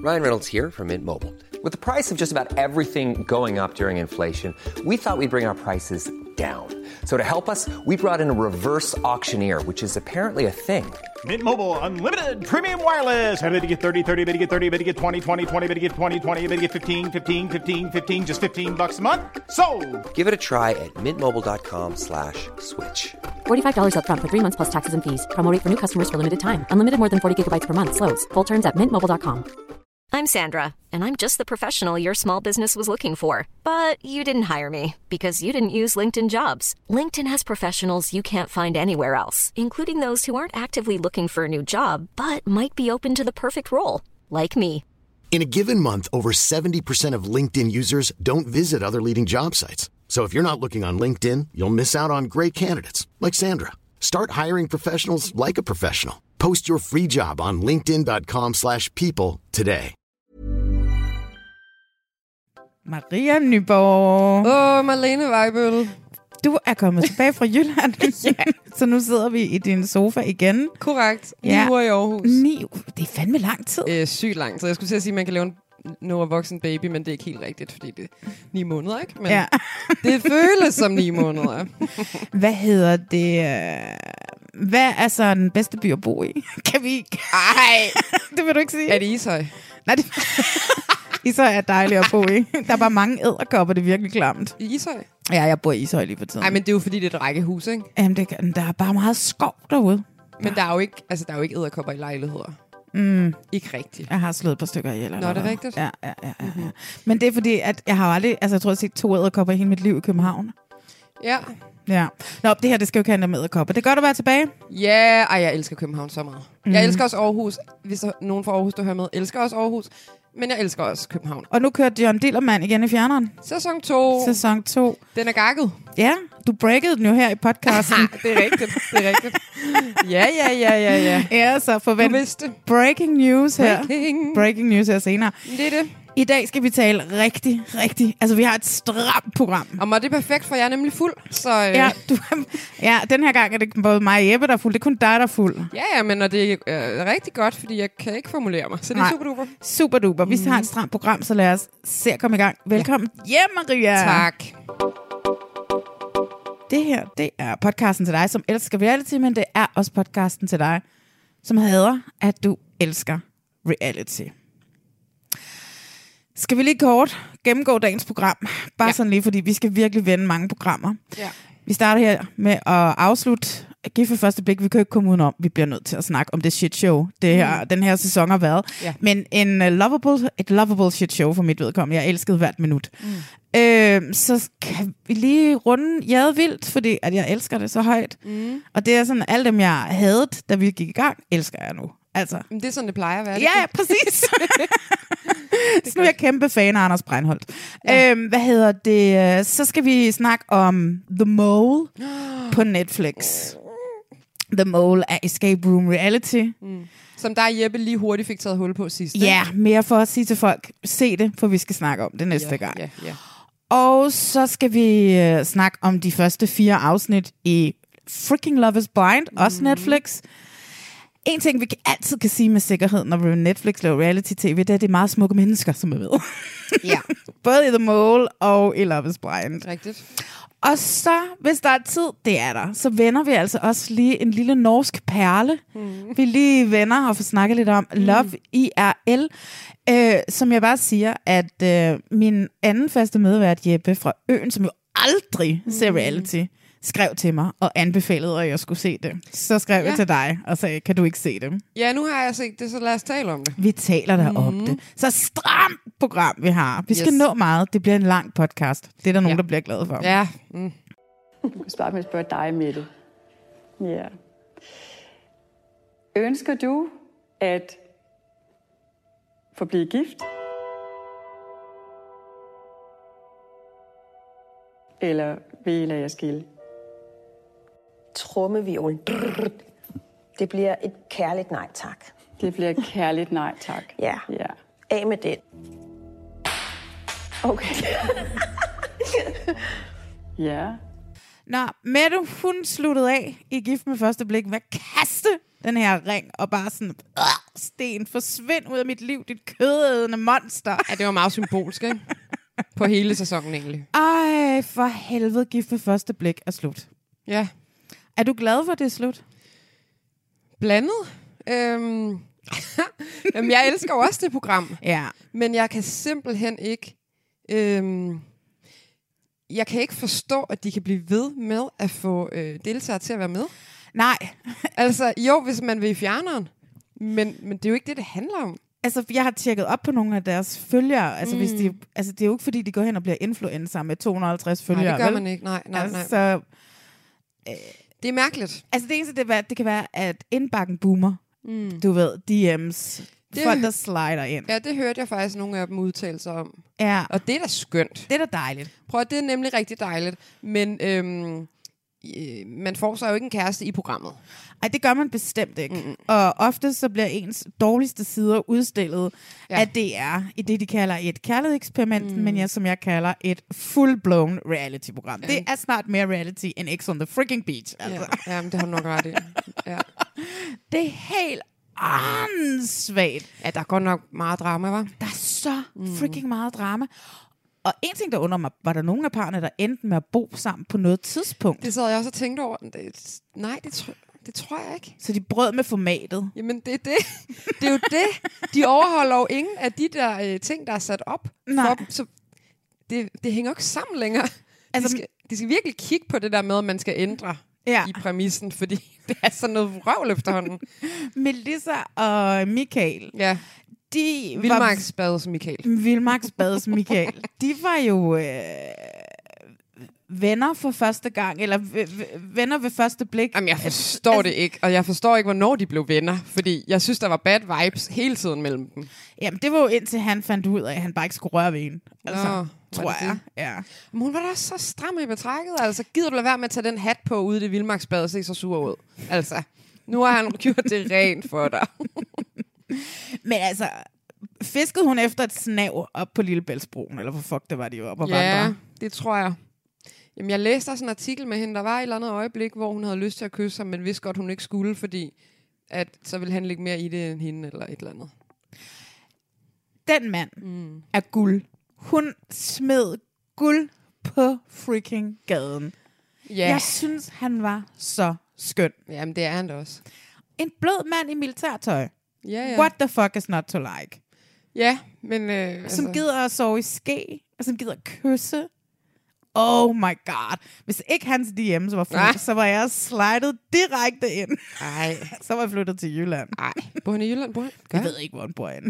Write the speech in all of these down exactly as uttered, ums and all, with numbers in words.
Ryan Reynolds here from Mint Mobile. With the price of just about everything going up during inflation, we thought we'd bring our prices down. So to help us, we brought in a reverse auctioneer, which is apparently a thing. Mint Mobile Unlimited Premium Wireless. How to get thirty, thirty, how to get thirty, how to get twenty, twenty, twenty, how to get twenty, twenty, how to get fifteen, fifteen, fifteen, fifteen, just fifteen bucks a month? Sold! Give it a try at mintmobile.com slash switch. forty-five dollars up front for three months plus taxes and fees. Promo rate for new customers for limited time. Unlimited more than forty gigabytes per month. Slows full terms at mint mobile dot com. I'm Sandra, and I'm just the professional your small business was looking for. But you didn't hire me because you didn't use LinkedIn Jobs. LinkedIn has professionals you can't find anywhere else, including those who aren't actively looking for a new job, but might be open to the perfect role, like me. In a given month, over seventy percent of LinkedIn users don't visit other leading job sites. So if you're not looking on LinkedIn, you'll miss out on great candidates like Sandra. Start hiring professionals like a professional. Post your free job on linkedin dot com slash people today. Maria Nyborg. Åh, oh, Marlene Weibøl. Du er kommet tilbage fra Jylland. Ja. Så nu sidder vi i din sofa igen. Korrekt. Ni Ja. uger i Aarhus. Ni uger. Det er fandme lang tid. Øh, sygt lang tid. Jeg skulle til at sige, at man kan lave en Nora Voksen Baby, men det er ikke helt rigtigt, fordi det er ni måneder, ikke? Men Ja. det føles som ni måneder. Hvad hedder det? øh, Hvad er så den bedste by at bo i? Kan vi ikke? Ej, det vil du ikke sige. Er det Ishøj? Nej, det... Ishøj er dejligt at bo i. Der er bare mange edderkopper, det er virkelig klamt. I Ishøj? Ja, jeg bor i Ishøj lige for tiden. Nej, men det er jo fordi, det er et rækkehus, ikke? Jamen, det, der er bare meget skov derude. Men der er jo ikke, altså, der er jo ikke edderkopper i lejligheder. Mm. Ikke rigtigt. Jeg har slået et par stykker ihjel. Nå, er det rigtigt? Ja, ja, ja, ja, ja. Men det er fordi, at jeg har aldrig, altså jeg tror, jeg har set to edderkopper i hele mit liv i København. Ja. Ja. Nå, det her, det skal jo ikke handle med edderkopper. Det er godt at være tilbage. Ja, yeah. Ej, jeg elsker København så meget. Mm. Jeg elsker også Aarhus. Hvis der er nogen fra Aarhus, der hører med, elsker også Aarhus. Men jeg elsker også København. Og nu kørte John Dillermand igen i fjerneren. Sæson to. Sæson to. Den er gakket. Ja, du breakede den jo her i podcasten. det er rigtigt, det er rigtigt. Ja, ja, ja, ja, ja. Ja, så forvent. Du vidste. Breaking news her. Breaking. Breaking news her senere. Det er det. I dag skal vi tale rigtig, rigtig... Altså, vi har et stramt program. Og det er perfekt, for jeg er nemlig fuld. Så, øh... ja, du, ja, den her gang er det både mig og Jeppe, der er fuld. Det er kun dig, der er fuld. Ja, ja, men og det er øh, rigtig godt, fordi jeg kan ikke formulere mig. Så det er super duper. Super duper. Vi mm. har et stramt program, så lad os se at komme i gang. Velkommen ja. hjem, Maria. Tak. Det her, det er podcasten til dig, som elsker reality, men det er også podcasten til dig, som hader, at du elsker reality. Skal vi lige kort gennemgå dagens program? Bare ja. sådan lige, fordi vi skal virkelig vende mange programmer. Ja. Vi starter her med at afslutte Gift ved første blik. Vi kan jo ikke komme udenom. Vi bliver nødt til at snakke om det shit show, det her, mm. den her sæson har været. Ja. Men en uh, lovable, et lovable shit show for mit vedkommende. Jeg elskede hvert minut. Mm. Øh, så kan vi lige runde Jade vildt, fordi at jeg elsker det så højt. Mm. Og det er sådan, alle dem, jeg havde, da vi gik i gang, elsker jeg nu. Altså. Men det er sådan, det plejer at være. Ja, ja, præcis. Så nu er jeg kæmpe fan af Anders Breinholt. Ja. Øhm, hvad hedder det? Så skal vi snakke om The Mole på Netflix. The Mole er Escape Room Reality. Mm. Som der Jeppe lige hurtigt fik taget hul på sidst. Ja, yeah, mere for at sige til folk, se det, for vi skal snakke om det næste yeah, gang. Yeah, yeah. Og så skal vi øh, snakke om de første fire afsnit i Freaking Love is Blind, mm. også Netflix. En ting, vi altid kan sige med sikkerhed, når vi Netflix laver reality-tv, det er, at det er meget smukke mennesker, som er med. Ja. Både i The Mole og i Love is Blind. Rigtigt. Og så, hvis der er tid, det er der, så vender vi altså også lige en lille norsk perle. Mm. Vi lige vender og får snakket lidt om mm. Love I R L. Øh, som jeg bare siger, at øh, min anden faste medvært, Jeppe fra Øen, som jo aldrig mm. ser reality, skrev til mig og anbefalede, at jeg skulle se det. Så skrev ja. jeg til dig og sagde, kan du ikke se det? Ja, nu har jeg set det, så lad os tale om det. Vi taler der mm. om det. Så stramt program, vi har. Vi skal yes. nå meget. Det bliver en lang podcast. Det er der nogen, ja. der bliver glade for. Ja. Mm. Du kan spare med at spørge dig, Mette. Ja. Ønsker du at forblive gift? Eller vil I lade jer skille? Trommevirvel. Det bliver et kærligt nej tak. Det bliver et kærligt nej tak. Ja. Ja. Af med den. Okay. Ja. Nå, Mette, hun sluttede af i Gift med første blik med at kaste den her ring og bare sådan... Øh, Sten, forsvind ud af mit liv, dit kødædende monster. Ja, det var meget symbolsk, ikke? På hele sæsonen egentlig. Ej, for helvede, Gift ved første blik er slut. Ja. Er du glad for, at det er slut? Blandet. Øhm. Jamen, jeg elsker jo også det program. Ja. Men jeg kan simpelthen ikke... Øhm, jeg kan ikke forstå, at de kan blive ved med at få øh, deltagere til at være med. Nej. Altså, jo, hvis man vil i fjerneren. Men, men det er jo ikke det, det handler om. Altså, jeg har tjekket op på nogle af deres følgere. Altså, mm. hvis de, altså det er jo ikke, fordi de går hen og bliver influencer med to hundrede og halvtreds følgere. Nej, det gør vel? man ikke. Nej, nej, nej. Altså, øh, det er mærkeligt. Altså, det eneste, det, var, det kan være, at indbakken boomer. Mm. Du ved, D M's. Det, folk, der slider ind. Ja, det hørte jeg faktisk nogle af dem udtale sig om. Ja. Og det er da skønt. Det er da dejligt. Prøv at det er nemlig rigtig dejligt. Men øhm, øh, man får så jo ikke en kæreste i programmet. Ej, det gør man bestemt ikke. Mm-mm. Og ofte så bliver ens dårligste sider udstillet ja. af D R i det, de kalder et kærlighedseksperiment, mm. men ja, som jeg kalder et full-blown reality-program. Ja. Det er snart mere reality end X on the freaking beach. Altså. Ja, jamen, det har du nok ret i. Ja. Det er helt åndssvagt. Ja, der er godt nok meget drama, hva'? Der er så freaking meget drama. Og en ting, der undrer mig, var der nogen af parerne, der endte med at bo sammen på noget tidspunkt? Det sad jeg også og tænkte over. Det, nej, det, tr- det tror jeg ikke. Så de brød med formatet? Jamen, det er det. Det er jo det. De overholder jo ingen af de der øh, ting, der er sat op nej. for dem. Så det, det hænger jo ikke sammen længere. Altså, de, skal, de skal virkelig kigge på det der med, at man skal ændre ja. i præmissen, fordi det er sådan noget vrøvl efterhånden. Melissa og Michael. Ja. De Vildmarks Bades Michael. Vildmarks Bades Michael. De var jo øh, venner for første gang, eller v- v- venner ved første blik. Jamen, jeg forstår altså, det ikke, og jeg forstår ikke, hvornår de blev venner, fordi jeg synes, der var bad vibes hele tiden mellem dem. Jamen, det var jo indtil han fandt ud af, at han bare ikke skulle røre ved en. Altså, Nå, tror jeg. Ja. Men hun var da så stram i betrækket. Altså, gider du lade være med at tage den hat på ude i det Vildmarksbad og se så sur ud? Altså, nu har han gjort det rent for dig. Men altså, fiskede hun efter et snav op på Lillebæltsbroen, eller hvor fuck det var, de var oppe og ja, vandre? Det tror jeg. Jamen, jeg læste også en artikel med hende, der var et eller andet øjeblik, hvor hun havde lyst til at kysse ham, men vidste godt, hun ikke skulle, fordi at så ville han ligge mere i det end hende, eller et eller andet. Den mand mm. er guld. Hun smed guld på freaking gaden. Yeah. Jeg synes, han var så skøn. Jamen, det er han da også. En blød mand i militærtøj. Ja, ja. What the fuck is not to like? Ja, men... Øh, som altså. gider at sove i ske, og som gider at kysse. Oh my god. Hvis ikke hans D M's var fuldt, så var jeg slidet direkte ind. Ej. Så var jeg flyttet til Jylland. Nej. Bor han i Jylland? Bor han? Jeg ved ikke, hvor han bor inde.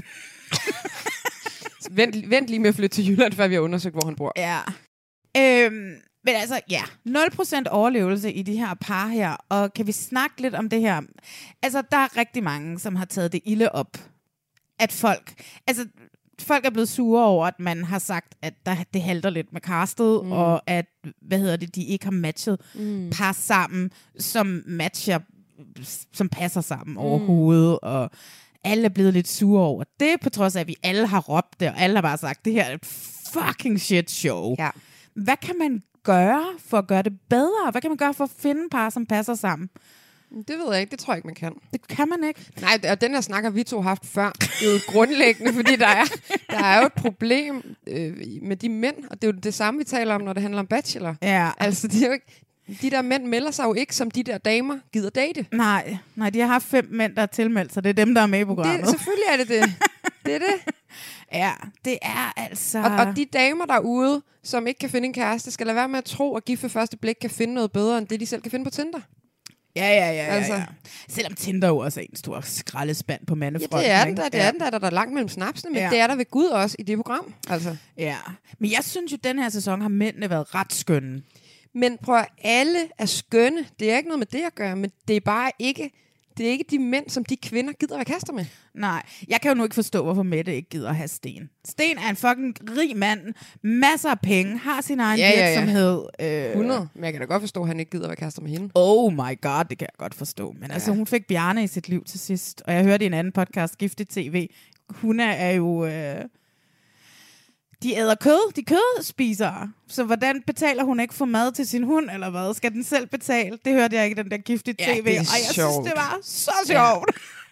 vent, vent lige med at flytte til Jylland, før vi har undersøgt, hvor han bor. Ja. Øhm, men altså, ja. nul procent overlevelse i de her par her. Og kan vi snakke lidt om det her? Altså, der er rigtig mange, som har taget det ilde op. At folk... Altså... Folk er blevet sure over, at man har sagt, at der, det halter lidt med castet, mm. og at, hvad hedder det, de ikke har matchet mm. par sammen, som matcher, som passer sammen mm. overhovedet, og alle er blevet lidt sure over det, på trods af, at vi alle har råbt det, og alle har bare sagt, det her er et fucking shit show. Ja. Hvad kan man gøre for at gøre det bedre? Hvad kan man gøre for at finde par, som passer sammen? Det ved jeg ikke, det tror jeg ikke, man kan. Det kan man ikke. Nej, og den her snak har vi to haft før. Det er jo grundlæggende, fordi der er, der er jo et problem øh, med de mænd, og det er jo det samme, vi taler om, når det handler om Bachelor. Ja. Altså, det er jo ikke, de der mænd melder sig jo ikke, som de der damer gider date. Nej, nej, de har haft fem mænd, der er tilmeldt, så det er dem, der er med i programmet. Det, selvfølgelig er det det. Det er det. Ja, det er altså... Og, og de damer derude, som ikke kan finde en kæreste, skal lade være med at tro, at Gift ved første blik kan finde noget bedre, end det, de selv kan finde på Tinder. Ja, ja, ja, altså. ja, ja. Selvom Tinder jo også er en stor skraldespand på mandefronten. Ja, det er den der. Det er den der, der, der er langt mellem snapsene, men ja. det er der ved Gud også i det program. Altså. Ja, men jeg synes jo, den her sæson har mændene været ret skønne. Men prøv at alle er skønne. Det er ikke noget med det at gøre, men det er bare ikke... Det er ikke de mænd, som de kvinder gider være kaster med. Nej, jeg kan jo nu ikke forstå, hvorfor Mette ikke gider at have Sten. Sten er en fucking rig mand, masser af penge, har sin egen ja, ja, ja. virksomhed. Øh... hundrede, men jeg kan da godt forstå, at han ikke gider være kaster med hende. Oh my god, det kan jeg godt forstå. Men ja. altså, hun fik Bjarne i sit liv til sidst, og jeg hørte i en anden podcast, Giftigt T V, hun er jo... Øh... De æder kød, de kødspisere. Så hvordan betaler hun ikke for mad til sin hund, eller hvad? Skal den selv betale? Det hørte jeg ikke i den der Giftigt ja, T V, og jeg sjovt. synes, det var så sjovt.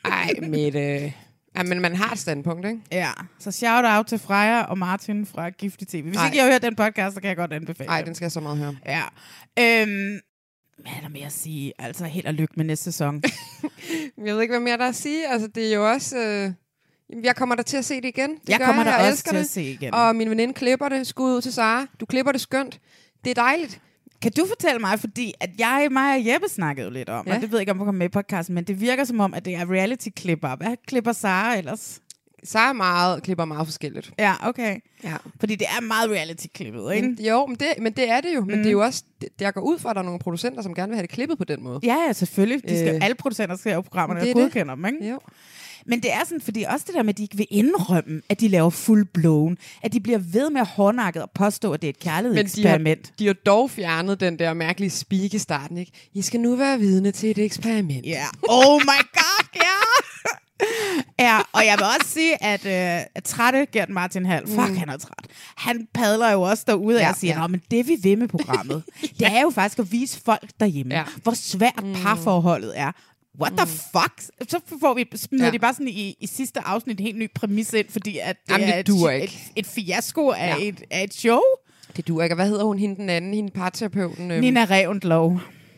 Ej, Mette. Ja, men man har et standpunkt, ikke? Ja, så shout out til Freja og Martin fra Giftig T V. Hvis Ej. ikke I har hørt den podcast, så kan jeg godt anbefale Nej, den skal jeg så meget høre. Ja. Øhm, hvad er der mere at sige? Altså, held og lykke med næste sæson. Jeg ved ikke, hvad mere der er at sige. Altså, det er jo også... Øh... Jeg kommer der til at se det igen. Det jeg kommer jeg. der jeg også til det. at se igen. Og min veninde klipper det. Skud ud til Sara. Du klipper det skønt. Det er dejligt. Kan du fortælle mig, fordi at jeg, mig og Jeppe snakkede lidt om, ja. og det ved jeg ikke, om du kommer med i podcasten, men det virker som om, at det er reality-klipper. Hvad klipper Sara ellers? Sara meget, klipper meget forskelligt. Ja, okay. Ja. Fordi det er meget reality-klippet, ikke? Men, jo, men det, men det er det jo. Men mm. det er jo også, det, jeg går ud fra, at der er nogle producenter, som gerne vil have det klippet på den måde. Ja, ja, selvfølgelig. De skal, øh. alle producenter skal jo programmerne, og godkender dem, ikke? Jo. Men det er sådan, fordi også det der med, at de ikke vil indrømme, at de laver full blown, at de bliver ved med at hårdnakket og påstå, at det er et kærlighedseksperiment. Men de har, de har dog fjernet den der mærkelige speak i starten, ikke? I skal nu være vidne til et eksperiment. Ja. Yeah. Oh my god, ja! Ja, og jeg vil også sige, at, øh, at trætte Gert Martin Hall, fuck, mm. han er træt. Han padler jo også derude ja, og siger, ja. men det vi vil med programmet, ja. det er jo faktisk at vise folk derhjemme, ja. hvor svært mm. parforholdet er. What the fuck? Så får vi, smider ja. de bare sådan i, i sidste afsnit en helt ny præmis ind, fordi at det Jamen, er det et, et, et fiasko af, ja. et, af et show. Det duer ikke. Hvad hedder hun, hende den anden, hende parterapeuten? Øhm. Nina Revendlov.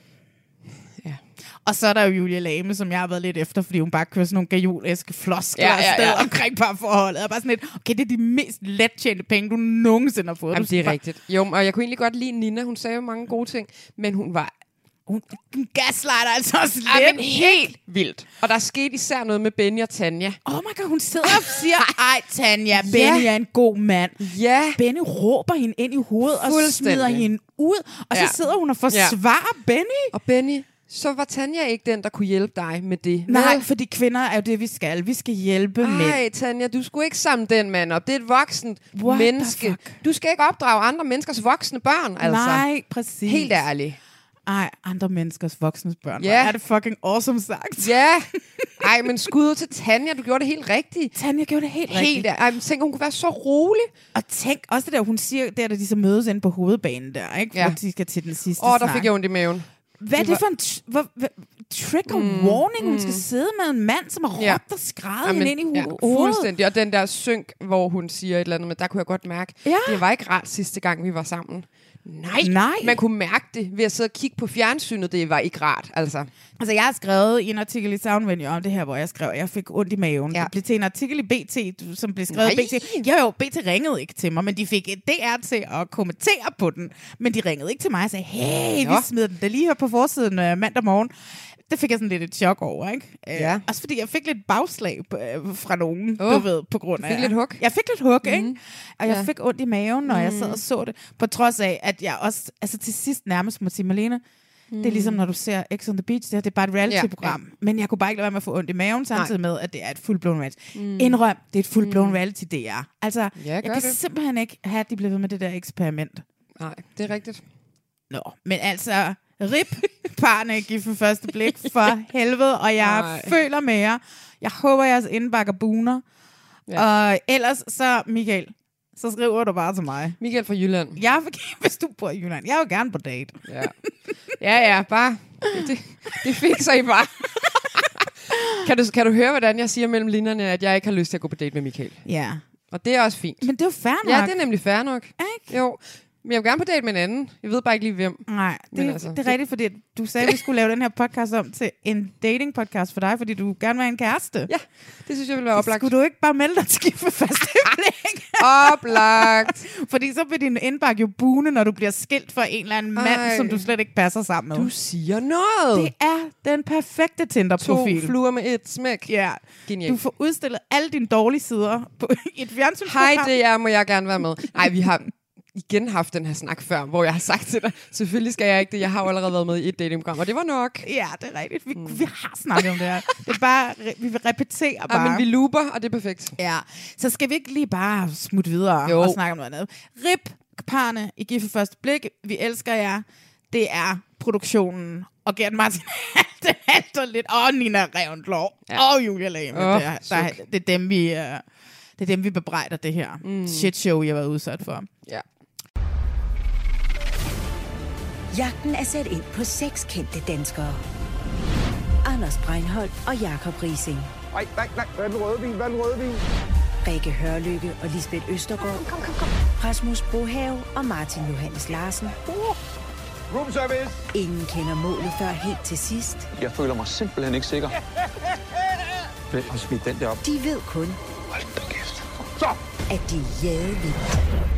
Ja. Og så er der jo Julie Lame, som jeg har været lidt efter, fordi hun bare kører sådan nogle gajolæske floskler ja, ja, afsted ja. omkring parforholdet. Og bare sådan lidt, okay, det er de mest lettjente penge, du nogensinde har fået. Jamen, det er bare... rigtigt. Jo, og jeg kunne egentlig godt lide Nina. Hun sagde jo mange gode ting, men hun var... Hun gaslighter altså også lidt. Ja, men helt vildt. Og der skete især noget med Benny og Tanja. Oh my god, hun sidder og siger, ej Tanja, Benny ja. er en god mand. Ja. Benny råber hende ind i hovedet og smider hende ud. Og ja. så sidder hun og forsvarer ja. Benny. Og Benny, så var Tanja ikke den, der kunne hjælpe dig med det. Nej, fordi kvinder er jo det, vi skal. Vi skal hjælpe mænd. Nej, Tanja, du skulle ikke samle den mand op. Det er et voksent What menneske. Du skal ikke opdrage andre menneskers voksne børn, altså. Nej, præcis. Helt ærligt. Ej, andre menneskers voksne børn. Ja. Er det fucking awesome sagt? Ja. Ej, men skud til Tanja. Du gjorde det helt rigtigt. Tanja gjorde det helt, helt rigtigt. Ej, men tænk, hun kunne være så rolig. Og tænk også det der, hun siger, der da de så mødes inde på hovedbanen der, ikke? Ja. Hvor de skal til den sidste Åh, oh, snak. der fik jeg ondt i maven. Hvad er det for en t- hvor, hvor, trigger mm, warning? Hun mm. skal sidde med en mand, som har ja. råbt og skrædet hende ind i hovedet. Ja, fuldstændig. Og den der synk, hvor hun siger et eller andet, men der kunne jeg godt mærke, ja. det var ikke rart sidste gang, vi var sammen. Nej. Nej, man kunne mærke det ved at sidde og kigge på fjernsynet. Det var ikke rart, altså. Altså, jeg har skrevet i en artikel i Soundvenue om det her, hvor jeg skrev, at jeg fik ondt i maven. Ja. Det blev til en artikel i B T, som blev skrevet Nej. i B T. Jo, jo, B T ringede ikke til mig, men de fik D R til at kommentere på den. Men de ringede ikke til mig og sagde, hey, vi smider den da lige her på forsiden uh, mandag morgen. Det fik jeg sådan lidt et chok over, ikke? Ja. Uh, også fordi jeg fik lidt bagslag uh, fra nogen, oh. du ved, på grund af... Du fik lidt hug? Jeg fik lidt hug, mm. ikke? Og jeg ja. fik ondt i maven, når mm. jeg sad og så det. På trods af, at jeg også, altså til sidst nærmest må sige, Malene, mm. det er ligesom, når du ser X on the Beach, det, her, det er bare et reality-program. Ja, ja. Men jeg kunne bare ikke lade være med at få ondt i maven, samtidig Nej. med, at det er et full-blown reality. Mm. Indrøm, det er et full-blown mm. reality, det er. Altså, ja, jeg kan det. simpelthen ikke have, at de bliver ved med det der eksperiment. Nej, det er rigtigt. Nå, men altså... Rip, parne gift for første blik, for helvede, og jeg Ej. føler med jer. Jeg håber, jeres indbakker buner. Ja. Og ellers så, Michael, så skriver du bare til mig. Michael fra Jylland. Jeg vil, hvis du bor i Jylland. Jeg vil gerne på date. Ja, ja, ja bare. Det, det fikser I bare. kan, du, kan du høre, hvordan jeg siger mellem linjerne, at jeg ikke har lyst til at gå på date med Michael? Ja. Og det er også fint. Men det er jo fair nok. Ja, det er nemlig fair nok. Ikke? Jo. Men jeg vil gerne på date med en anden. Jeg ved bare ikke lige hvem. Nej, det, altså, det er rigtigt, fordi du sagde, at vi skulle lave den her podcast om til en dating podcast for dig, fordi du gerne vil have en kæreste. Ja, det synes jeg ville være oplagt. Skulle du ikke bare melde dig til gift for første blik? Oplagt. Fordi så vil din indbakke jo bune, når du bliver skilt fra en eller anden Ej. mand, som du slet ikke passer sammen med. Du siger noget. Det er den perfekte Tinder-profil. To fluer med et smæk. Ja. Genial. Du får udstillet alle dine dårlige sider på et fjernsynsprogram. Hej, det er, må jeg gerne være med. Nej, vi har... igen haft den her snak før, hvor jeg har sagt til dig, selvfølgelig skal jeg ikke det, jeg har jo allerede været med i et datingprogram, og det var nok. Ja, det er rigtigt. Vi, mm. vi har snakket om det her. Det er bare, vi vil repetere bare. Ja, men vi looper, og det er perfekt. Ja, så skal vi ikke lige bare smutte videre jo. og snakke om noget andet. Rip, parne i gift for første blik, vi elsker jer. Det er produktionen, og Gert Martin det halter lidt, og Nina Revendlov, ja. og Julia Lame. Oh, det, er, der, det er dem, vi... Uh, det er dem, vi bebrejder det her mm. shit show, jeg har været udsat for. Ja. Jagten er sat ind på seks kendte danskere. Anders Breinholt og Jakob Riising. Nej, nej, nej. Hvad er den røde vin? Hvad er den røde vin? Rikke Hørlykke og Lisbeth Østergaard. Kom, kom, kom. Rasmus Brohave og Martin Johannes Larsen. Uh, room service. Ingen kender målet før helt til sidst. Jeg føler mig simpelthen ikke sikker. Hvem har smidt den der op? De ved kun, hold da kæft. Så! At de er jadevildt.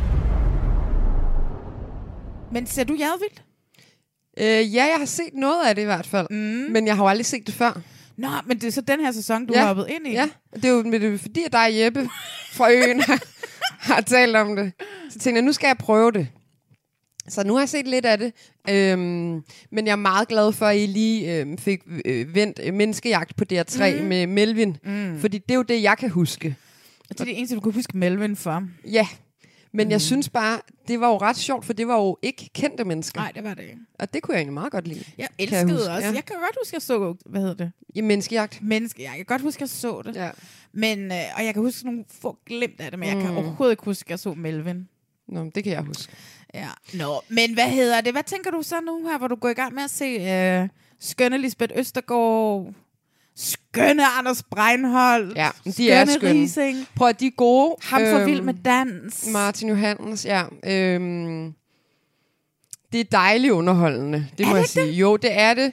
Men ser du jadevildt? Øh, ja, jeg har set noget af det i hvert fald. Mm. Men jeg har jo aldrig set det før. Nå, men det er så den her sæson, du ja. har hoppet ind i. Ja, det er jo det er fordi, at dig Jeppe fra øen har, har talt om det. Så tænkte jeg, nu skal jeg prøve det. Så nu har jeg set lidt af det. Øhm, men jeg er meget glad for, at I lige øhm, fik øh, vendt øh, Menneskejagt på D R tre mm. med Melvin. Mm. Fordi det er jo det, jeg kan huske. Og det er det eneste, du kan huske Melvin for. Ja, men mm. jeg synes bare, det var jo ret sjovt, for det var jo ikke kendte mennesker. Nej, det var det ikke. Og det kunne jeg egentlig meget godt lide. Jeg elskede kan jeg også. Ja. Jeg kan godt huske, at jeg så, hvad hedder det? Ja, Menneskejagt. Menneskejagt. Jeg kan godt huske, at jeg så det. Ja. Men, øh, og jeg kan huske nogle få glemt af det, men mm. jeg kan overhovedet ikke huske, at jeg så Melvin. Nå, det kan jeg huske. Ja. Nå, men hvad hedder det? Hvad tænker du så nu her, hvor du går i gang med at se øh, skønne Lisbeth Østergaard, skønne Anders Breinholt, ja, de skønne er skønne. Riising. Prøv at de er gode. Ham for øhm, vild med dans. Martin Johannes, ja. Øhm, det er dejligt underholdende, det er må det jeg sige. Det? Jo, det er det.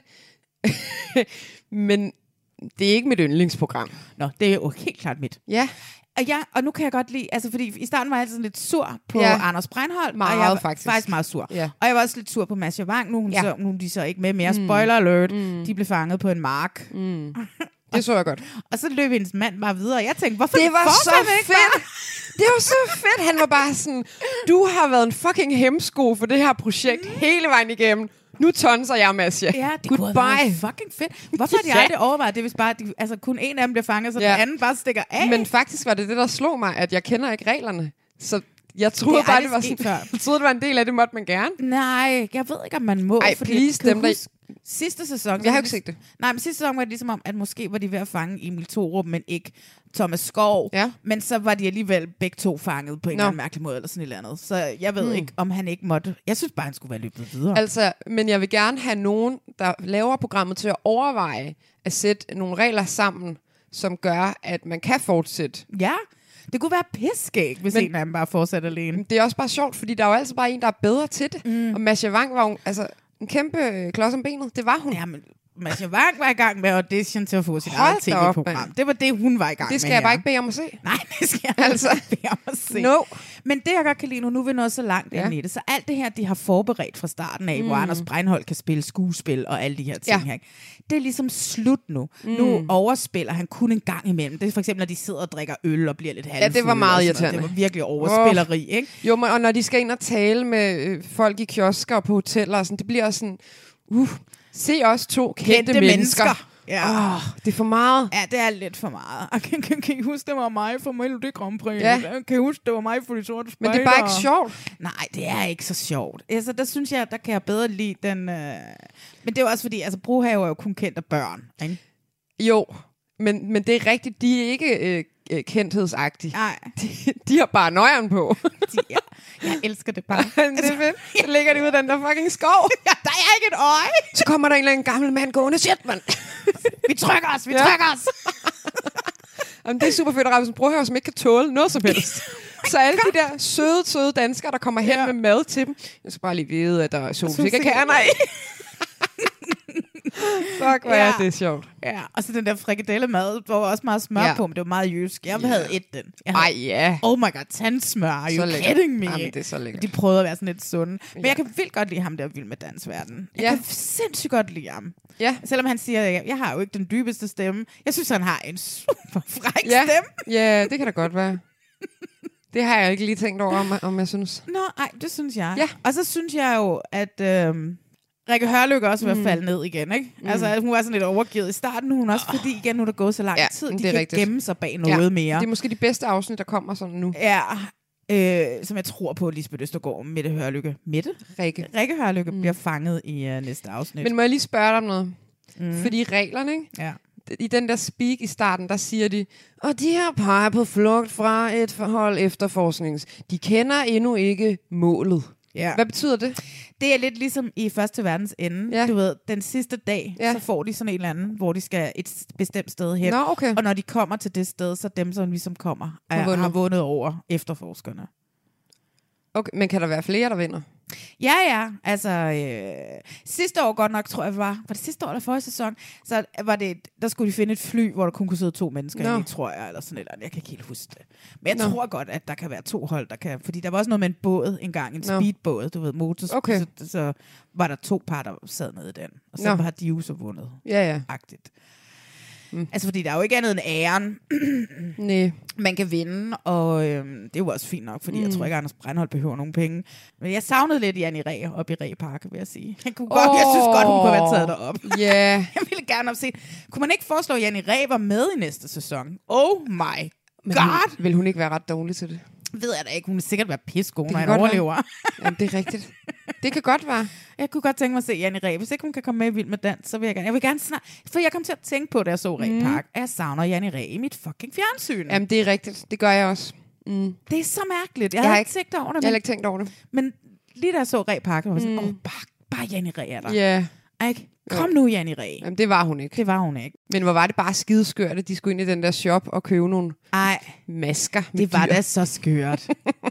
Men det er ikke mit yndlingsprogram. Nå, det er jo helt klart mit. Ja. Og, ja, og nu kan jeg godt lide, altså fordi i starten var jeg altid lidt sur på ja. Anders Breinholt. Meget, og jeg var faktisk. faktisk meget sur. Ja. Og jeg var også lidt sur på Mascha Wang. Nu, ja. så, nu er de så ikke med mere. Spoiler alert. Mm. De blev fanget på en mark. Mm. Det så jeg godt. Og så løb hendes mand bare videre. Og jeg tænkte, hvorfor det var så fedt. Bare? Det var så fedt. Han var bare sådan, du har været en fucking hemsko for det her projekt mm. hele vejen igennem. Nu tonser jeg, Mascha. Ja, det Goodbye. kunne have været fucking fedt. Hvorfor har de ja. aldrig overvejet det, hvis bare de, altså, kun en af dem bliver fanget, så ja. den anden bare stikker af? Men faktisk var det det, der slog mig, at jeg kender ikke reglerne. Så jeg troede det bare, det var sådan, jeg troede, det var en del af det, måtte man gerne. Nej, jeg ved ikke, om man må. Ej, fordi please, dem der... Huske, sidste sæson... Jeg har ikke set det. Nej, men sidste sæson var det ligesom om, at måske var de ved at fange Emil Thorup, men ikke Thomas Skov. Ja. Men så var de alligevel begge to fanget på en eller anden mærkelig måde, eller sådan et eller andet. Så jeg ved hmm. ikke, om han ikke måtte... Jeg synes bare, han skulle være løbet videre. Altså, men jeg vil gerne have nogen, der laver programmet til at overveje at sætte nogle regler sammen, som gør, at man kan fortsætte. Ja, det kunne være piskæg, hvis men, en af dem bare fortsætter alene. Det er også bare sjovt, fordi der er jo altid bare en, der er bedre til det. Mm. Og Mascha Wang var jo, altså, en kæmpe klods om benet. Det var hun. Ja, men Mascha Wang var i gang med audition til at få sit eget T V-program. Det var det, hun var i gang med. Det skal med jeg her. bare ikke bede om at se. Nej, det skal jeg altså ikke bede om at se. No. Men det, jeg godt kan lide nu, nu er vi nået så langt ja. ind i det. Så alt det her, de har forberedt fra starten af, mm. hvor Anders Breinholt kan spille skuespil og alle de her ting ja. her. Det er ligesom slut nu. Mm. Nu overspiller han kun en gang imellem. Det er for eksempel, når de sidder og drikker øl og bliver lidt halvfulde. Ja, det var meget irriterende. Det var virkelig overspilleri, oh. ikke? Jo, og når de skal ind og tale med øh, folk i kiosker og på hoteller og sådan, det bliver også sådan, uh, se os to kendte, kendte mennesker. mennesker. Ja. Oh, det er for meget. Ja, det er lidt for meget. Kan, kan, kan I huske, det var mig for Melodi Grand Prix? Ja. Kan I huske, det var mig for de sorte spejder? Men det er bare ikke sjovt. Nej, det er ikke så sjovt. Altså, der synes jeg, der kan jeg bedre lide den... Øh... Men det er jo også fordi, altså, Brohave er jo kun kendt af børn, ikke? Jo, men, men det er rigtigt. De er ikke øh, kendthedsagtige. Nej. De, de har bare nøjeren på. de, ja. Jeg elsker det bare. det er fedt. Så ligger de ude i den der fucking skov. Ja, der er ikke et øje. Så kommer der en eller anden gammel mand gående. Shit, mand. vi trykker os, vi ja. trykker os. Jamen, det er super fedt at Rasmus Brohave, som ikke kan tåle noget som helst. Så alle de der søde, søde danskere, der kommer hen ja. med mad til dem. Jeg skal bare lige vide, at der er solsikkerkerner i. Fuck, hvor ja. er det sjovt. Ja, og så den der frikadellemad, der var også meget smør ja. på, men det var meget jysk. Jeg ja. havde et den. Jeg havde, Ej, ja. Oh my god, tandsmør, are you kidding me? Jamen, det er så lækkert. De prøvede at være sådan lidt sunde. Men ja. jeg kan vildt godt lide ham der Vild med Dansverden. Jeg ja. kan sindssygt godt lide ham. Ja. Selvom han siger, at jeg har jo ikke den dybeste stemme. Jeg synes, han har en super fræk ja. stemme. Ja, det kan da godt være. Det har jeg ikke lige tænkt over, om, om jeg synes. Nå, ej, det synes jeg. Ja. Og så synes jeg jo, at... Øhm, Rikke Hørlykke også var mm. faldet ned igen, ikke? Mm. Altså, hun var sådan lidt overgivet i starten, hun også, oh. fordi igen, nu er der gået så lang ja, tid, de kan rigtigt. gemme sig bag noget ja. mere. Det er måske de bedste afsnit, der kommer sådan nu. Ja, øh, som jeg tror på, Lisbeth Østergaard, Mette Hørlykke. Mette? Rikke. Rikke Hørlykke mm. bliver fanget i uh, næste afsnit. Men må jeg lige spørge dig om noget? Mm. Fordi reglerne, ikke? Ja. I den der speak i starten, der siger de, og de her peger på flugt fra et forhold efterforsknings. De kender endnu ikke målet. Ja. Hvad betyder det? Det er lidt ligesom i Første Verdens Ende. Ja. Du ved, den sidste dag, Ja. så får de sådan en eller anden, hvor de skal et bestemt sted hen. Nå, okay. Og når de kommer til det sted, så dem, som ligesom kommer, er, Har vundet. har vundet over efterforskerne. Okay, men kan der være flere, der vinder? Ja, ja. Altså, øh, sidste år godt nok, tror jeg, var... Var det sidste år eller forrige sæson? Så var det... Der skulle de finde et fly, hvor der kun kunne sidde to mennesker Nå. i, tror jeg, eller sådan et eller andet. Jeg kan ikke helt huske det. Men jeg Nå. tror godt, at der kan være to hold, der kan... Fordi der var også noget med en båd engang, en Nå. speedbåd, du ved, motor. Okay. Så, så var der to par, der sad nede i den. Og så Nå. har de jo så vundet. Ja, ja. Agtigt. Mm. Altså, fordi der er jo ikke andet end æren, Nej. man kan vinde, og øhm, det er jo også fint nok, fordi mm. jeg tror ikke, at Anders Breinholt behøver nogen penge. Men jeg savnede lidt Janni Ræ op i Ræ Park, vil jeg sige. Jeg, kunne godt, oh. jeg synes godt, hun kunne have taget derop. Ja. Yeah. Jeg ville gerne op se. Kunne man ikke foreslå, at Janni Ræ var med i næste sæson? Oh my Men god! Hun, vil hun ikke være ret dårlig til det? Ved jeg da ikke. Hun vil sikkert være pissegod, når kan han godt overlever. Jamen, det er rigtigt. Det kan godt være. Jeg kunne godt tænke mig at se Janni Ræ. Hvis ikke hun kan komme med i Vild med Dans, så vil jeg gerne. Jeg vil gerne snart... For jeg kom til at tænke på, da jeg så Ræ Mm. Park, at jeg savner Janni Ræ i mit fucking fjernsyn. Jamen, det er rigtigt. Det gør jeg også. Mm. Det er så mærkeligt. Jeg, Jeg jeg har har ikke- ikke tænkt over det. Jeg har Men, ikke tænkt over det. men lige da jeg så Ræ Park, var jeg sådan, Mm. åh, oh, bare, bare Janni Ræ er der. Ja. Ikke? Kom nu, Janni Ræ. Jamen, det var hun ikke. Det var hun ikke. Men hvor var det bare skideskørt, at de skulle ind i den der shop og købe nogle Ej, masker med det var dyr. da så skørt.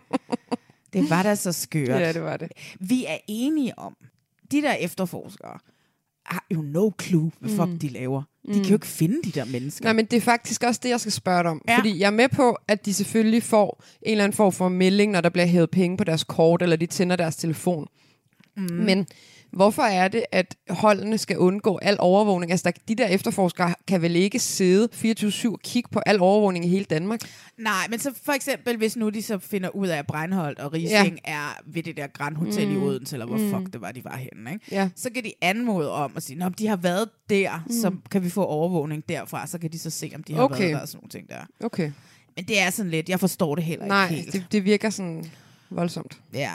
Det var da så skørt. Ja, det var det. Vi er enige om, de der efterforskere har jo no clue, hvad fuck Mm. de laver. De Mm. kan jo ikke finde de der mennesker. Nej, men det er faktisk også det, jeg skal spørge dig om. Ja. Fordi jeg er med på, at de selvfølgelig får en eller anden form for melding, når der bliver hævet penge på deres kort, eller de tænder deres telefon. Mm. Men hvorfor er det, at holdene skal undgå al overvågning? Altså, der, de der efterforskere kan vel ikke sidde fireogtyve syv og kigge på al overvågning i hele Danmark? Nej, men så for eksempel, hvis nu de så finder ud af, at Breinholt og Riising ja. er ved det der Grand Hotel mm. i Odense, eller hvor Mm. fuck det var, de var henne, ikke? Ja. Så kan de anmode om at sige, når de har været der, mm. så kan vi få overvågning derfra, så kan de så se, om de har Okay. været der og sådan nogle ting der. Okay. Men det er sådan lidt, jeg forstår det heller Nej, ikke helt. det, det virker sådan voldsomt. Ja.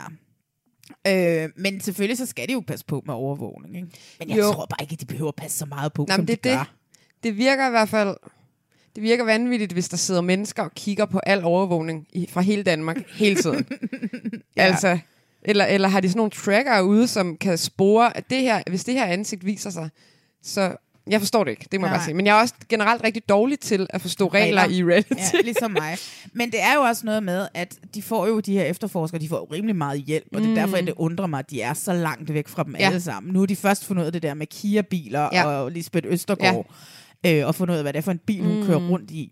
Øh, men selvfølgelig så skal de jo passe på med overvågning, ikke? Men jeg Jo. tror bare ikke, at de behøver at passe så meget på, Nej, som men det de er gør. det. Det virker i hvert fald... Det virker vanvittigt, hvis der sidder mennesker og kigger på al overvågning i, fra hele Danmark hele tiden. Ja. Altså, eller, eller har de sådan nogle trackere ude, som kan spore, at det her, hvis det her ansigt viser sig, så... Jeg forstår det ikke, det må jeg Nej. bare sige. Men jeg er også generelt rigtig dårlig til at forstå regler, regler. i reality. Ja, ligesom mig. Men det er jo også noget med, at de får jo de her efterforskere, de får jo rimelig meget hjælp, og det er Mm. derfor, at det undrer mig, at de er så langt væk fra dem Ja. alle sammen. Nu har de først fundet ud af det der med Kia-biler Ja. og Lisbeth Østergaard, øh, og fundet ud af, hvad det er for en bil, hun Mm. kører rundt i.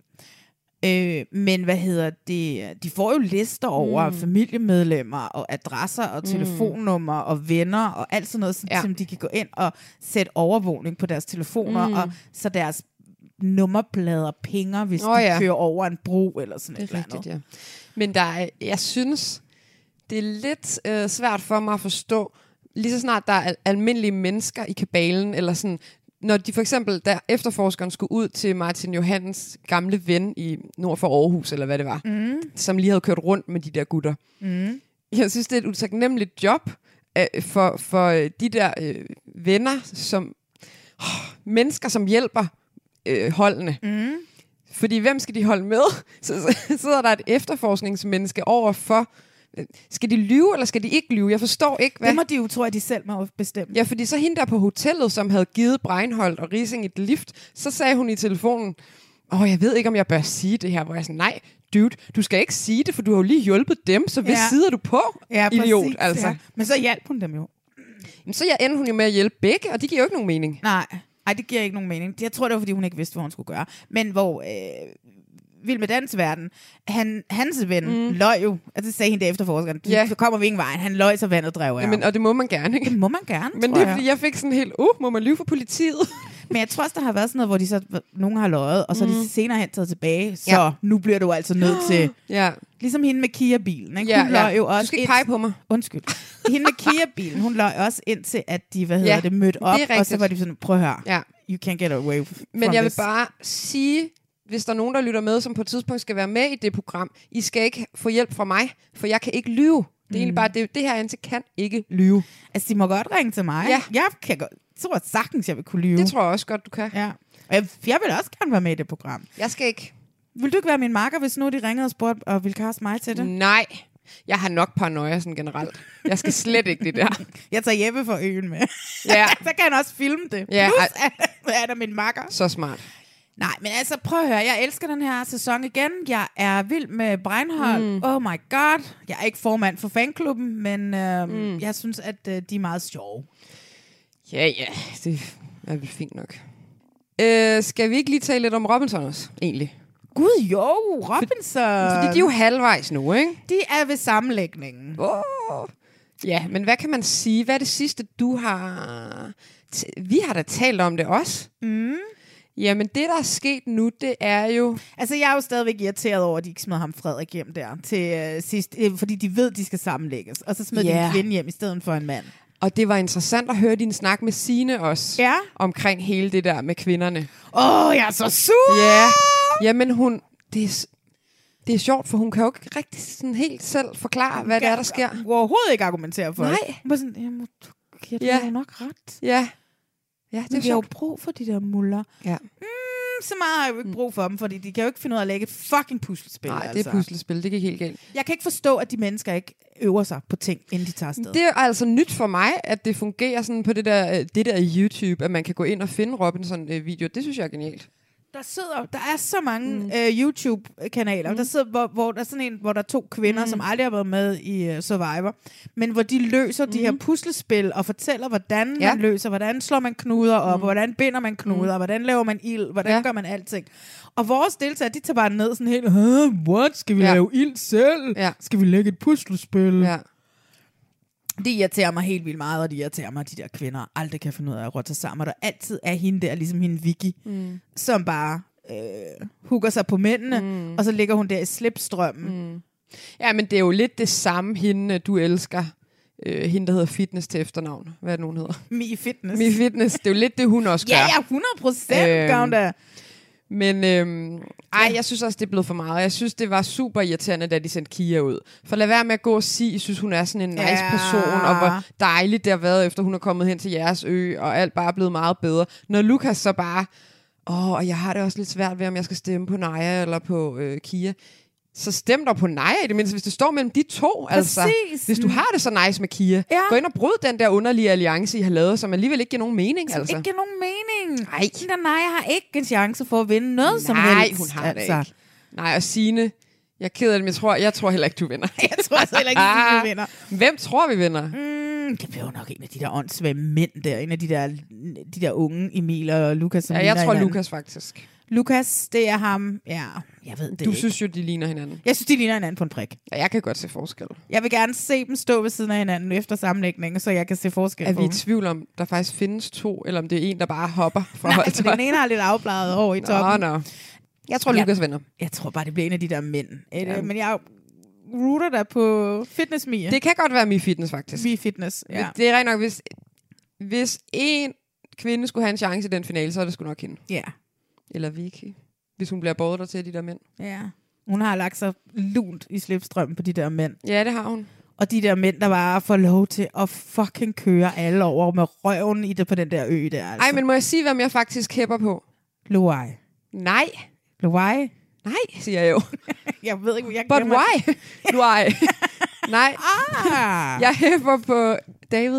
Øh, men hvad hedder det? De får jo lister over Mm. familiemedlemmer og adresser og Mm. telefonnumre og venner og alt sådan noget, som, Ja. som de kan gå ind og sætte overvågning på deres telefoner, Mm. og så deres nummerplader pinger, hvis Åh, de ja. kører over en bro eller sådan Det et er eller rigtigt, andet. ja. Men der er, jeg synes, det er lidt øh, svært for mig at forstå, lige så snart der er al- almindelige mennesker i kabalen, eller sådan, når de for eksempel, da efterforskeren skulle ud til Martin Johans gamle ven i nord for Aarhus, eller hvad det var, Mm. som lige havde kørt rundt med de der gutter. Mm. Jeg synes, det er et utaknemmeligt job øh, for, for øh, de der øh, venner, som oh, mennesker, som hjælper øh, holdene. Mm. Fordi hvem skal de holde med? Så, så sidder der et efterforskningsmenneske over for. Skal de lyve, eller skal de ikke lyve? Jeg forstår ikke, hvad... Det må de jo, tror jeg, de selv må bestemme. Ja, fordi så hende der på hotellet, som havde givet Breinholt og Riising et lift, så sagde hun i telefonen, åh, oh, jeg ved ikke, om jeg bør sige det her. Hvor jeg sådan, nej, dude, du skal ikke sige det, for du har jo lige hjulpet dem, så hvis Ja. sider du på, Ja, idiot, præcis, altså. ja. Men så hjalp hun dem jo. Jamen, så jeg endte hun jo med at hjælpe begge, og det giver jo ikke nogen mening. Nej, ej, det giver ikke nogen mening. Jeg tror, det var, fordi hun ikke vidste, hvad hun skulle gøre. Men hvor øh, Vild med Dans verden, han, hans ven mm. løg jo, altså det sagde hende der efterforskeren, Ja. så kommer vi ingen vejen, han løg, så vandet drev af Jamen, og det må man gerne, ikke? Det må man gerne, Men tror det er, jeg. fordi jeg fik sådan helt, uh, må man lyve for politiet? Men jeg tror også, der har været sådan noget, hvor de så, nogen har løjet, og så er de Mm. senere hen taget tilbage, så Ja. nu bliver du altså nødt til... Ja. Ligesom hende med Kia-bilen, ikke? Ja, Hun ja. løj jo også Du skal ikke ind- pege på mig. Undskyld. Hende med Kia-bilen, hun løj også ind til, at de, hvad hedder Ja, det, mødte det er op, og så rigtigt. var de sådan, prøv at høre, Ja. you can't get away f- Men from jeg vil this. bare sige, hvis der er nogen, der lytter med, som på et tidspunkt skal være med i det program, I skal ikke få hjælp fra mig, for jeg kan ikke lyve. Det er mm. egentlig bare, det, det her ansigt kan ikke lyve. Altså, de må godt ringe til mig. Ja. Jeg kan godt, tror sagtens, jeg vil kunne lyve. Det tror jeg også godt, du kan. Ja. Og jeg, jeg vil også gerne være med i det program. Jeg skal ikke. Vil du ikke være min marker, hvis nu de ringede og spurgte, og ville kaste mig til det? Nej. Jeg har nok paranoia sådan generelt. Jeg skal slet ikke det der. Jeg tager Jeppe for øen med. Ja. Så kan han også filme det. Ja, Plus er, er der min makker. Så smart. Nej, men altså prøv at høre. Jeg elsker den her sæson igen. Jeg er vild med Breinholt. Mm. Oh my god. Jeg er ikke formand for fanklubben, men øh, mm. jeg synes, at øh, de er meget sjove. Ja, ja. Det er vel fint nok. Øh, skal vi ikke lige tale lidt om Robinson også, egentlig? Gud jo, Robinson. For, fordi de er jo halvvejs nu, ikke? De er ved sammenlægningen. Oh. Ja, men hvad kan man sige? Hvad er det sidste, du har... T- vi har da talt om det også. Mm. Jamen, det, der er sket nu, det er jo... Altså, jeg er jo stadigvæk irriteret over, at de ikke smed ham Frederik hjem der til øh, sidst, øh, fordi de ved, at de skal sammenlægges. Og så smed yeah. de en kvinde hjem i stedet for en mand. Og det var interessant at høre din snak med Signe også. Ja. Omkring hele det der med kvinderne. Åh, oh, jeg er så sur! Ja, jamen hun... Det er, det er sjovt, for hun kan jo ikke rigtig sådan helt selv forklare, hvad det er, der sker. Hun overhovedet ikke argumentere for Nej. det. Hun var sådan, jamen, du giver ja. jo nok ret. Ja. Ja, det Men er vi har jo brug for de der muller. Ja. Mm, så meget har jeg jo ikke brug for dem, fordi de kan jo ikke finde ud af at lægge et fucking puslespil. Nej, altså. det er puslespil. Det gik helt galt. Jeg kan ikke forstå, at de mennesker ikke øver sig på ting, inden de tager afsted. Det er altså nyt for mig, at det fungerer sådan på det der, det der YouTube, at man kan gå ind og finde Robinson-video. Det synes jeg er genialt. Der sidder, der er så mange mm. uh, YouTube-kanaler, mm. der sidder, hvor, hvor der er sådan en, hvor der er to kvinder, mm. som aldrig har været med i uh, Survivor, men hvor de løser mm. de her puslespil og fortæller, hvordan ja. man løser, hvordan slår man knuder op, mm. hvordan binder man knuder, mm. hvordan laver man ild, hvordan ja. gør man alting. Og vores deltagere, de tager bare ned sådan helt, what, skal vi ja. lave ild selv? Ja. Skal vi lægge et puslespil? Ja. Det irriterer mig helt vildt meget, og det irriterer mig, at de der kvinder aldrig kan finde ud af at rådte sammen. Og der altid er hende der, ligesom hende Vicky, mm. som bare øh, hugger sig på mændene, mm. og så ligger hun der i slipstrømmen. Mm. Ja, men det er jo lidt det samme, hende du elsker. Øh, hende, der hedder Fitness til efternavn. Hvad er det, hun hedder? Mi Fitness. Mi Fitness. Det er jo lidt det, hun også gør. Ja, ja, hundrede procent øh, gør hun da. Men øhm, ej, jeg synes også, det er blevet for meget. Jeg synes, det var super irriterende, da de sendte Kia ud. For lad være med at gå og sige, jeg synes, hun er sådan en nice ja. person, og hvor dejligt det har været, efter hun er kommet hen til jeres ø, og alt bare er blevet meget bedre. Når Lukas så bare, åh, og jeg har det også lidt svært ved, om jeg skal stemme på Naja eller på øh, Kia. Så stem dog på Naja i det mindste, hvis det står mellem de to. Præcis. Altså, hvis du har det så nice med Kia, ja. gå ind og bryd den der underlige alliance, I har lavet, som alligevel ikke giver nogen mening. Som altså. ikke giver nogen mening. Nej. Den der Naja har ikke en chance for at vinde noget Nej, som helst. Nej, hun har altså. det ikke. Nej, og Signe, jeg er ked af det, men jeg tror, jeg tror heller ikke, du vinder. Jeg tror altså heller ikke, at Signe vinder. Hvem tror vi vinder? Mm, det bliver jo nok en af de der åndssvage mænd der. En af de der, de der unge, Emil og Lukas. Ja, jeg tror Lukas faktisk. Lukas, det er ham. Ja, jeg ved det Du ikke. synes jo, de ligner hinanden. Jeg synes, de ligner hinanden på en prik. Ja, jeg kan godt se forskel. Jeg vil gerne se dem stå ved siden af hinanden efter sammenlægningen, så jeg kan se forskel er på vi i tvivl om, der faktisk findes to, eller om det er en, der bare hopper fra Nej, holdtøj? den ene har lidt afbladet hår i toppen. Nå, nå. Jeg tror, Lukas vinder. Jeg tror bare, det bliver en af de der mænd. Ja. Men jeg router der på Fitness Mia. Det kan godt være Mi Fitness, faktisk. Mi Fitness, ja. Det er rent nok, hvis, hvis en kvinde skulle have en chance i den finale, så er det sgu nok hende. Ja. Eller Vicky. Hvis hun bliver båret der til de der mænd. Ja. Hun har lagt sig lunt i slipstrømmen på de der mænd. Ja, det har hun. Og de der mænd, der bare får lov til at fucking køre alle over med røven i det på den der ø der. Altså. Ej, men må jeg sige, hvem jeg faktisk hæpper på? Luai. Nej. Luai? Nej, siger jeg jo. Jeg ved ikke, jeg But why? Luai. Nej. Ah. Jeg hæpper på David.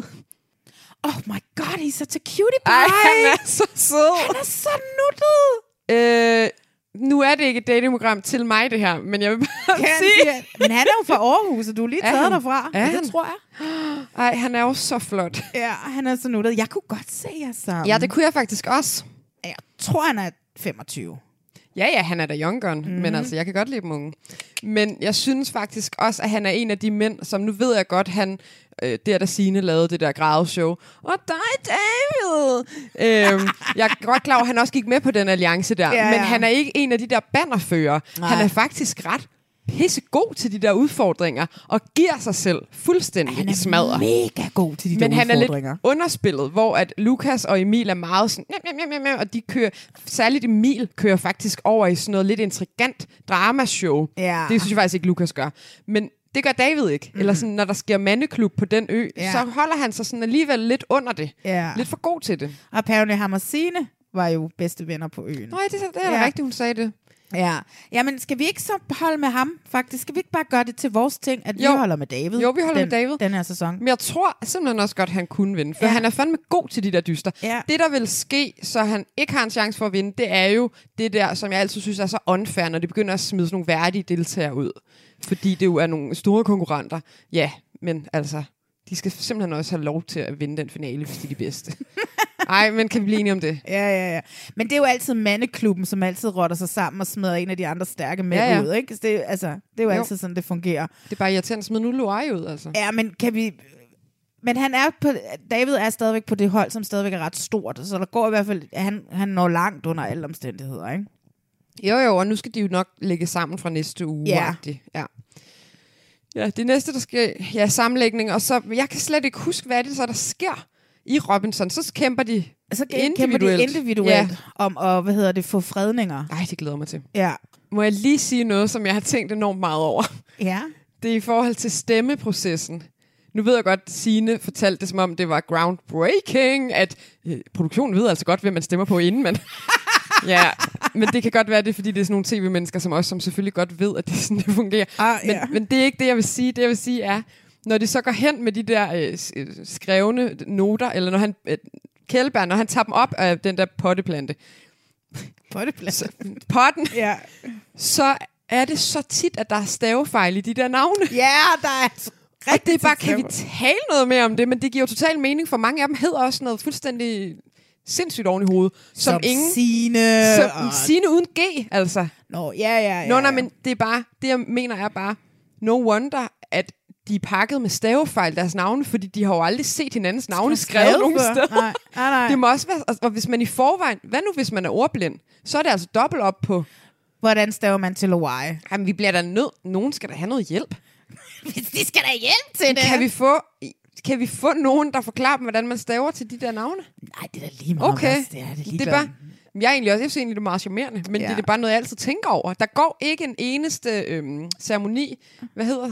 Oh my god, he's such a cutie pie. Ej, han er så sød. Han er så nuttet. Øh, nu er det ikke et datingprogram til mig, det her, men jeg vil bare kan sige... sige, men han er jo fra Aarhus, og du er lige er taget han? derfra. Er det han? tror jeg. Ej, han er jo så flot. Ja, han er så nuttet. Jeg kunne godt se jer sammen. Ja, det kunne jeg faktisk også. Jeg tror, han er femogtyve. Ja, ja, han er da young gun, mm-hmm. men altså, jeg kan godt lide dem unge. Men jeg synes faktisk også, at han er en af de mænd, som nu ved jeg godt, han, øh, der der Signe lavede det der gradeshow. Og dig, David! øhm, jeg er godt klar over, at han også gik med på den alliance der, ja, ja. men han er ikke en af de der bannerfører. Nej. Han er faktisk ret pissegod til de der udfordringer, og giver sig selv fuldstændig i smadre. Han er mega god til de Men der han udfordringer. er lidt underspillet, hvor at Lukas og Emil er meget sådan, njam, njam, njam, njam, og de kører, særligt Emil kører faktisk over i sådan noget lidt intrigant dramashow. Ja. Det synes jeg faktisk ikke, Lukas gør. Men det gør David ikke. Mm. Eller sådan, når der sker mandeklub på den ø, ja. så holder han sig sådan alligevel lidt under det. Ja. Lidt for god til det. Og Perne ham og Signe var jo bedste venner på øen. Nej, det, det er da ja. rigtigt, hun sagde det. Ja. Jamen, skal vi ikke så holde med ham, faktisk? Skal vi ikke bare gøre det til vores ting, at Jo. vi holder med David? Jo, vi holder den, med David. Den her sæson. Men jeg tror simpelthen også godt, at han kunne vinde. For Ja. han er fandme god til de der dyster. Ja. Det, der vil ske, så han ikke har en chance for at vinde, det er jo det der, som jeg altid synes er så unfair, når de begynder at smide sådan nogle værdige deltagere ud. Fordi det jo er nogle store konkurrenter. Ja, men altså, de skal simpelthen også have lov til at vinde den finale, hvis de er de bedste. Ej, men kan vi blive enige om det? Ja, ja, ja. Men det er jo altid mandeklubben, som altid rotter sig sammen og smider en af de andre stærke mænd Ja, ja. ud, ikke? Så det, altså, det er jo, Jo. altid sådan, det fungerer. Det er bare irriterende at smide nu Luai ud, altså. Ja, men kan vi... Men han er på, David er stadigvæk på det hold, som stadigvæk er ret stort, så der går i hvert fald... Han, han når langt under alle omstændigheder, ikke? Jo, jo, og nu skal de jo nok lægge sammen fra næste uge. Ja. Ja. Ja, det næste, der skal... Ja, sammenlægning, og så... Jeg kan slet ikke huske, hvad er det så, der sker i Robinson. Så kæmper de Så individuelt. kæmper de individuelt Ja. om at, hvad hedder det, få fredninger. Ej, det glæder mig til. Ja. Må jeg lige sige noget, som jeg har tænkt enormt meget over? Ja. Det er i forhold til stemmeprocessen. Nu ved jeg godt, at Signe fortalte det, som om det var groundbreaking, at øh, produktionen ved altså godt, hvem man stemmer på inden, men... ja, men det kan godt være, det er, fordi det er sådan nogle tv-mennesker, som også som selvfølgelig godt ved, at det er sådan, det fungerer. Ah, men, ja. men det er ikke det, jeg vil sige. Det, jeg vil sige, er, når de så går hen med de der øh, s- øh, skrevne noter, eller når han... Øh, Kjellberg, når han tager dem op af den der potteplante, Potteplante. potten, Ja. så er det så tit, at der er stavefejl i de der navne. Ja, der er Og det er bare, tit kan vi stave- tale noget mere om det, men det giver jo total mening, for mange af dem hedder også noget fuldstændig sindssygt oven i hovedet. Som, Som ingen... Signe. Som og- Signe uden G, altså. Nå, ja, ja, ja. Nå, nej, ja. men det er bare, det jeg mener er bare, no wonder, at de er pakket med stavefejl, deres navne, fordi de har jo aldrig set hinandens navne skrevet, skrevet nogen før. steder. Nej, nej, nej. Det må også være, og hvis man i forvejen, hvad nu hvis man er ordblind, så er det altså dobbelt op på, Hvordan staver man til Luai? jamen vi bliver da nødt, nogen skal da have noget hjælp. De skal da hjælp til det. Kan vi få, kan vi få nogen, der forklarer dem, hvordan man staver til de der navne? Nej, det er da lige meget. Okay, Mads. Det er, det er, det er bare, jeg er egentlig også, jeg synes egentlig, det er meget charmerende, men Ja. det er bare noget, jeg altid tænker over. Der går ikke en eneste øhm, ceremoni, hvad hedder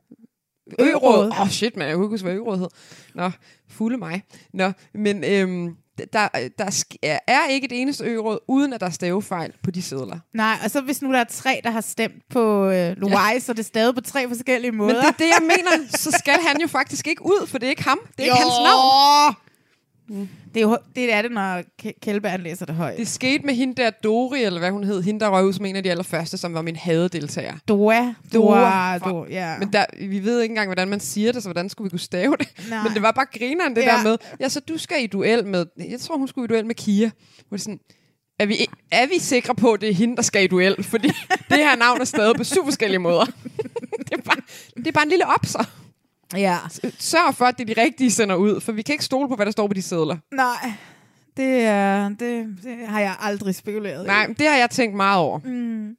Ø-råd. Åh, oh, shit, man. Jeg kunne ikke huske, hvad Ø-råd hed. Nå, fulde mig. Nå, men øhm, der, der sk- er ikke et eneste Ø-råd, uden at der er stavefejl på de sedler. Nej, og så hvis nu der er tre, der har stemt på øh, Luai, ja. så er det stadig på tre forskellige måder. Men det er det, jeg mener. Så skal han jo faktisk ikke ud, for det er ikke ham. Det er jo. Ikke hans navn. Mm. Det er jo det er det, når K- Kjellberg læser det højt. Det skete med hende der Dori, eller hvad hun hed. Hende, der røg ud som en af de allerførste, som var min hadedeltager. Doa. Doa. Doa. Ja. Men der, vi ved ikke engang, hvordan man siger det, så hvordan skulle vi kunne stave det? Nej. Men det var bare grineren, det Ja. der med, ja, så du skal i duel med, jeg tror, hun skulle i duel med Kia. Hvor det sådan, er vi, er vi sikre på, at det er hende, der skal i duel? Fordi det her navn er stadig på super forskellige måder. det, er bare, det er bare en lille opser. Ja. Sørg for, at det er de rigtige sender ud, for vi kan ikke stole på, hvad der står på de sedler. Nej, det, er, det, det har jeg aldrig spekuleret Nej, i. det har jeg tænkt meget over. Mm.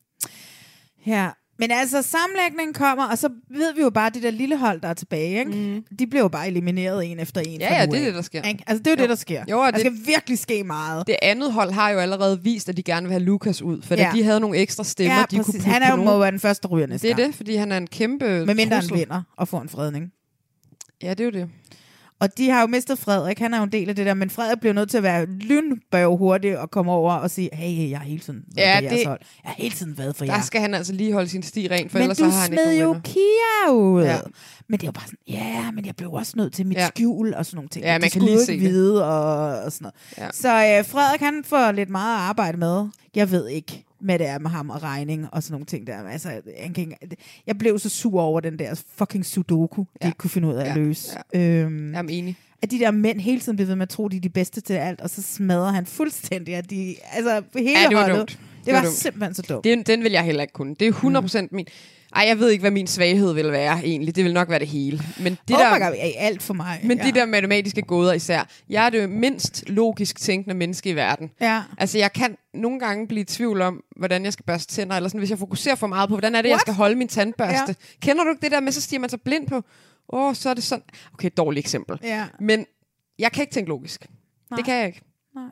Ja, men altså sammenlægningen kommer, og så ved vi jo bare, at det der lille hold, der er tilbage, ikke? Mm. De bliver jo bare elimineret en efter en. Ja, ja, det er det, der sker. Ikke? Altså, det er jo, jo det, der sker. Jo, der det, skal virkelig ske meget. Det andet hold har jo allerede vist, at de gerne vil have Lukas ud, for Ja. da de havde nogle ekstra stemmer, Ja, de kunne præcis. putte Han er jo på må nogen. være den første, der ryger næste Det er gang. det, fordi han er en kæmpe Med mindre han trussel. vinder og får en fredning. Ja, det er jo det. Og de har jo mistet Frederik, han er jo en del af det der, men Frederik bliver nødt til at være lynbørg hurtigt og komme over og sige, hey, jeg har hele tiden været Ja, for jeres det- hold. Jeg har hele tiden været for Der jer. skal han altså lige holde sin sti ren, for Men ellers du så har han ikke smed nogen jo venner. Kia ud. Ja. Men det er jo bare sådan, ja, men jeg blev også nødt til mit Ja. skjul og sådan nogle ting. Ja, man Det kan skulle lige du se ikke det. vide og, og sådan noget. Ja. Så øh, Frederik, han får lidt meget at arbejde med. Jeg ved ikke, hvad det er med ham og regning og sådan nogle ting der. Altså, han kan ikke, jeg blev så sur over den der fucking sudoku, de Ja. ikke kunne finde ud af at Ja. løse. Ja. Øhm, Jamen enig. at de der mænd hele tiden bliver ved med at tro, de er de bedste til alt, og så smadrer han fuldstændig, at de, altså hele Ja, det var holdet. dumt. Det, Det var, var dumt. simpelthen så dumt. Den, den vil jeg heller ikke kunne. Det er hundrede procent mm. min... Ej, jeg ved ikke, hvad min svaghed vil være egentlig. Det vil nok være det hele. Men det oh der, my God, er alt for mig. Men ja. de der matematiske gåder især. Jeg er det mindst logisk tænkende menneske i verden. Ja. Altså, jeg kan nogle gange blive i tvivl om, hvordan jeg skal børste tænder, eller sådan, hvis jeg fokuserer for meget på, hvordan er det, What? jeg skal holde min tandbørste. Ja. Kender du ikke det der med, så stiger man sig blind på, åh, oh, så er det sådan... Okay, dårligt eksempel. Ja. Men jeg kan ikke tænke logisk. Nej. Det kan jeg ikke. Nej.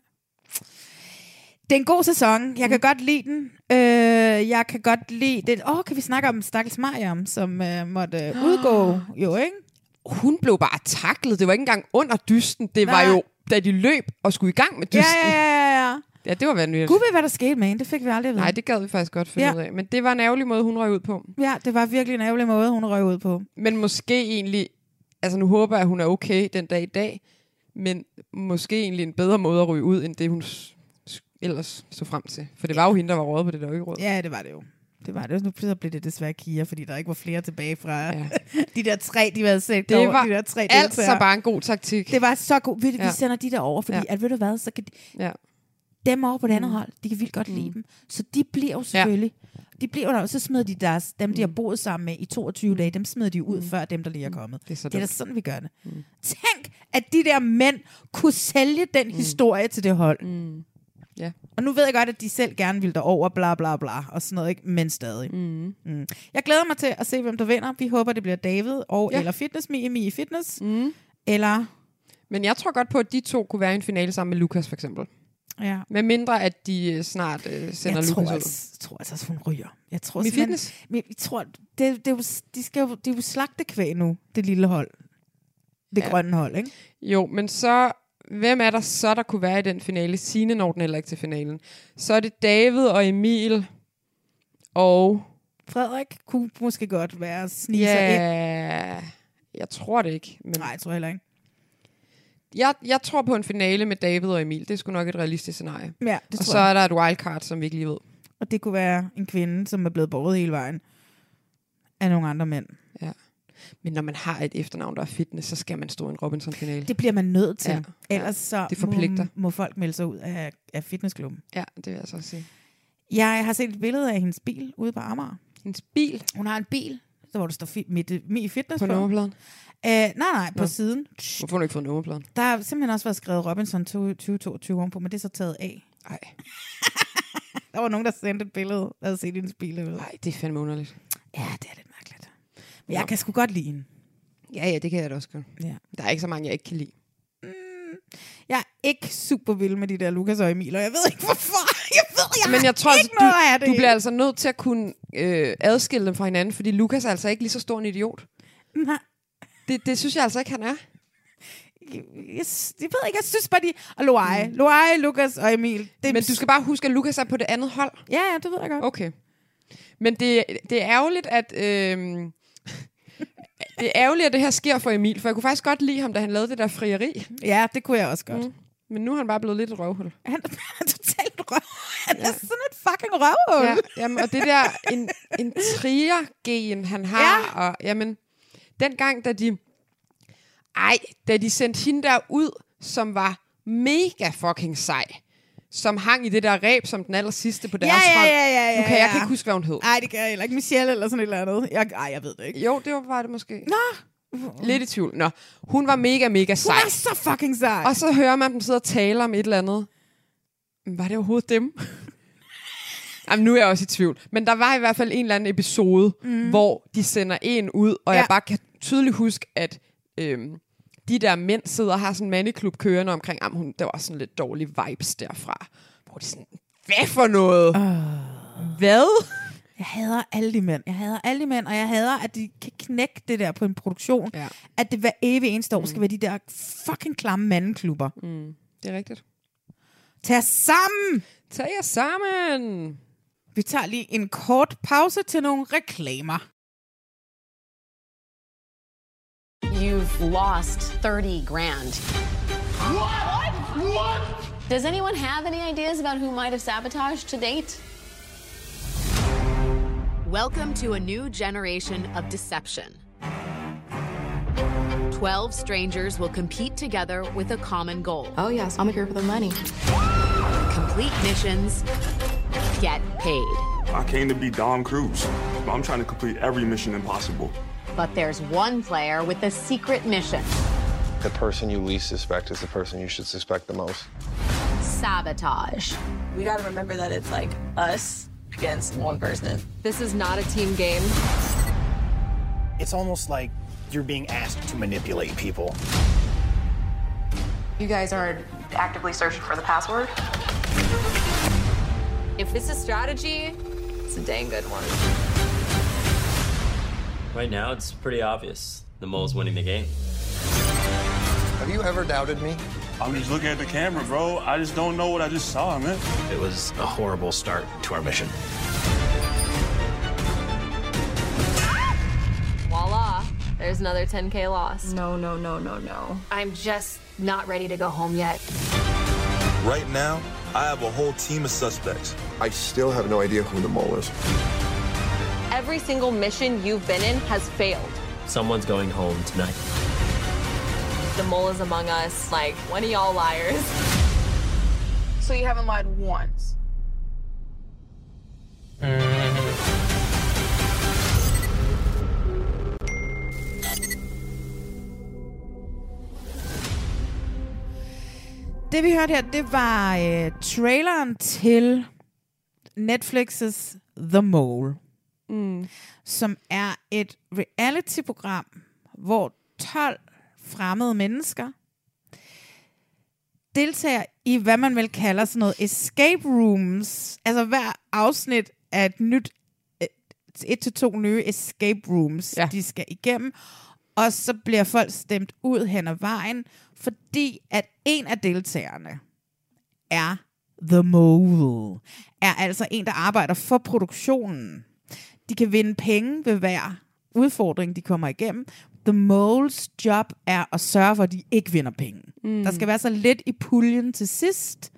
Det er en god sæson. Jeg kan mm. godt lide den. Øh, jeg kan godt lide det. Åh, oh, kan vi snakke om Stakkels Mariam, som øh, måtte øh, udgå, jo, ikke? Hun blev bare taklet. Det var ikke engang under dysten. Det Nej. var jo, da de løb og skulle i gang med dysten. Ja, ja, ja, ja. Ja, det var vanvittigt. Gud ved, hvad der skete med hende. Det fik vi aldrig at vide. Nej, det gad vi faktisk godt finde Ja. ud af. Men det var en ærgerlig måde, hun røg ud på. Ja, det var virkelig en ærgerlig måde, hun røg ud på. Men måske egentlig... Altså, nu håber jeg, at hun er okay den dag i dag. Men måske egentlig en bedre måde at ryge ud, end det, hun s- s- ellers så frem til. For det var jo hende, der var rådet på det der ø-råd. Ja, det var det jo. Det var det. Nu pludselig blev det desværre Kia, fordi der ikke var flere tilbage fra ja. de der tre, de havde set Det over, var de der tre altså deltagere. bare en god taktik. Det var så godt. Vi, ja. vi Ja. sender de der over, fordi Ja. at ved du hvad, så kan de, Ja. dem over på det andet Mm. hold, de kan vildt godt Mm. lide dem. Så de bliver jo selvfølgelig. Ja. De bliver jo der, og så smider de deres, dem, de har boet sammen med i toogtyve mm. dage, dem smider de ud, mm. før dem, der lige er kommet. Det er, så Det er da dumt. sådan, vi gør det. Mm. Tænk, at de der mænd kunne sælge den mm. historie til det hold. Mm. Ja. Og nu ved jeg godt, at de selv gerne vil derover, bla bla bla, og sådan noget, ikke? Men stadig. Mm. Mm. Jeg glæder mig til at se, hvem der vinder. Vi håber, det bliver David og Ja. eller Fitness Mie, Mie Fitness. Mm. Eller... Men jeg tror godt på, at de to kunne være i en finale sammen med Lukas, for eksempel. Ja. Med mindre, at de øh, snart øh, sender jeg Lukas tror, ud. altså, jeg tror altså, at hun ryger. Jeg tror Mie simpelthen- Fitness? Men jeg tror, det, det, er jo, de skal jo, det er jo slagtekvæg nu, det lille hold. Det Ja. grønne hold, ikke? Jo, men så... Hvem er der så, der kunne være i den finale? Signe når den heller ikke til finalen. Så er det David og Emil og... Frederik kunne måske godt være snige sig ind. Ja, jeg tror det ikke. Men Nej, jeg tror heller ikke. jeg, jeg tror på en finale med David og Emil. Det er sgu nok et realistisk scenarie. Ja, det Og tror så jeg. er der et wildcard, som vi ikke lige ved. Og det kunne være en kvinde, som er blevet båret hele vejen af nogle andre mænd. Ja. Men når man har et efternavn, der er fitness, så skal man stå i en Robinson-finale. Det bliver man nødt til. Ja. Ellers så Det forpligter. må, må folk melde sig ud af, af fitnessklubben. Ja, det vil jeg så sige. Jeg har set et billede af hendes bil ude på Amager. Hendes bil? Hun har en bil, der hvor der står fi- mit, mit fitness På nummerpladen? Uh, nej, nej, på Nå. siden. Hvorfor har du ikke fået nummerpladen? Der har simpelthen også været skrevet Robinson tyve toogtyve ovenpå, men det er så taget af. Nej. Der var nogen, der sendte et billede, der havde set hendes bil. Nej, det er fandme underligt. Ja, det er lidt mærkeligt. Men jeg kan sgu godt lide hende. Ja, ja, det kan jeg da også godt. Ja. Der er ikke så mange, jeg ikke kan lide. Jeg er ikke super vild med de der Lukas og Emil, og jeg ved ikke hvorfor. Jeg ved, jeg Men jeg tror, ikke altså, noget af du, det. du bliver altså nødt til at kunne øh, adskille dem fra hinanden, fordi Lukas er altså ikke lige så stor en idiot. Nej. Det, det synes jeg altså ikke, han er. Jeg, jeg, jeg ved ikke, jeg synes bare de... Og Loai, mm. Loai, Lukas og Emil. Det, Men du skal bare huske, at Lukas er på det andet hold. Ja, ja, det ved jeg godt. Okay. Men det, det er ærgerligt, at... Øh, det er ærgerligt, at det her sker for Emil, for jeg kunne faktisk godt lide ham, da han lavede det der frieri. Ja, det kunne jeg også godt. Mm. Men nu er han bare blevet lidt et røvhul. Han er totalt røv. Han er ja. sådan et fucking røvhul. Ja, jamen, og det der en, en trier-gen, han har, ja. Og jamen, dengang, da de... Ej, da de sendte hende der ud, som var mega fucking sej, som hang i det der ræb, som den aller sidste på deres ja, ja, hold. ja, ja, ja, Nu kan jeg ja. ikke huske, hvad hun hed. Nej, det kan jeg heller ikke. Michelle eller sådan et eller andet. Jeg, ej, jeg ved det ikke. Jo, det var bare det måske. Nå. Lidt i tvivl. Nå, hun var mega, mega sej. Hun er så fucking sej. Og så hører man dem sidde og tale om et eller andet. Var det overhovedet dem? Jamen, nu er jeg også i tvivl. Men der var i hvert fald en eller anden episode, mm. hvor de sender en ud, og ja. Jeg bare kan tydeligt huske, at øhm, de der mænd sidder og har sådan en mandeklub kørende omkring, jamen, hun, der var sådan lidt dårlige vibes derfra. Hvor de sådan, hvad for noget? Uh. Hvad? Jeg hader alle de mænd. Jeg hader alle de mænd, og jeg hader, at de kan knække det der på en produktion. Ja. At det hver evig eneste år mm. skal være de der fucking klamme mandeklubber. Mm. Det er rigtigt. Tag jer sammen! Tag jer sammen! Vi tager lige en kort pause til nogle reklamer. You've lost thirty grand. What? What? Does anyone have any ideas about who might have sabotaged to date? Welcome to a new generation of deception. Twelve strangers will compete together with a common goal. Oh yes, I'm here for the money. Complete missions, get paid. I came to be Dom Cruz, but I'm trying to complete every mission impossible. But there's one player with a secret mission. The person you least suspect is the person you should suspect the most. Sabotage. We gotta remember that it's like us against one person. This is not a team game. It's almost like you're being asked to manipulate people. You guys are actively searching for the password? If this is strategy, it's a dang good one. Right now, it's pretty obvious. The mole's winning the game. Have you ever doubted me? I'm just looking at the camera, bro. I just don't know what I just saw, man. It was a horrible start to our mission. Voila. There's another ten K loss. No, no, no, no, no. I'm just not ready to go home yet. Right now, I have a whole team of suspects. I still have no idea who the mole is. Every single mission you've been in has failed. Someone's going home tonight. The mole is among us. Like, one of y'all liars. So you haven't lied once? Det vi hørte her, det var øh, traileren til Netflix's The Mole, mm. som er et reality-program, hvor tolv fremmede mennesker deltager i, hvad man vel kalder sådan noget escape rooms. Altså hver afsnit af et nyt, et til to nye escape rooms, ja. de skal igennem. Og så bliver folk stemt ud hen ad vejen, fordi at en af deltagerne er The Mole. Er altså en, der arbejder for produktionen. De kan vinde penge ved hver udfordring, de kommer igennem. The Moles job er at sørge for, at de ikke vinder penge. Mm. Der skal være så lidt i puljen til sidst.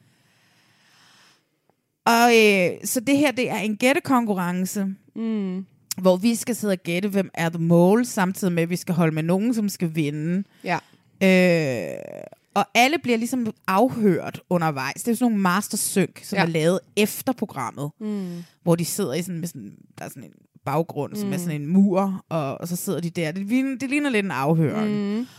Og øh, så det her, det er en gættekonkurrence. Mm. Hvor vi skal sidde og gætte, hvem er The Mole, samtidig med, at vi skal holde med nogen, som skal vinde. Ja. Øh, og alle bliver ligesom afhørt undervejs. Det er jo sådan nogle mastersynk, som ja. er lavet efter programmet. Mm. Hvor de sidder i sådan, med sådan, der er sådan en baggrund, mm. som er sådan en mur, og, og så sidder de der. Det, det ligner lidt en afhøring. Mm.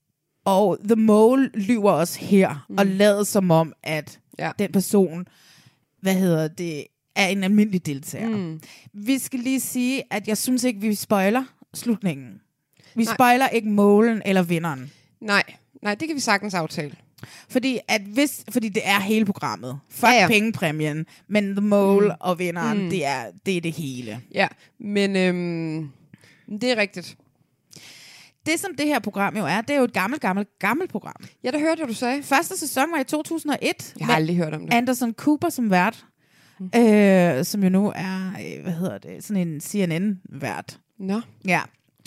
Og The Mole lyver også her, mm. og lader som om, at ja. den person, hvad hedder det, er en almindelig deltager. Mm. Vi skal lige sige, at jeg synes ikke, vi spoiler slutningen. Vi Nej. spoiler ikke målen eller vinderen. Nej, Nej, det kan vi sagtens aftale. Fordi, at hvis, fordi det er hele programmet. Fuck ja, ja. pengepræmien, men The Mole mm. og vinderen, mm. det, er, det er det hele. Ja, men øhm, det er rigtigt. Det, som det her program jo er, det er jo et gammelt, gammelt, gammelt program. Ja, det hørte jeg, du sagde. Første sæson var i to tusind og et. Jeg har aldrig hørt om det. Anderson Cooper som vært. Mm. Øh, som jo nu er, øh, hvad hedder det, sådan en C N N-vært. Nå. Ja.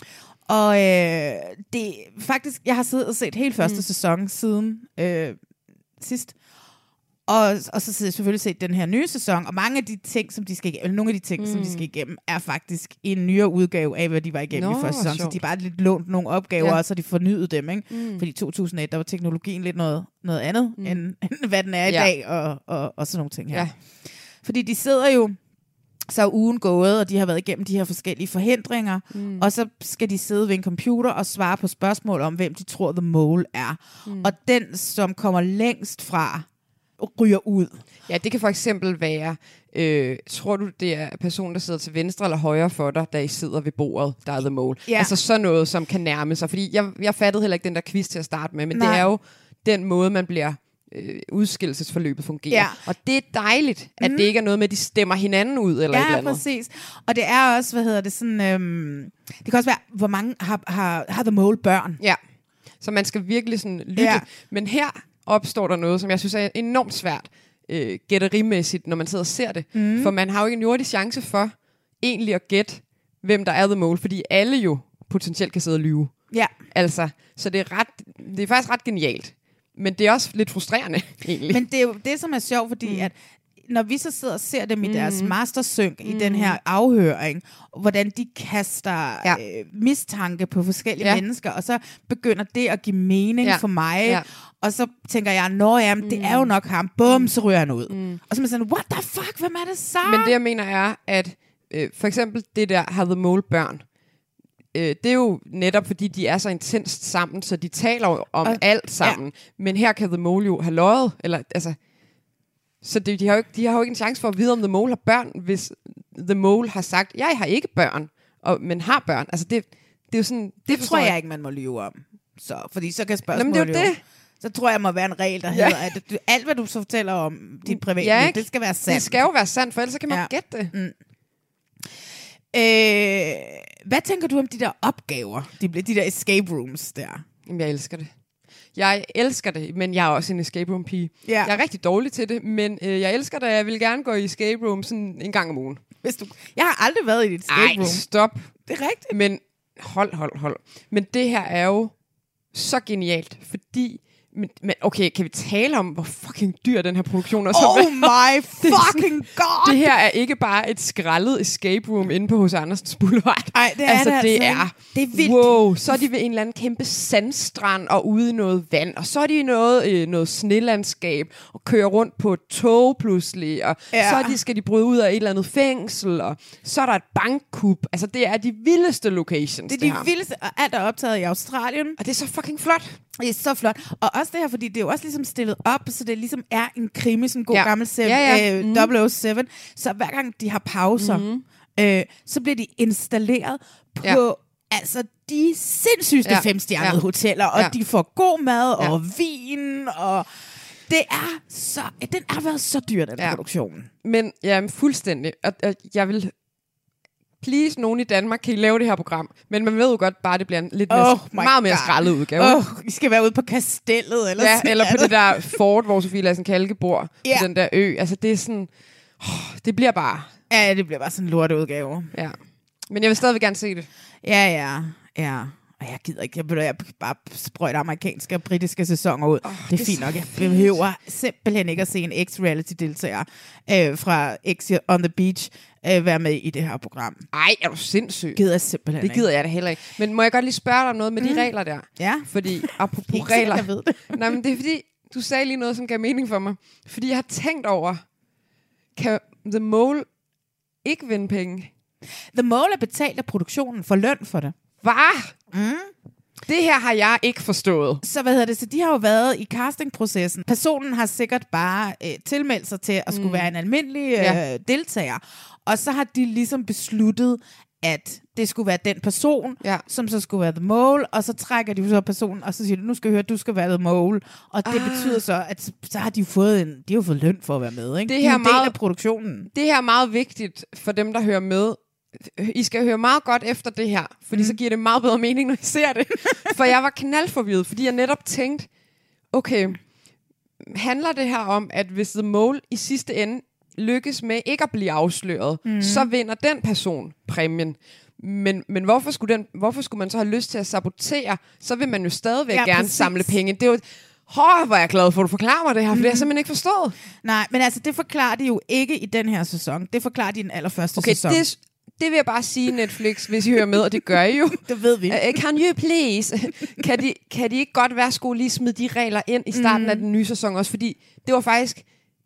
Og øh, det faktisk, jeg har siddet og set helt første mm. sæson siden øh, sidst. Og, og så har jeg selvfølgelig set den her nye sæson, og mange af de ting, som de skal igennem, eller nogle af de ting, mm. som de skal igennem, er faktisk en nyere udgave af, hvad de var igennem Nå, i første sæson. Så de har bare lidt lånt nogle opgaver, ja. og så har de fornyet dem, ikke? Mm. Fordi i to tusind og et, der var teknologien lidt noget, noget andet, mm. end, end hvad den er i ja. dag, og, og, og sådan nogle ting her. Ja. Fordi de sidder jo, så er ugen gået, og de har været igennem de her forskellige forhindringer, mm. og så skal de sidde ved en computer og svare på spørgsmål om, hvem de tror The Mole er. Mm. Og den, som kommer længst fra, ryger ud. Ja, det kan for eksempel være, øh, tror du, det er personen, der sidder til venstre eller højre for dig, der I sidder ved bordet, der er The Mole. Ja. Altså sådan noget, som kan nærme sig. Fordi jeg, jeg fattede heller ikke den der quiz til at starte med, men Nej. det er jo den måde, man bliver øh, udskillelsesforløbet fungerer. Ja. Og det er dejligt, at mm. det ikke er noget med, at de stemmer hinanden ud eller ja, et eller andet. Ja, præcis. Og det er også, hvad hedder det, sådan, øhm, det kan også være, hvor mange har, har, har The Mole børn. Ja, så man skal virkelig sådan lytte. Ja. Men her opstår der noget, som jeg synes er enormt svært øh, gætterimæssigt, når man sidder og ser det. Mm. For man har jo ikke en jordig chance for egentlig at gætte, hvem der er The Mole, fordi alle jo potentielt kan sidde og lyve. Ja. Altså, så det er, ret, det er faktisk ret genialt. Men det er også lidt frustrerende, egentlig. Men det er jo det, som er sjovt, fordi mm. at når vi så sidder og ser dem i mm. deres mastersynk mm. i den her afhøring, hvordan de kaster ja. øh, mistanke på forskellige ja. mennesker, og så begynder det at give mening ja. for mig, ja. og så tænker jeg, nå jamen, mm. det er jo nok ham, bum, så ryger han ud. Mm. Og så er man sådan, what the fuck, hvem er det så? Men det jeg mener er, at øh, for eksempel det der, har The Mole børn, øh, det er jo netop fordi, de er så intenst sammen, så de taler om og, alt sammen. Ja. Men her kan The Mole jo have løjet, eller altså... Så det, de, har jo ikke, de har jo ikke en chance for at vide, om The Mole har børn, hvis The Mole har sagt, jeg har ikke børn, og, men har børn. Altså det, det er jo sådan... Det, det tror jeg, jeg ikke, man må lyve om. Så, fordi så kan spørgsmålet jo... Det. Så tror jeg, må være en regel, der ja. hedder, at du, alt, hvad du så fortæller om dit private ja, liv, det skal være sandt. Det skal jo være sandt, for ellers så kan man ja. gætte det. Mm. Øh, hvad tænker du om de der opgaver, de, de der escape rooms der? Jamen, jeg elsker det. Jeg elsker det, men jeg er også en escape room pige. Ja. Jeg er rigtig dårlig til det, men øh, jeg elsker det, jeg vil gerne gå i escape room sådan en gang om ugen. Hvis du... Jeg har aldrig været i et escape room. Ej, stop. Det er rigtigt. Men hold, hold, hold. Men det her er jo så genialt, fordi... Men, men okay, kan vi tale om, hvor fucking dyr den her produktion er? Så oh my fucking god! Det her er ikke bare et skrællet escape room inde på H C Andersens Boulevard. Ej, det er altså, det, det altså. er, det er vildt. Wow, så er de ved en eller anden kæmpe sandstrand og ude i noget vand, og så er de i noget, øh, noget snelandskab og kører rundt på et tog pludselig, og ja. så er de, skal de bryde ud af et eller andet fængsel, og så er der et bankkup. Altså, det er de vildeste locations. Det er de det vildeste, og alt er optaget i Australien. Og det er så fucking flot. Det er så flot. Og også det her, fordi det er jo også ligesom stillet op, så det ligesom er en krimi, sådan en god ja. gammel seven, ja, ja. øh, Mm. double oh seven. Så hver gang de har pauser, mm. øh, så bliver de installeret på ja. altså de sindssygste ja. femstjernede ja. hoteller, og ja. de får god mad ja. og vin, og det er så, den har været så dyr, den ja. produktion. Men ja, fuldstændig. Og, og jeg vil... Please, nogen i Danmark, kan I lave det her program? Men man ved jo godt bare, det bliver en lidt mere, oh meget mere skrællet udgave. Oh, I skal være ude på Kastellet. Eller, ja, eller på det der fort, hvor Sofie Lassen-Kalke bor. Ja. På den der ø. Altså, det er sådan... Oh, det bliver bare... Ja, det bliver bare sådan en lorteudgave. Ja. Men jeg vil stadigvæk gerne se det. Ja, ja, ja. Og jeg gider ikke. Jeg vil jeg bare sprøjte amerikanske og britiske sæsoner ud. Oh, det er det fint nok. Jeg behøver simpelthen ikke at se en ex-reality-deltager øh, fra X on the Beach øh, være med i det her program. Ej, er du sindssyg? Gider jeg simpelthen Det gider ikke. Jeg da heller ikke. Men må jeg godt lige spørge dig om noget med mm. de regler der? Ja. Fordi, apropos ikke regler... jeg ved det. Nej, men det er fordi, du sagde lige noget, som gav mening for mig. Fordi jeg har tænkt over, kan The Mole ikke vinde penge? The Mole er betalt af produktionen for løn for det. Hvad? Mm. Det her har jeg ikke forstået. Så hvad hedder det? Så de har jo været i castingprocessen. Personen har sikkert bare øh, tilmeldt sig til at skulle mm. være en almindelig øh, ja. deltager. Og så har de ligesom besluttet, at det skulle være den person, ja. som så skulle være The Mole, og så trækker de så personen, og så siger de, nu skal jeg høre, at du skal være The Mole. Og det ah. betyder så, at så, så har de jo fået en, de har jo fået løn for at være med, ikke? Det her de er en meget, del af produktionen. Det her er meget vigtigt for dem, der hører med. I skal høre meget godt efter det her, fordi mm. så giver det meget bedre mening, når I ser det. For jeg var knaldforvirret, fordi jeg netop tænkte, okay, handler det her om, at hvis The Mole i sidste ende lykkes med ikke at blive afsløret, mm. så vinder den person præmien. Men, men hvorfor, skulle den, hvorfor skulle man så have lyst til at sabotere? Så vil man jo stadigvæk ja, gerne præcis. samle penge. Det er jo... Hår, hvor er jeg glad for, at du forklarer mig det her, for mm. det har jeg simpelthen ikke forstået. Nej, men altså, det forklarer de jo ikke i den her sæson. Det forklarer de i den allerførste okay, sæson. Det, det vil jeg bare sige, Netflix, hvis I hører med, og det gør I jo. Det ved vi. Uh, can you please? kan, de, kan de ikke godt være skulle lige smide de regler ind i starten mm. af den nye sæson også? Fordi det var faktisk...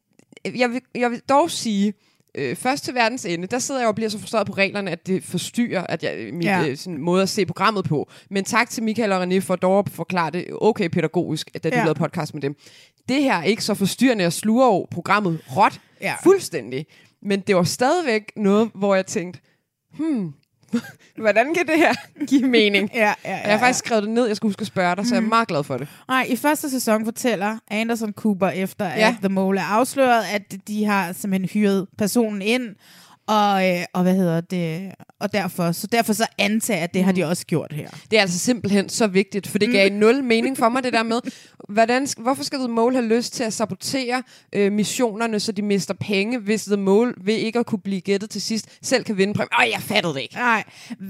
Jeg vil, jeg vil dog sige... Øh, først til verdens ende, der sidder jeg og bliver så frustreret på reglerne, at det forstyrrer at jeg, min ja. øh, sådan, måde at se programmet på. Men tak til Michael og René for dog at forklare det okay pædagogisk, da de ja. lavede podcast med dem. Det her er ikke så forstyrrende at sluge over programmet råt, ja. fuldstændig. Men det var stadigvæk noget, hvor jeg tænkte, hmm, hvordan kan det her give mening? ja, ja, ja, jeg har faktisk skrevet det ned, jeg skulle huske at spørge dig, så mm. jeg er meget glad for det. Nej, i første sæson fortæller Anderson Cooper, efter ja. at The Mole er afsløret, at de har simpelthen hyret personen ind, og, øh, og hvad hedder det, og derfor så, derfor så antager at det mm. har de også gjort her. Det er altså simpelthen så vigtigt, for det gav mm. nul mening for mig, det der med, hvordan, hvorfor skal The Mole have lyst til at sabotere øh, missionerne, så de mister penge, hvis The Mole ved ikke at kunne blive gættet til sidst, selv kan vinde præmien? Øj, jeg fattede det ikke. Nej,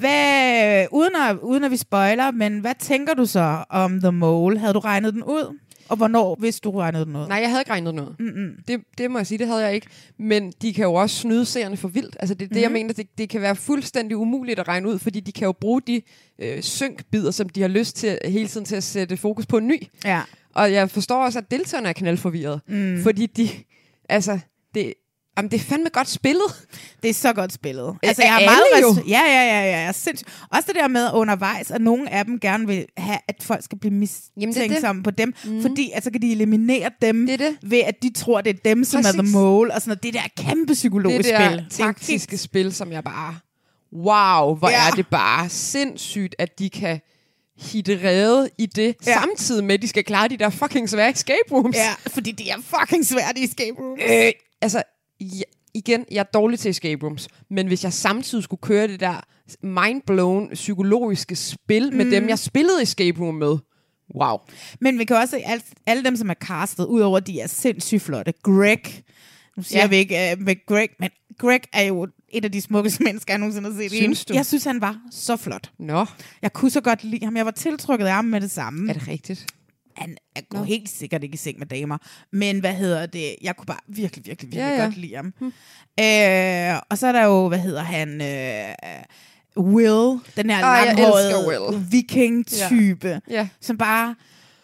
hvad, uden, at, uden at vi spoiler, men hvad tænker du så om The Mole? Havde du regnet den ud? Og hvornår, hvis du regnede noget? Nej, jeg havde ikke regnet noget. Det, det må jeg sige, det havde jeg ikke. Men de kan jo også snyde seerne for vildt. Altså det er det, mm-hmm. jeg mener, det, det kan være fuldstændig umuligt at regne ud, fordi de kan jo bruge de øh, synkbider, som de har lyst til hele tiden til at sætte fokus på en ny. Ja. Og jeg forstår også, at deltagerne er knaldforvirret. Mm. Fordi de, altså, det... Jamen, det er fandme godt spillet. Det er så godt spillet. Altså, jeg har meget res- ja, ja, ja, ja, ja. Sindssygt. Også det der med undervejs, at nogle af dem gerne vil have, at folk skal blive mistænksomme på dem, mm. fordi altså kan de eliminere dem det det. ved, at de tror, det er dem, som Præcis. er the mole, og sådan noget. Det der kæmpe psykologiske spil. Det der taktiske helt... spil, som jeg bare... Wow, hvor ja. er det bare sindssygt, at de kan hitte rede i det, ja. samtidig med, at de skal klare de der fucking svære escape rooms. Ja, fordi det er fucking svært i escape rooms. Øh, altså... Ja, igen, jeg er dårlig til escape rooms, men hvis jeg samtidig skulle køre det der mindblown psykologiske spil mm. med dem, jeg spillede escape room med, Wow. Men vi kan også se, alle, alle dem, som er castet, udover de er sindssygt flotte. Greg, nu siger ja. vi ikke uh, med Greg, men Greg er jo et af de smukkeste mennesker, jeg nogensinde har set. Synes du? Jeg synes, han var så flot. Nå. Jeg kunne så godt lide ham. Jeg var tiltrukket af ham med det samme. Er det rigtigt? Han er går helt sikkert ikke i seng med damer. Men hvad hedder det? Jeg kunne bare virkelig, virkelig, virkelig ja, ja. godt lide ham. Hmm. Øh, og så er der jo, hvad hedder han... Øh, Will, den her ah, langhårede viking-type, ja. Ja. som bare...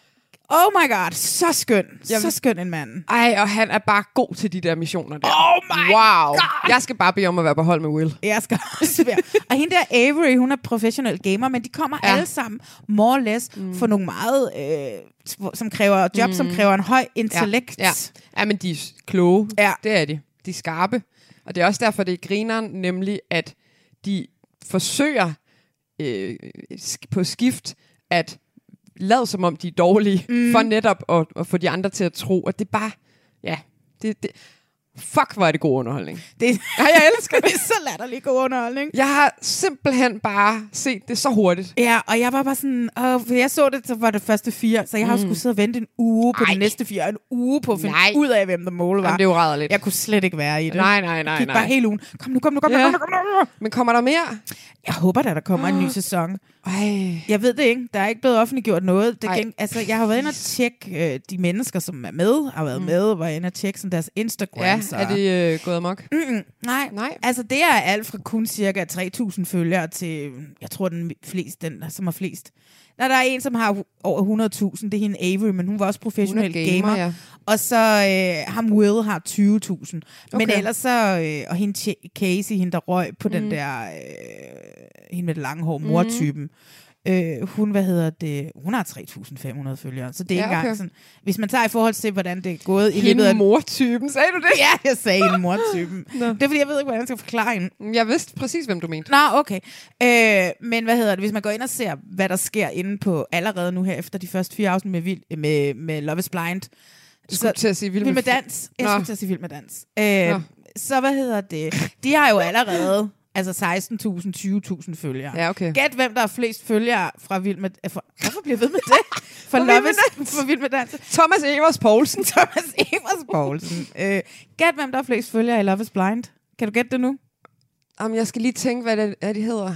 Oh my god, så skøn. Jamen. Så skøn en mand. Ej, og han er bare god til de der missioner der. Oh my wow. god. Jeg skal bare bede om at være på hold med Will. Jeg skal også være. Og hende der Avery, hun er professionel gamer, men de kommer ja. alle sammen more or less mm. for nogle meget, øh, som kræver job, mm. som kræver en høj intellekt. Ja, ja. ja men de er kloge. Ja. Det er de. De er skarpe. Og det er også derfor, det er grineren, nemlig at de forsøger øh, på skift at lad som om de er dårlige, mm. for netop at, at få de andre til at tro, at det bare, ja, det, det fuck, hvor er det god underholdning. Det, ja, jeg elsker det. Det er så latterlig god underholdning. Jeg har simpelthen bare set det så hurtigt. Ja, og jeg var bare sådan, åh, for jeg så det, så var det første fire, så jeg har mm. skulle sidde og vente en uge på Ej. de næste fire, en uge på at finde nej. ud af, hvem der måle var. Jamen, det er jo rædderligt. Jeg kunne slet ikke være i det. Nej, nej, nej. Jeg gik bare hele ugen. Kom nu, kom nu, kom nu, ja. kom nu, kom nu. Men kommer der mere? Jeg håber, at der kommer en ny sæson. Ej. Jeg ved det ikke. Der er ikke blevet offentliggjort noget. Det gen- altså, jeg har været inde og tjekke øh, de mennesker, som er med, har været mm. med, var inde og tjekke sådan deres Instagram. Ja, er det øh, gået amok? Mm-mm. Nej. Nej. Altså, det er alt fra kun cirka tre tusind følgere til, jeg tror, den flest, den som har flest. Der, der er en, som har over hundrede tusind. Det er hende Avery, men hun var også professionel gamer. gamer. Ja. Og så øh, ham Will har tyve tusind. Okay. Men ellers så, øh, og hende Ch- Casey, hende der røg på mm. den der, øh, hende med det lange hår, mortypen. Mm. Øh, hun, hvad hedder det, hun har tre tusind fem hundrede følgere, så det er ja, ikke engang okay. sådan, hvis man tager i forhold til, hvordan det er gået i løbet af... mortypen, sagde du det? Ja, jeg sagde hende mortypen. Det er fordi, jeg ved ikke, hvordan jeg skal forklare hende. Jeg vidste præcis, hvem du mente. Nå, okay. Øh, men hvad hedder det, hvis man går ind og ser, hvad der sker inde på allerede nu her, efter de første fire afsnit med, med, med Love is Blind. Du skulle til at sige Vild med, med dans. Jeg skulle til at sige Vild med dans. Øh, så hvad hedder det, de har jo allerede... Altså seksten tusind, tyve tusind følgere. Ja, okay. Gæt, hvem der har flest følgere fra Vild med... For, hvorfor bliver jeg ved med det? For, for Love is, for Vild med dans. Thomas Evers Poulsen. Thomas Evers Poulsen. øh, gæt, hvem der har flest følgere i Love is Blind. Kan du gætte det nu? Jamen, jeg skal lige tænke, hvad det, hvad det hedder.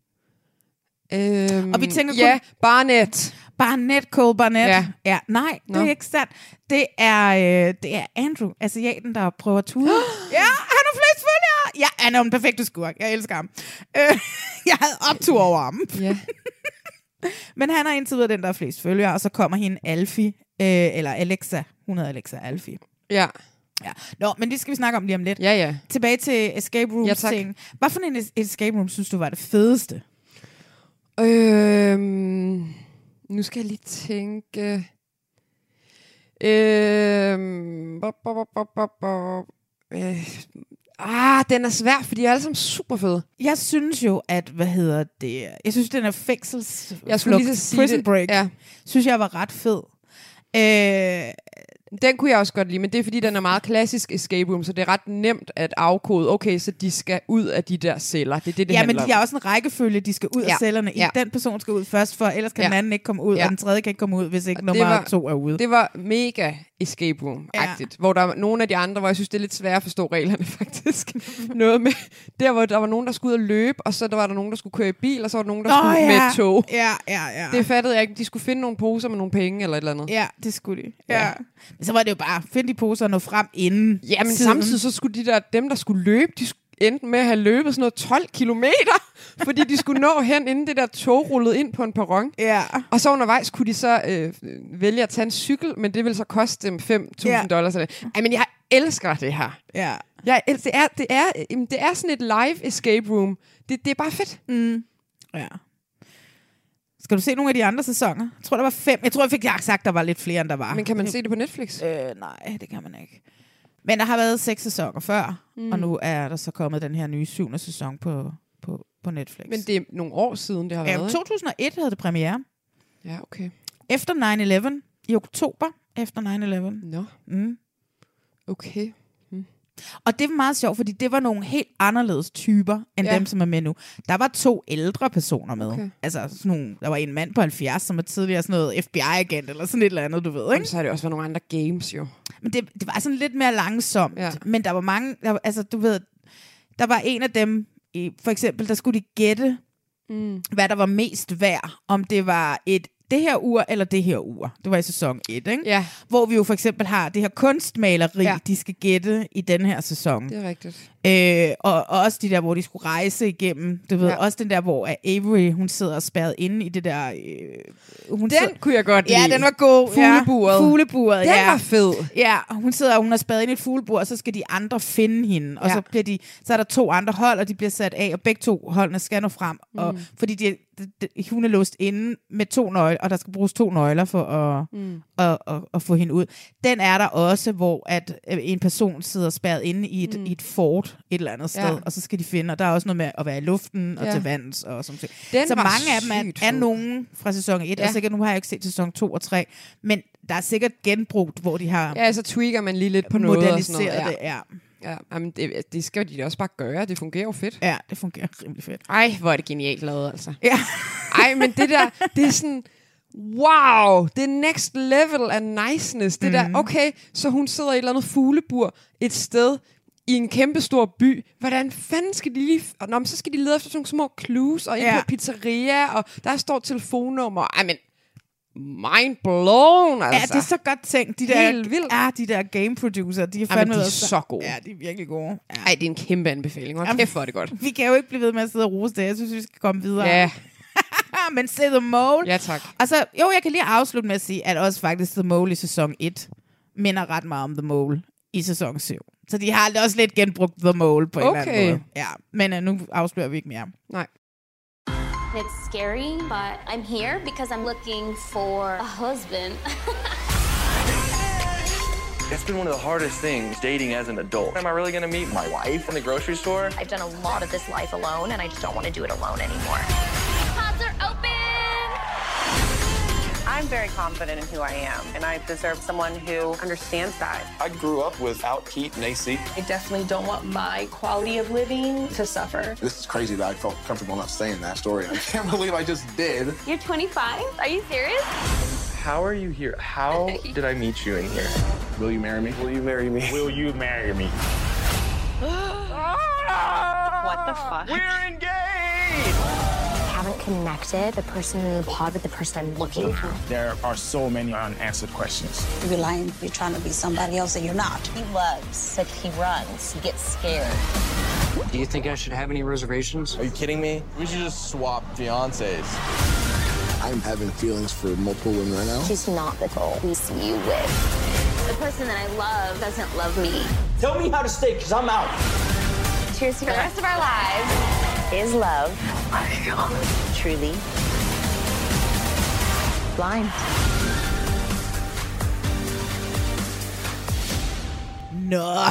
Øhm, Og vi tænker kun... Ja, Barnett. Barnett, Cole Barnett. Ja. ja. Nej, det no. er ikke sandt. Det er, øh, det er Andrew, asiaten, der prøver at tude. Ja, han har flest følgere. Ja, han er en perfekt skurk. Jeg elsker ham. Øh, jeg havde optur over ham. Ja. Men han er indtil videre den, der har flest følgere, og så kommer hende Alfie, øh, eller Alexa. Hun hedder Alexa Alfie. Ja. Ja. Nå, men det skal vi snakke om lige om lidt. Ja, ja. Tilbage til Escape Room-ting. Ja, hvad for en Escape Room synes du var det fedeste? Øhm, nu skal jeg lige tænke... Øhm, bop, bop, bop, bop, bop. Øh, ah, den er svær, fordi de er alle sammen super fede. Jeg synes jo, at, hvad hedder det... Jeg synes, den er fængsels... Jeg skulle lige sige Prison det. Break. Ja. Synes jeg var ret fed. Øh, Den kunne jeg også godt lide, men det er fordi, den er meget klassisk escape room, så det er ret nemt at afkode, okay, så de skal ud af de der celler. Det er det, det ja, handler men de har også en rækkefølge, de skal ud ja. af cellerne. Ja. Den person skal ud først, for ellers kan ja. den anden ikke komme ud, ja. og den tredje kan ikke komme ud, hvis ikke og nummer var, to er ude. Det var mega escape room-agtigt, ja. Hvor der var nogle af de andre, hvor jeg synes, det er lidt svært at forstå reglerne faktisk. Noget med, der hvor der var nogen, der skulle ud og løbe, og så der var der nogen, der skulle køre i bil, og så var der nogen, der Nå, skulle ja. med tog. Ja, ja, ja. Det fattede jeg ikke. De skulle finde nogle poser med nogle penge eller et eller andet. Ja, det skulle de. Ja. Ja. Men så var det jo bare, finde de poser og nå frem inden. Ja, men samtidig så skulle de der, dem der skulle løbe, de skulle endte med at have løbet sådan noget tolv kilometer, fordi de skulle nå hen, inden det der tog rullede ind på en perron. Ja. Og så undervejs kunne de så øh, vælge at tage en cykel, men det ville så koste dem fem tusind ja. dollars. Ej, men jeg elsker det her. Ja. Jeg, det, er, det, er, det er sådan et live escape room. Det, det er bare fedt. Mm. Ja. Skal du se nogle af de andre sæsoner? Jeg tror, der var fem. Jeg tror, jeg fik sagt, der var lidt flere, end der var. Men kan man se det på Netflix? Øh, nej, det kan man ikke. Men der har været seks sæsoner før, mm. og nu er der så kommet den her nye syvende sæson på, på, på Netflix. Men det er nogle år siden, det har ja, været, to tusind og et havde det premiere. Ja, okay. Efter nine eleven, i oktober efter nine eleven. Nå. Mm. Okay. Mm. Og det var meget sjovt, fordi det var nogle helt anderledes typer, end ja. dem, som er med nu. Der var to ældre personer med. Okay. Altså, sådan nogle, der var en mand på halvfjerds, som var tidligere sådan noget F B I-agent, eller sådan et eller andet, du ved, ikke? Jamen, så har det også været nogle andre games, jo. Men det, det var sådan lidt mere langsomt. Ja. Men der var mange, der, altså, du ved, der var en af dem, for eksempel, der skulle de gætte, mm. hvad der var mest værd. Om det var et det her ur, eller det her ur. Det var i sæson et, ikke? Ja. Hvor vi jo for eksempel har det her kunstmaleri, ja. de skal gætte i den her sæson. Det er rigtigt. Øh, og, og også de der, hvor de skulle rejse igennem. Du ved, ja. også den der, hvor Avery, hun sidder spærret inde i det der... Øh, hun den sidder, kunne jeg godt lide. Ja, den var god. Fugleburet. Ja, fugleburet, den ja. var fed. Ja, og hun sidder, og hun er spærret inde i et fuglebur, og så skal de andre finde hende. Og ja. så, bliver de, så er der to andre hold, og de bliver sat af, og begge to holdene skal nå frem. Mm. Og, fordi de, de, de, hun er låst inde med to nøgler, og der skal bruges to nøgler for at, mm. at, at, at, at få hende ud. Den er der også, hvor at en person sidder spærret inde i et, mm. i et fort et eller andet sted, ja. og så skal de finde, og der er også noget med at være i luften og ja. til vands og sådan noget. Så mange af dem er, er nogen fra sæson et, ja. og sikkert nu har jeg ikke set sæson to og tre, men der er sikkert genbrugt, hvor de har... Ja, så tweaker man lige lidt på noget. Moderniseret og sådan noget, ja. det, ja. Ja, jamen det, det skal de også bare gøre. Det fungerer jo fedt. Ja, det fungerer rimelig fedt. Ej, hvor er det genialt lavet, altså. Ja. Ej, men det der, det er sådan... Wow, det er next level af niceness. Det mm. der, okay, så hun sidder i et eller andet fuglebur et sted i en kæmpe stor by. Hvordan fanden skal de lige... Nå, men så skal de lede efter sådan nogle små clues, og ind ja. på pizzeria, og der står telefonnummer. Ej, men... Mind blown, altså. Ja, det er så godt tænkt. De der, Helt vildt. Ja, de der game producer, de er fandme fandme de er så gode. Ja, de er virkelig gode. Ja. Ej, det er en kæmpe anbefaling. Hvor kæft, hvor er det godt. Vi kan jo ikke blive ved med at sidde og rose det. Jeg synes, vi skal komme videre. Ja. Men se The Mole. Ja, tak. Altså, jo, jeg kan lige afslutte med at sige, at også faktisk The Mole i sæson et minder ret meget om The Mole i sæson syv. Så de har også lidt genbrugt The Mole på en okay. eller anden måde. Ja, men uh, nu afslører vi ikke mere. Nej. It's scary, but I'm here because I'm looking for a husband. It's been one of the hardest things dating as an adult. Am I really going to meet my wife in the grocery store? I've done a lot of this life alone, and I just don't want to do it alone anymore. Pods are open! I'm very confident in who I am, and I deserve someone who understands that. I grew up without heat and A C. I definitely don't want my quality of living to suffer. This is crazy that I felt comfortable not saying that story. I can't believe I just did. You're twenty-five? Are you serious? How are you here? How did I meet you in here? Will you marry me? Will you marry me? Will you marry me? What the fuck? We're engaged! Haven't connected the person in the pod with the person I'm looking for. There are so many unanswered questions. You're lying. You're trying to be somebody else that you're not. He loves, like he runs, he gets scared. Do you think I should have any reservations? Are you kidding me? We should just swap fiancés. I'm having feelings for multiple women right now. She's not the girl we see you with. The person that I love doesn't love me. Tell me how to stay, because I'm out. Cheers for the rest of our lives. Is love oh my God. Truly blind? Nå.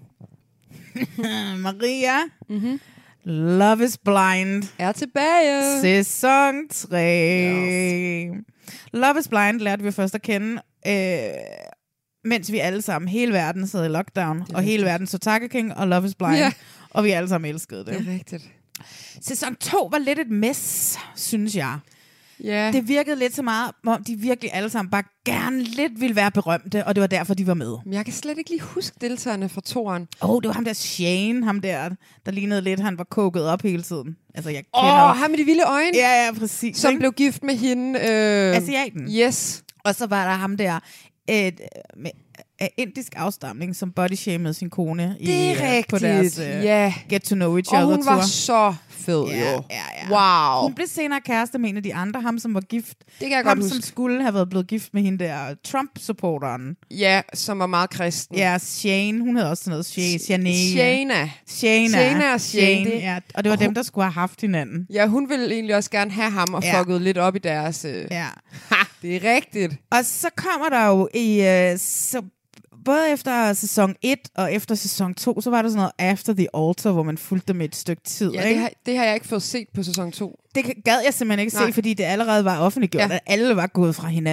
Maria. Mm-hmm. Love is Blind. Er tilbage. Sæson tre. Yes. Love is Blind lærte vi først at kende, øh, mens vi alle sammen, hele verden sad i lockdown, og rigtigt. hele verden så Tiger King og Love is Blind, ja. og vi alle sammen elskede det. Det er rigtigt. Sæson to var lidt et mess, synes jeg. Yeah. Det virkede lidt så meget, om de virkelig alle sammen bare gerne lidt ville være berømte, og det var derfor, de var med. Men jeg kan slet ikke lige huske deltagerne fra toeren. Åh, oh, det var ham der Shane, ham der, der lignede lidt, han var koket op hele tiden. Altså, jeg kender... Åh, oh, ham med de vilde øjne. Ja, ja, præcis. Som ikke? blev gift med hende. Øh... Asiaten. Yes. Og så var der ham der, et, med, af indisk afstamning, som bodyshamede sin kone i, uh, på deres uh, yeah. Get to Know Each Other Other tur. Og hun var så fed, ja, jo. Ja, ja. Wow. Hun blev senere kæreste med en af de andre, ham som var gift. Det kan jeg ham, godt huske. som skulle have været blevet gift med hende der Trump-supporteren. Ja, som var meget kristen. Ja, Shane, hun havde også sådan noget. Shane. Shana. Shana. Shana og Shane. Ja, og det var og dem, hun... der skulle have haft hinanden. Ja, hun ville egentlig også gerne have ham og ja. fucket lidt op i deres... Øh... Ja. Ha, det er rigtigt. Og så kommer der jo i... Øh, så både efter sæson et og efter sæson to, så var der sådan noget After the Altar, hvor man fulgte med et stykke tid. Ja, ikke? Det, har, det har jeg ikke fået set på sæson to. Det gad jeg simpelthen ikke Nej. se, fordi det allerede var offentliggjort, Nej. at alle var gået fra hinanden.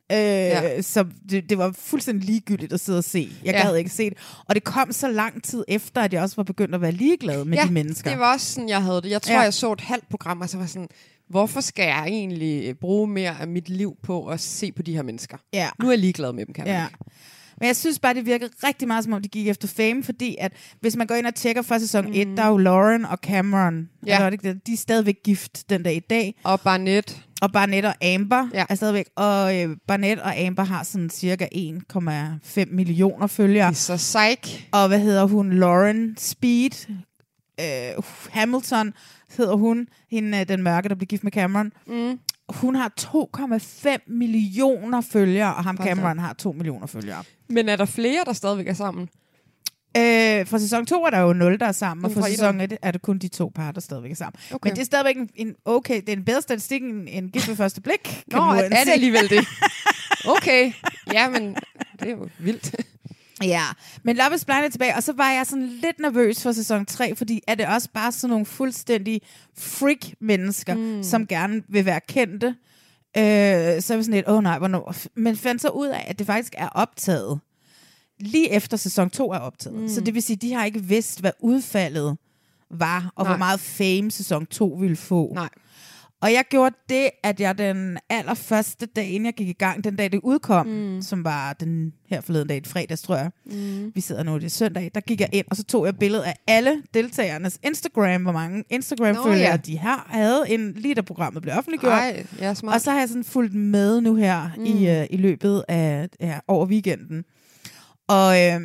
Øh, Ja. Så det, det var fuldstændig ligegyldigt at sidde og se. Jeg Ja. gad ikke se det. Og det kom så lang tid efter, at jeg også var begyndt at være ligeglad med ja, de mennesker. det var også sådan, jeg havde det. Jeg tror, Ja. jeg så et halvt program, og så var sådan, hvorfor skal jeg egentlig bruge mere af mit liv på at se på de her mennesker? Ja. Nu er jeg ligeglad med dem, kan man Ja. ikke. Men jeg synes bare, det virkede rigtig meget, som om de gik efter fame, fordi at hvis man går ind og tjekker fra sæson et, der er jo Lauren og Cameron. Ja. Altså, er det ikke det? De er stadigvæk gift den dag i dag. Og Barnett. Og Barnett og Amber Ja. er stadigvæk. Og øh, Barnett og Amber har sådan cirka en komma fem millioner følgere. Det er så psych. Og hvad hedder hun? Lauren Speed. Øh, Hamilton hedder hun. Hende, øh, den mørke, der blev gift med Cameron. Mm. Hun har to komma fem millioner følgere, og ham Hold da. Cameron har to millioner følgere. Men er der flere, der stadigvæk er sammen? Øh, fra sæson to er der jo nul, der er sammen, og Men fra fra sæson et er det kun de to par, der stadigvæk er sammen. Okay. Men det er stadigvæk en, en okay, det er en bedre statistik end, end gift ved første blik. Kan Nå, man er, jo er det se. alligevel det? Okay. Ja, men det er jo vildt. Ja, men Love is Blind er tilbage, og så var jeg sådan lidt nervøs for sæson tre, fordi er det også bare sådan nogle fuldstændig freak-mennesker, mm. som gerne vil være kendte. Øh, så er vi sådan lidt, åh oh, nej, hvornår? Men fandt så ud af, at det faktisk er optaget. Lige efter sæson to er optaget. Mm. Så det vil sige, de har ikke vidst, hvad udfaldet var, og Nej. hvor meget fame sæson to ville få. Nej. Og jeg gjorde det, at jeg den allerførste dag, inden jeg gik i gang, den dag det udkom, mm. som var den her forleden dag, fredags, tror jeg. Mm. Vi sidder nu, det er søndag. Der gik jeg ind, og så tog jeg billedet af alle deltagernes Instagram, hvor mange Instagram-følgere ja. de har, havde, en, lige da programmet blev offentliggjort. Ej, ja, smart. Og så har jeg sådan fulgt med nu her mm. i, uh, i løbet af ja, over weekenden. Og øh,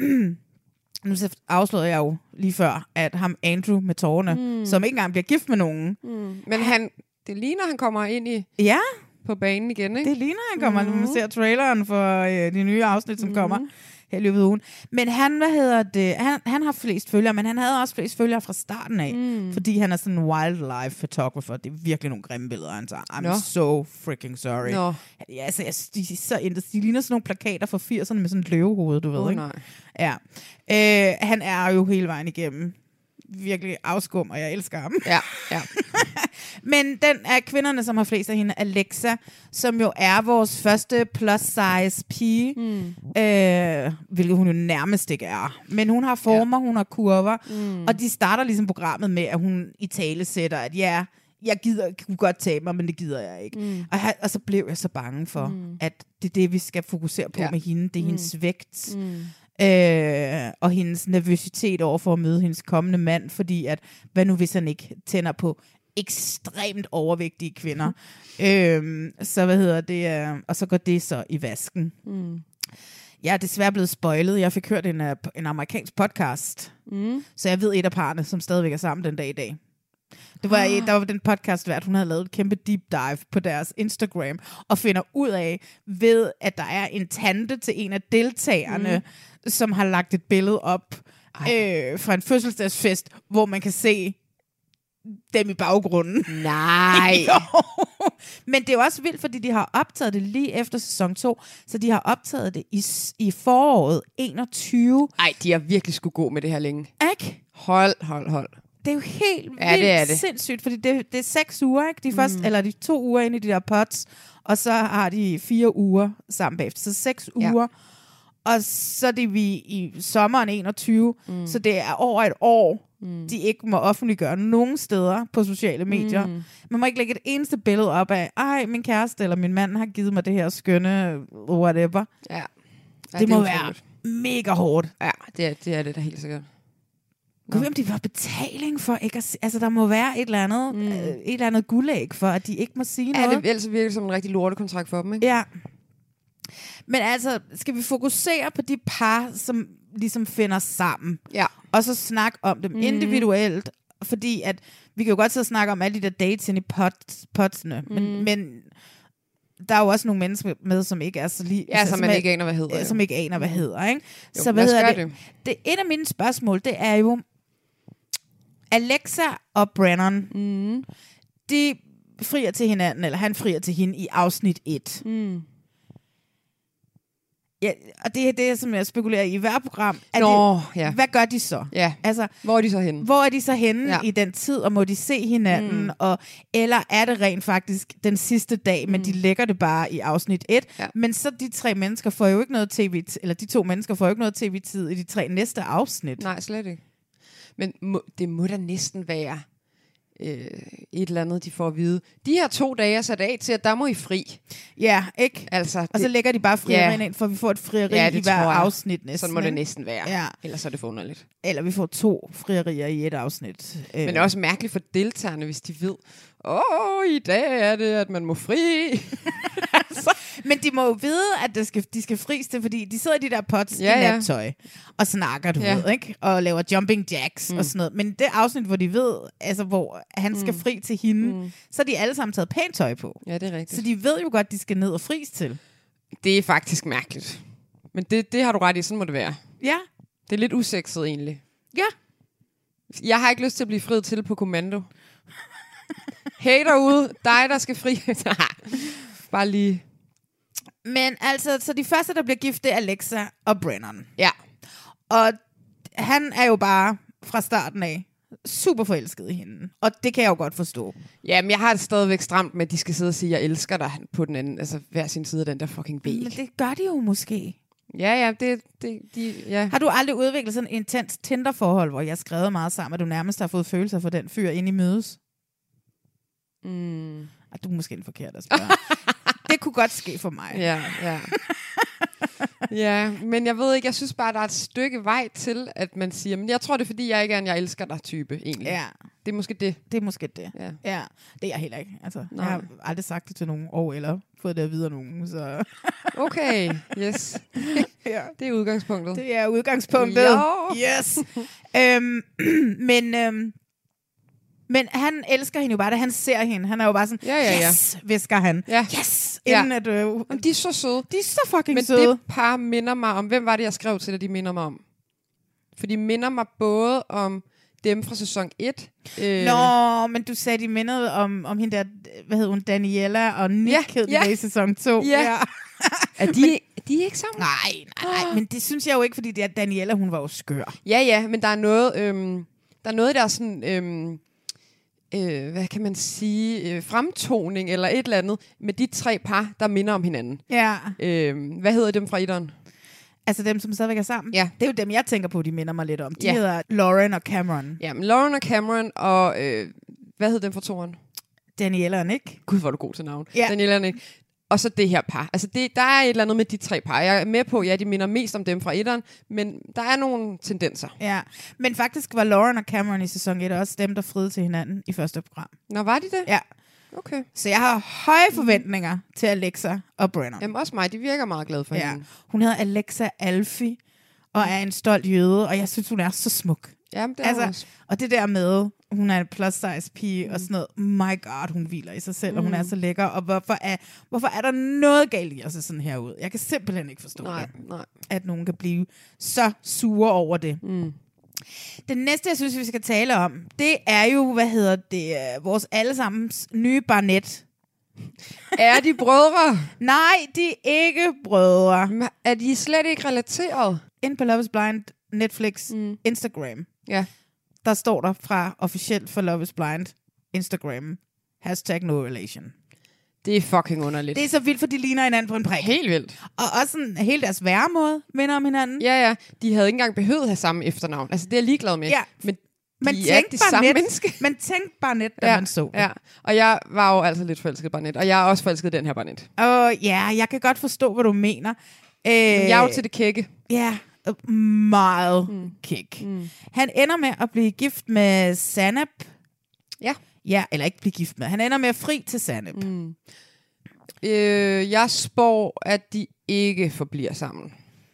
nu så afslørede jeg jo lige før, at ham Andrew med tårerne, mm. som ikke engang bliver gift med nogen. Mm. Men han, det ligner, han kommer ind i ja. på banen igen, ikke? Det ligner, han kommer. Mm. Man ser traileren for øh, de nye afsnit, som mm. kommer her i løbet af ugen. Men han, hvad hedder det? Han, han har flest følgere, men han havde også flest følgere fra starten af. Mm. Fordi han er sådan en wildlife photographer. Det er virkelig nogle grimme billeder, han tager. I'm Nå. so freaking sorry. Nå. Ja, altså, jeg, de, så, de ligner sådan nogle plakater fra firserne med sådan et løvehoved, du ved, Oh, ikke? nej. Ja. Øh, han er jo hele vejen igennem virkelig afskum, og jeg elsker ham. Ja, ja. Men den af kvinderne, som har flest af hende, Alexa, som jo er vores første plus-size pige, mm. øh, hvilket hun jo nærmest ikke er. Men hun har former, ja. Hun har kurver, mm. og de starter ligesom programmet med, at hun i tale sætter, at ja, jeg gider, kunne godt tabe mig, men det gider jeg ikke. Mm. Og, og så blev jeg så bange for, mm. at det er det, vi skal fokusere på ja. med hende. Det er mm. hendes vægt. Mm. Øh, og hendes nervøsitet over for at møde hendes kommende mand, fordi at, hvad nu hvis han ikke tænder på ekstremt overvægtige kvinder. øhm, så hvad hedder det, øh, og så går det så i vasken. Mm. Jeg er desværre blevet spoilet. Jeg fik hørt en, uh, en amerikansk podcast, mm. så jeg ved et af parerne, som stadigvæk er sammen den dag i dag. Det var, ah. Der var den podcast vært, hun havde lavet et kæmpe deep dive på deres Instagram, og finder ud af, ved at der er en tante til en af deltagerne, mm. som har lagt et billede op øh, fra en fødselsdagsfest, hvor man kan se dem i baggrunden. Nej. Men det er jo også vildt, fordi de har optaget det lige efter sæson to, så de har optaget det i, i foråret enogtyve. Ej, de har virkelig skulle gå med det her længe. Ikke? Hold, hold, hold. Det er jo helt ja, vildt det er det. sindssygt, fordi det, det er seks uger, ikke? De Mm. første, eller de to uger inde i de der pots, og så har de fire uger sammen bagefter. Så seks ja. uger, og så er det vi i sommeren enogtyve, mm. så det er over et år, mm. de ikke må offentliggøre nogen steder på sociale medier. Mm. Man må ikke lægge et eneste billede op af, ej, min kæreste eller min mand har givet mig det her skønne whatever. Ja. Ja, det, det må være utroligt. Mega hårdt. Ja, det er det, er det der helt sikkert. Gud ved, om de var betaling for ikke at se, altså der må være et eller andet, mm. øh, et eller andet guldæg for, at de ikke må sige ja, noget. Det ellers virker det som en rigtig lortekontrakt for dem, ikke? Ja. Men altså, skal vi fokusere på de par, som ligesom finder sammen, ja. og så snakke om dem mm. individuelt, fordi at vi kan jo godt sidde og snakke om alle de der dates inde i pot, potsene, mm. men, men der er jo også nogle mennesker med, som ikke er så lige... Ja, som man ikke aner, hvad hedder. Som ikke aner, hvad hedder, ikke? Jo, så hvad hedder det? det? det? Et af mine spørgsmål, det er jo, Alexa og Brennan, mm. de frier til hinanden, eller han frier til hende i afsnit et. Mm. Ja, og det er det, som jeg spekulerer i hver program. Er Nå, det, ja. Hvad gør de så? Ja. Altså, hvor er de så henne? Hvor er de så henne ja. i den tid, og må de se hinanden? Mm. Og, eller er det rent faktisk den sidste dag, men mm. de lægger det bare i afsnit et. Ja. Men så de tre mennesker får jo ikke noget tv, eller de to mennesker får jo ikke noget tv-tid i de tre næste afsnit. Nej, slet ikke. Men må, det må da næsten være øh, et eller andet, de får at vide. De her to dage er sat af til, at der må I fri. Ja, ikke? Altså, og det, så lægger de bare frierierne ja. ind, for vi får et frieri ja, i hver afsnit næsten. Sådan må det næsten være. Ja. Ellers er det forunderligt. Eller vi får to frierier i et afsnit. Men det er også mærkeligt for deltagerne, hvis de ved, åh, oh, i dag er det, at man må fri. altså. Men de må jo vide, at det skal, de skal fris til, fordi de sidder i de der pots ja, i nattøj og snakker, du ja. ved, ikke? Og laver jumping jacks mm. og sådan noget. Men det afsnit, hvor de ved, altså hvor han skal mm. fri til hende, mm. så er de alle sammen taget pænt tøj på. Ja, det er rigtigt. Så de ved jo godt, de skal ned og fris til. Det er faktisk mærkeligt. Men det, det har du ret i, sådan må det være. Ja. Det er lidt usekset egentlig. Ja. Jeg har ikke lyst til at blive friet til på kommando. Hey derude, dig der skal fri. Bare lige. Men altså, så de første, der bliver gift, det er Alexa og Brennan. Ja. Og han er jo bare fra starten af super forelsket i hende. Og det kan jeg jo godt forstå. Jamen, jeg har det stadigvæk stramt med, at de skal sidde og sige, jeg elsker dig på den anden, altså hver sin side af den der fucking væg. Men det gør de jo måske. Ja, ja, det, det de, ja. Har du aldrig udviklet sådan en intens Tinder-forhold, hvor jeg har skrevet meget sammen, at du nærmest har fået følelser for den fyr, inden I mødes? Mm. Ah, du er måske en forkert at spørge. Det kunne godt ske for mig. Ja, ja. Ja, men jeg ved ikke, jeg synes bare, der er et stykke vej til, at man siger, men jeg tror, det er, fordi jeg ikke er en, jeg elsker dig type, egentlig. Ja. Det er måske det. Det er måske det. Ja. Ja. Det er jeg heller ikke. Altså, jeg har aldrig sagt det til nogen, og eller fået det at vide af nogen, så... Okay, yes. Ja. Det er udgangspunktet. Det er udgangspunktet. Jo. Yes. øhm, men... Øhm, Men han elsker hende jo bare, da han ser hende. Han er jo bare sådan, ja, ja, ja. Yes, visker han. Ja. Yes, inden ja. at... Øh, Jamen, de er så søde. De er så fucking Men søde. Men det par minder mig om... Hvem var det, jeg skrev til, at de minder mig om? For de minder mig både om dem fra sæson et. Øh. Nå, men du sagde, de mindede om, om hende der... Hvad hed hun? Daniela og Nick hed ja. i sæson to. Ja. ja. Er de, men, de er ikke sammen? Nej, nej, nej. Men det synes jeg jo ikke, fordi det er Daniela, hun var jo skør. Ja, ja, men der er noget... Øhm, der er noget der sådan... Øhm, Øh, hvad kan man sige, øh, fremtoning eller et eller andet med de tre par, der minder om hinanden. Ja. Øh, hvad hedder dem fra etteren? Altså dem, som stadigvæk er sammen? Ja. Det er jo dem, jeg tænker på, de minder mig lidt om. De ja. hedder Lauren og Cameron. Ja, men Lauren og Cameron og, øh, hvad hedder dem fra toeren? Daniela og Nick. Gud, hvor er du god til navn. Ja. Daniela og Nick. Og så det her par. Altså, det, der er et eller andet med de tre par. Jeg er med på, ja, de minder mest om dem fra etteren, men der er nogle tendenser. Ja, men faktisk var Lauren og Cameron i sæson et også dem, der friede til hinanden i første program. Nå, var de det? Ja. Okay. Så jeg har høje forventninger til Alexa og Brennan. Jamen også mig, de virker meget glade for ja. hende. Hun hedder Alexa Alfie, og er en stolt jøde, og jeg synes, hun er så smuk. Jamen, det er altså, også. Og det der med, hun er en plus size pige, mm. og sådan noget, my god, hun hviler i sig selv, mm. og hun er så lækker, og hvorfor er, hvorfor er der noget galt i at se sådan her ud? Jeg kan simpelthen ikke forstå nej, det, nej. at nogen kan blive så sure over det. Mm. Det næste, jeg synes, vi skal tale om, det er jo, hvad hedder det, vores allesammens nye Barnett. Er de brødre? Nej, de er ikke brødre. Men er de slet ikke relateret? Ind på Love is Blind, Netflix, mm. Instagram. Ja. Der står der fra officielt for Love is Blind, Instagram, hashtag no relation. Det er fucking underligt. Det er så vildt, for de ligner hinanden på en prik. Helt vildt. Og også sådan, hele deres væremåde minder om hinanden. Ja, ja. De havde ikke engang behøvet at have samme efternavn. Altså, det er jeg ligeglad med. Ja. Men man de er ikke de samme mennesker. Man tænkte bare net, da ja, man så det. Ja, og jeg var jo altså lidt forelsket Barnett. Og jeg er også forelsket den her Barnett. Åh, ja, jeg kan godt forstå, hvad du mener. Øh, jeg er jo til det kække. Ja, meget mm. kæk. Mm. Han ender med at blive gift med Sanep. Ja. Ja, eller ikke blive gift med. Han ender med at fri til Sanep. Mm. Øh, jeg spår, at de ikke forbliver sammen.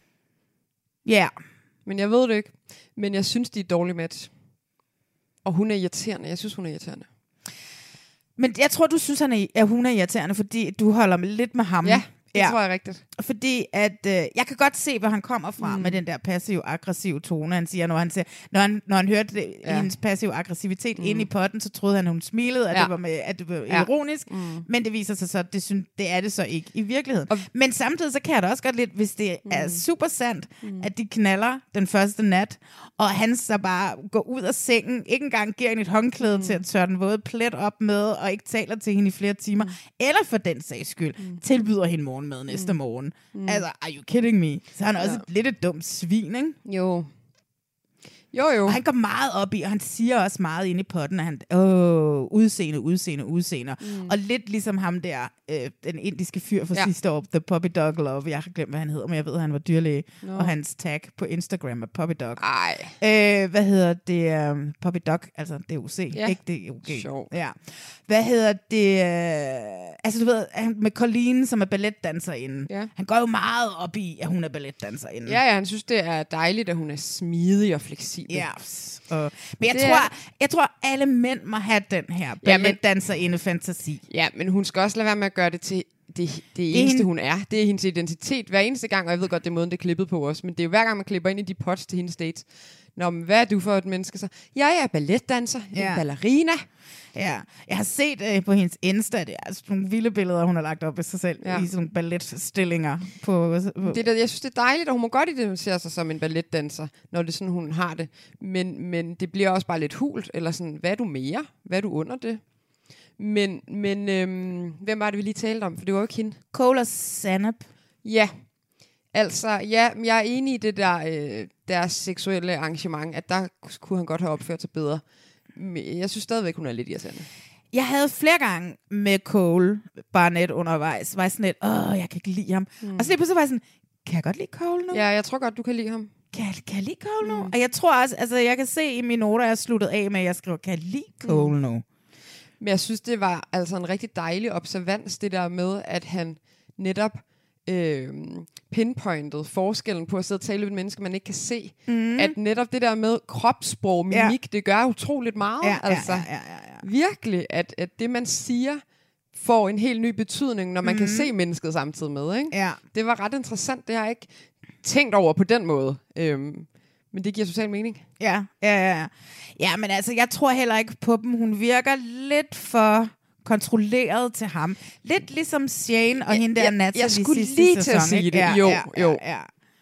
Ja. Yeah. Men jeg ved det ikke. Men jeg synes, de er dårlige match. Og hun er irriterende. Jeg synes, hun er irriterende. Men jeg tror, du synes, han er, at hun er irriterende, fordi du holder lidt med ham. Ja. Det ja. tror jeg er rigtigt. Fordi at, øh, jeg kan godt se, hvor han kommer fra mm. med den der passiv-aggressive tone. Han siger, når han, siger, når han, når han hørte det, ja. hendes passiv-aggressivitet mm. inde i potten, så troede han, at hun smilede, at, ja. det, var med, at det var ja. ironisk. Mm. Men det viser sig så, at det, synes, det er det så ikke i virkeligheden. Og, men samtidig så kan jeg da også godt lidt, hvis det mm. er super sandt, mm. at de knaller den første nat, og han så bare går ud af sengen, ikke engang giver hende et håndklæde mm. til at tørre den våde plet op med, og ikke taler til hende i flere timer, mm. eller for den sags skyld, mm. tilbyder hende morgenmad næste mm. morgen. Mm. Altså, are you kidding me? Så han er også ja. et lidt et dumt svin, ikke? Jo. Jo, jo. Og han går meget op i, og han siger også meget inde i potten, at han, åh, udseende, udseende, udseende. Mm. Og lidt ligesom ham der, øh, den indiske fyr fra ja. sidste år, The Puppy Dog Love. Jeg har glemt, hvad han hedder, men jeg ved, at han var dyrlæge. No. Og hans tag på Instagram er Puppy Dog. Ej. Øh, hvad hedder det? Um, Puppy Dog, altså det er U C, ja. ikke det er U G. Sjov. Ja. Hvad hedder det? Øh, altså du ved, med Colleen, som er balletdanserinde. Ja. Han går jo meget op i, at hun er balletdanserinde. Ja, ja, han synes, det er dejligt, at hun er smidig og fleksibel. Ja, og, men jeg tror, jeg tror, alle mænd må have den her balletdanserinde-fantasi. Ja, men hun skal også lade være med at gøre det til det, det eneste, en... hun er. Det er hendes identitet hver eneste gang, og jeg ved godt, det er måden, det er klippet på os, men det er jo hver gang, man klipper ind i de pots til hendes dates. Nå, men hvad er du for et menneske så? Jeg er balletdanser, ja. en ballerina. Ja, jeg har set øh, på hendes Insta, det er altså nogle vilde billeder, hun har lagt op af sig selv, ja. i sådan nogle balletstillinger. På, på. Det der, jeg synes, det er dejligt, og hun må godt identificere sig som en balletdanser, når det er sådan, hun har det. Men, men det bliver også bare lidt hult, eller sådan, hvad er du mere? Hvad er du under det? Men, men øhm, hvem var det, vi lige talte om? For det var jo ikke hende. Cole og Sanap. Ja, altså, ja, jeg er enig i det der, øh, deres seksuelle arrangement, at der kunne han godt have opført sig bedre. Men jeg synes stadigvæk, hun er lidt irriterende. Jeg havde flere gange med Cole Barnett undervejs, var jeg sådan lidt, åh, jeg kan ikke lide ham. Mm. Og så lige pludselig var jeg sådan, kan jeg godt lide Cole nu? Ja, jeg tror godt, du kan lide ham. Kan jeg, kan jeg lide Cole nu? Mm. Og jeg tror også, altså jeg kan se i mine noter, jeg har sluttet af med, at jeg skriver, kan jeg lide Cole mm. nu? Men jeg synes, det var altså en rigtig dejlig observans, det der med, at han netop øh, pinpointed forskellen på at sidde og tale med et menneske, man ikke kan se. Mm. At netop det der med kropssprog, mimik, ja. det gør utroligt meget. Ja, altså, ja, ja, ja, ja. Virkelig, at, at det man siger, får en helt ny betydning, når man mm. kan se mennesket samtidig med. Ikke? Ja. Det var ret interessant, det har jeg ikke tænkt over på den måde. Øhm, men det giver totalt mening. Ja, ja, ja. Ja, men altså, jeg tror heller ikke på dem. Hun virker lidt for kontrolleret til ham. Lidt ligesom Shane og ja, hende der Natalie sidste sæson. Jeg skulle lige til at sige det. Ja, jo, ja, jo. Ja,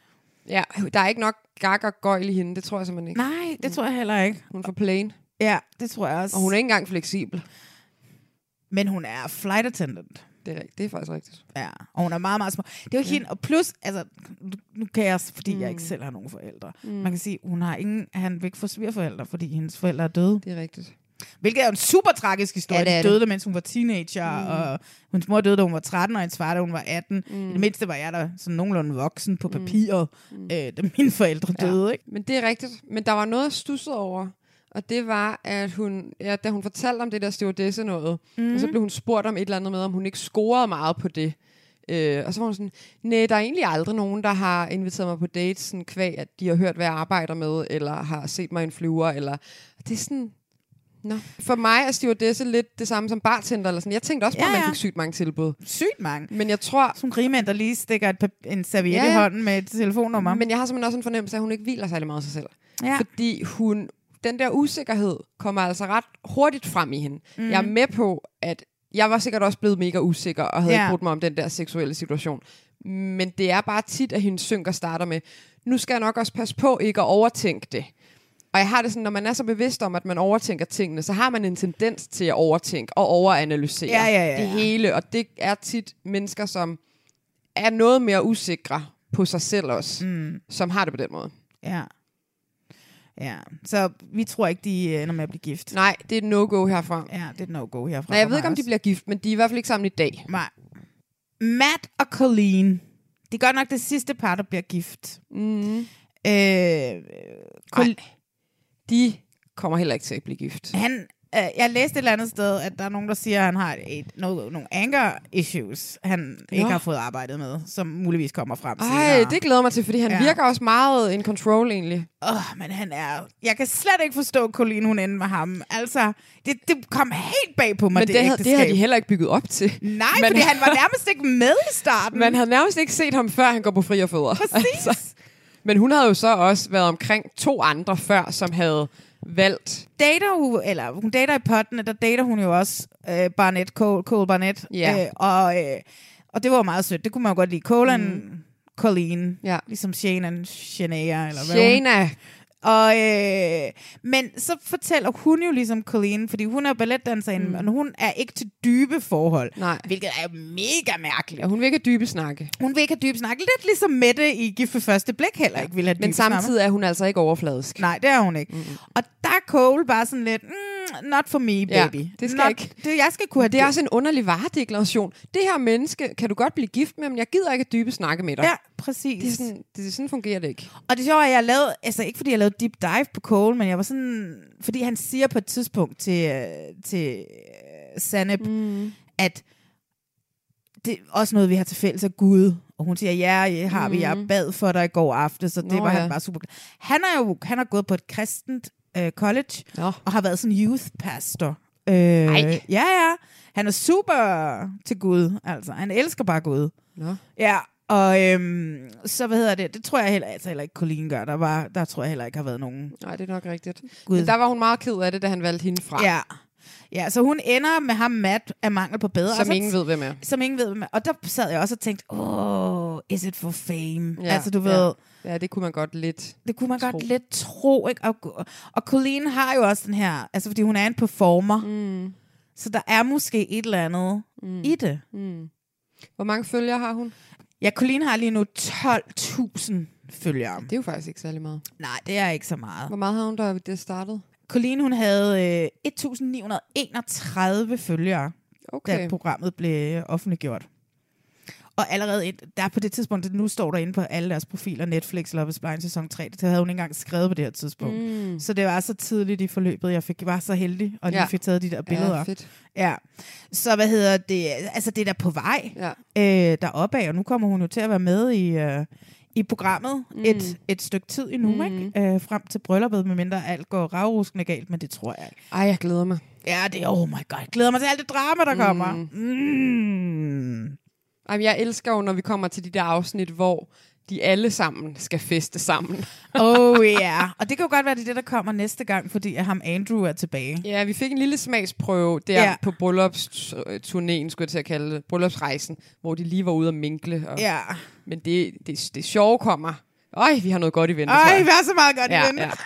ja. ja, der er ikke nok gak og gøjl i hende. Det tror jeg simpelthen ikke. Nej, det tror jeg heller ikke. Hun er for plain. Ja, det tror jeg også. Og hun er ikke engang fleksibel. Men hun er flight attendant. Det er, det er faktisk rigtigt. Ja, og hun er meget, meget små. Det er jo ja. hende, og plus, altså, nu kan jeg, fordi mm. jeg ikke selv har nogen forældre. Mm. Man kan sige, hun har ingen, han vil ikke få svigerforældre, fordi hendes forældre er døde. Det er rigtigt. Hvilket er jo en super tragisk historie. Ja, hun døde, mens hun var teenager, mm. og hendes mor døde, da hun var tretten, og hendes far, da hun var atten. Mm. I det mindste var jeg der sådan nogenlunde voksen på papiret, mm. øh, da mine forældre ja. døde. Ikke? Men det er rigtigt. Men der var noget, jeg stussede over. Og det var, at hun, ja, da hun fortalte om det der stewardesse noget, mm. og så blev hun spurgt om et eller andet med, om hun ikke scorede meget på det. Øh, og så var hun sådan, nej, der er egentlig aldrig nogen, der har inviteret mig på dates, sådan kvæg, at de har hørt, hvad jeg arbejder med, eller har set mig i en flyver, eller... Det er sådan... Nå. For mig er stewardesse lidt det samme som bartender, eller sådan. Jeg tænkte også på, ja, ja. at man fik sygt mange tilbud. Sygt mange. Men jeg tror... Som rigmænd, der lige stikker et pap- en serviet ja, ja. i hånden med et telefonnummer. Men jeg har simpelthen også en fornemmelse af, at hun ikke hviler særlig meget af sig selv. Ja. Fordi hun... Den der usikkerhed kommer altså ret hurtigt frem i hende. Mm. Jeg er med på, at jeg var sikkert også blevet mega usikker, og havde ja. ikke brugt mig om den der seksuelle situation. Men det er bare tit, at hendes synker starter med, nu skal jeg nok også passe på ikke at overtænke det. Og jeg har det sådan, når man er så bevidst om, at man overtænker tingene, så har man en tendens til at overtænke og overanalysere ja, ja, ja. det hele. Og det er tit mennesker, som er noget mere usikre på sig selv også, mm. som har det på den måde. Ja. Ja, så vi tror ikke, de ender med at blive gift. Nej, det er et no-go herfra. Ja, det er et no-go herfra. Nej, jeg ved ikke, om de bliver gift, men de er i hvert fald ikke sammen i dag. Nej. Matt og Colleen. Det er godt nok det sidste par, der bliver gift. Mm. Øh, Col- de kommer heller ikke til at blive gift. Han Uh, jeg læste et eller andet sted, at der er nogen, der siger, at han har et, nogle, nogle anger issues, han ja. ikke har fået arbejdet med, som muligvis kommer frem Ej, senere. det glæder mig til, fordi han ja. virker også meget in control egentlig. Åh, oh, men han er... Jeg kan slet ikke forstå, at Colleen, hun endte med ham. Altså, det, det kom helt bag på mig, men det, det, det havde, det havde de heller ikke bygget op til. Nej, men fordi han var nærmest ikke med i starten. Man havde nærmest ikke set ham, før han går på fri og fødder. Præcis. Altså. Men hun havde jo så også været omkring to andre før, som havde valgt. Dater hun, eller hun dater i pottene, der dater hun jo også øh, Barnett, Cole, Cole Barnett. Ja. Øh, og, øh, og det var meget sødt. Det kunne man jo godt lide. Cole og mm. Colleen. Ja. Ligesom Shane Shania, eller hvad Shana. Og, øh, men så fortæller hun jo ligesom Colleen, fordi hun er balletdanserinde, mm. og hun er ikke til dybe forhold. Nej. Hvilket er jo mega mærkeligt. Ja, hun vil ikke have dybe snakke. Hun vil ikke have dybe snakke. Lidt ligesom Mette i Gift ved første blik heller ja. ikke vil have dybe Men samtidig snakke. Er hun altså ikke overfladisk. Nej, det er hun ikke. Mm-hmm. Og der er Cole bare sådan lidt, mm, not for me, baby. Ja, det skal not, ikke. Det, jeg skal kunne have det. Det er også en underlig varedeklaration. Det her menneske kan du godt blive gift med, men jeg gider ikke dybe snakke med dig. Ja, præcis. Det er sådan, det, sådan fungerer det ikke. Og det sjove er, at jeg lavede, altså ikke fordi jeg lavede deep dive på Cole, men jeg var sådan, fordi han siger på et tidspunkt til, uh, til uh, Sanep, mm. at det er også noget, vi har til fælles af Gud. Og hun siger, ja, har vi, jeg bad for dig i går aftes, så det Nå, var ja. han bare super. Han er jo han har gået på et kristent uh, college, Nå. og har været sådan youth pastor. Uh, ja, ja. Han er super til Gud, altså. Han elsker bare Gud. Nå. Ja, og øhm, så hvad hedder det? Det tror jeg heller, altså heller ikke Colleen gør. Der, var, der tror jeg heller ikke har været nogen. Nej, det er nok rigtigt. Gud. Men der var hun meget ked af det, da han valgte hende fra. Ja. Ja, så hun ender med ham Matt af mangel på bedre. Som så, ingen ved, hvem er. Som ingen ved, hvem er. Og der sad jeg også og tænkte, åh, oh, is it for fame? Ja, altså, du ved... Ja. ja, det kunne man godt lidt Det kunne man tro. godt lidt tro, ikke? Og, og Colleen har jo også den her... Altså, fordi hun er en performer. Mm. Så der er måske et eller andet mm. i det. Mm. Hvor mange følgere har hun? Ja, Colleen har lige nu tolv tusind følgere. Det er jo faktisk ikke særlig meget. Nej, det er ikke så meget. Hvor meget havde hun, da det startede? Colleen, hun havde øh, et tusind ni hundrede enogtredive følgere, okay. da programmet blev offentliggjort. Og allerede ind, der på det tidspunkt, nu står der inde på alle deres profiler, Netflix, Love is Blind sæson tre, det havde hun ikke engang skrevet på det her tidspunkt. Mm. Så det var så tidligt i forløbet, jeg fik, var så heldig, og lige ja. fik taget de der billeder. Ja, fedt. Ja. Så hvad hedder det, altså det er der på vej ja. øh, deroppe af, og nu kommer hun jo til at være med i... Øh, i programmet mm. et, et stykke tid endnu, mm. ikke? Øh, frem til brylluppet, medmindre alt går ravruskende galt, men det tror jeg ikke. Ej, jeg glæder mig. Ja, det er, oh my god, jeg glæder mig til alt det drama, der mm. kommer. Mm. Ej, jeg elsker jo, når vi kommer til de der afsnit, hvor de alle sammen skal feste sammen. Oh ja, yeah. Og det kan jo godt være, det er det, der kommer næste gang, fordi ham Andrew er tilbage. Ja, vi fik en lille smagsprøve der yeah. på bryllupsturnéen, skulle jeg til at kalde det, bryllupsrejsen, hvor de lige var ude og minkle. Og... Ja. Men det, det, det sjove kommer. Øj, vi har noget godt i vente. Øj, vi har så meget godt ja, i vente. Ja.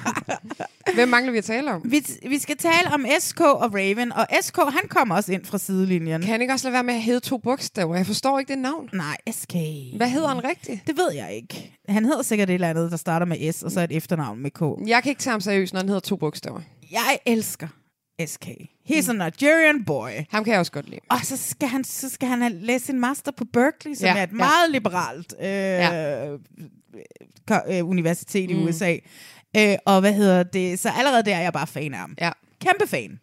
Hvem mangler vi at tale om? Vi, vi skal tale om S K og Raven, og S K, han kommer også ind fra sidelinjen. Kan han ikke også lade være med at hedde to bogstaver? Jeg forstår ikke det navn. Nej, S K. Hvad hedder han rigtigt? Det ved jeg ikke. Han hedder sikkert et eller andet, der starter med S, og så et efternavn med K. Jeg kan ikke tage ham seriøst, når han hedder to bogstaver. Jeg elsker S K. He's mm. a Nigerian boy. Ham kan jeg også godt lide. Og så skal han, så skal han have læst sin master på Berkeley, som ja, er et ja. meget liberalt øh, ja. øh, universitet mm. i U S A. Øh, og hvad hedder det? Så allerede der er jeg bare fan af ham. Ja. Kæmpe fan.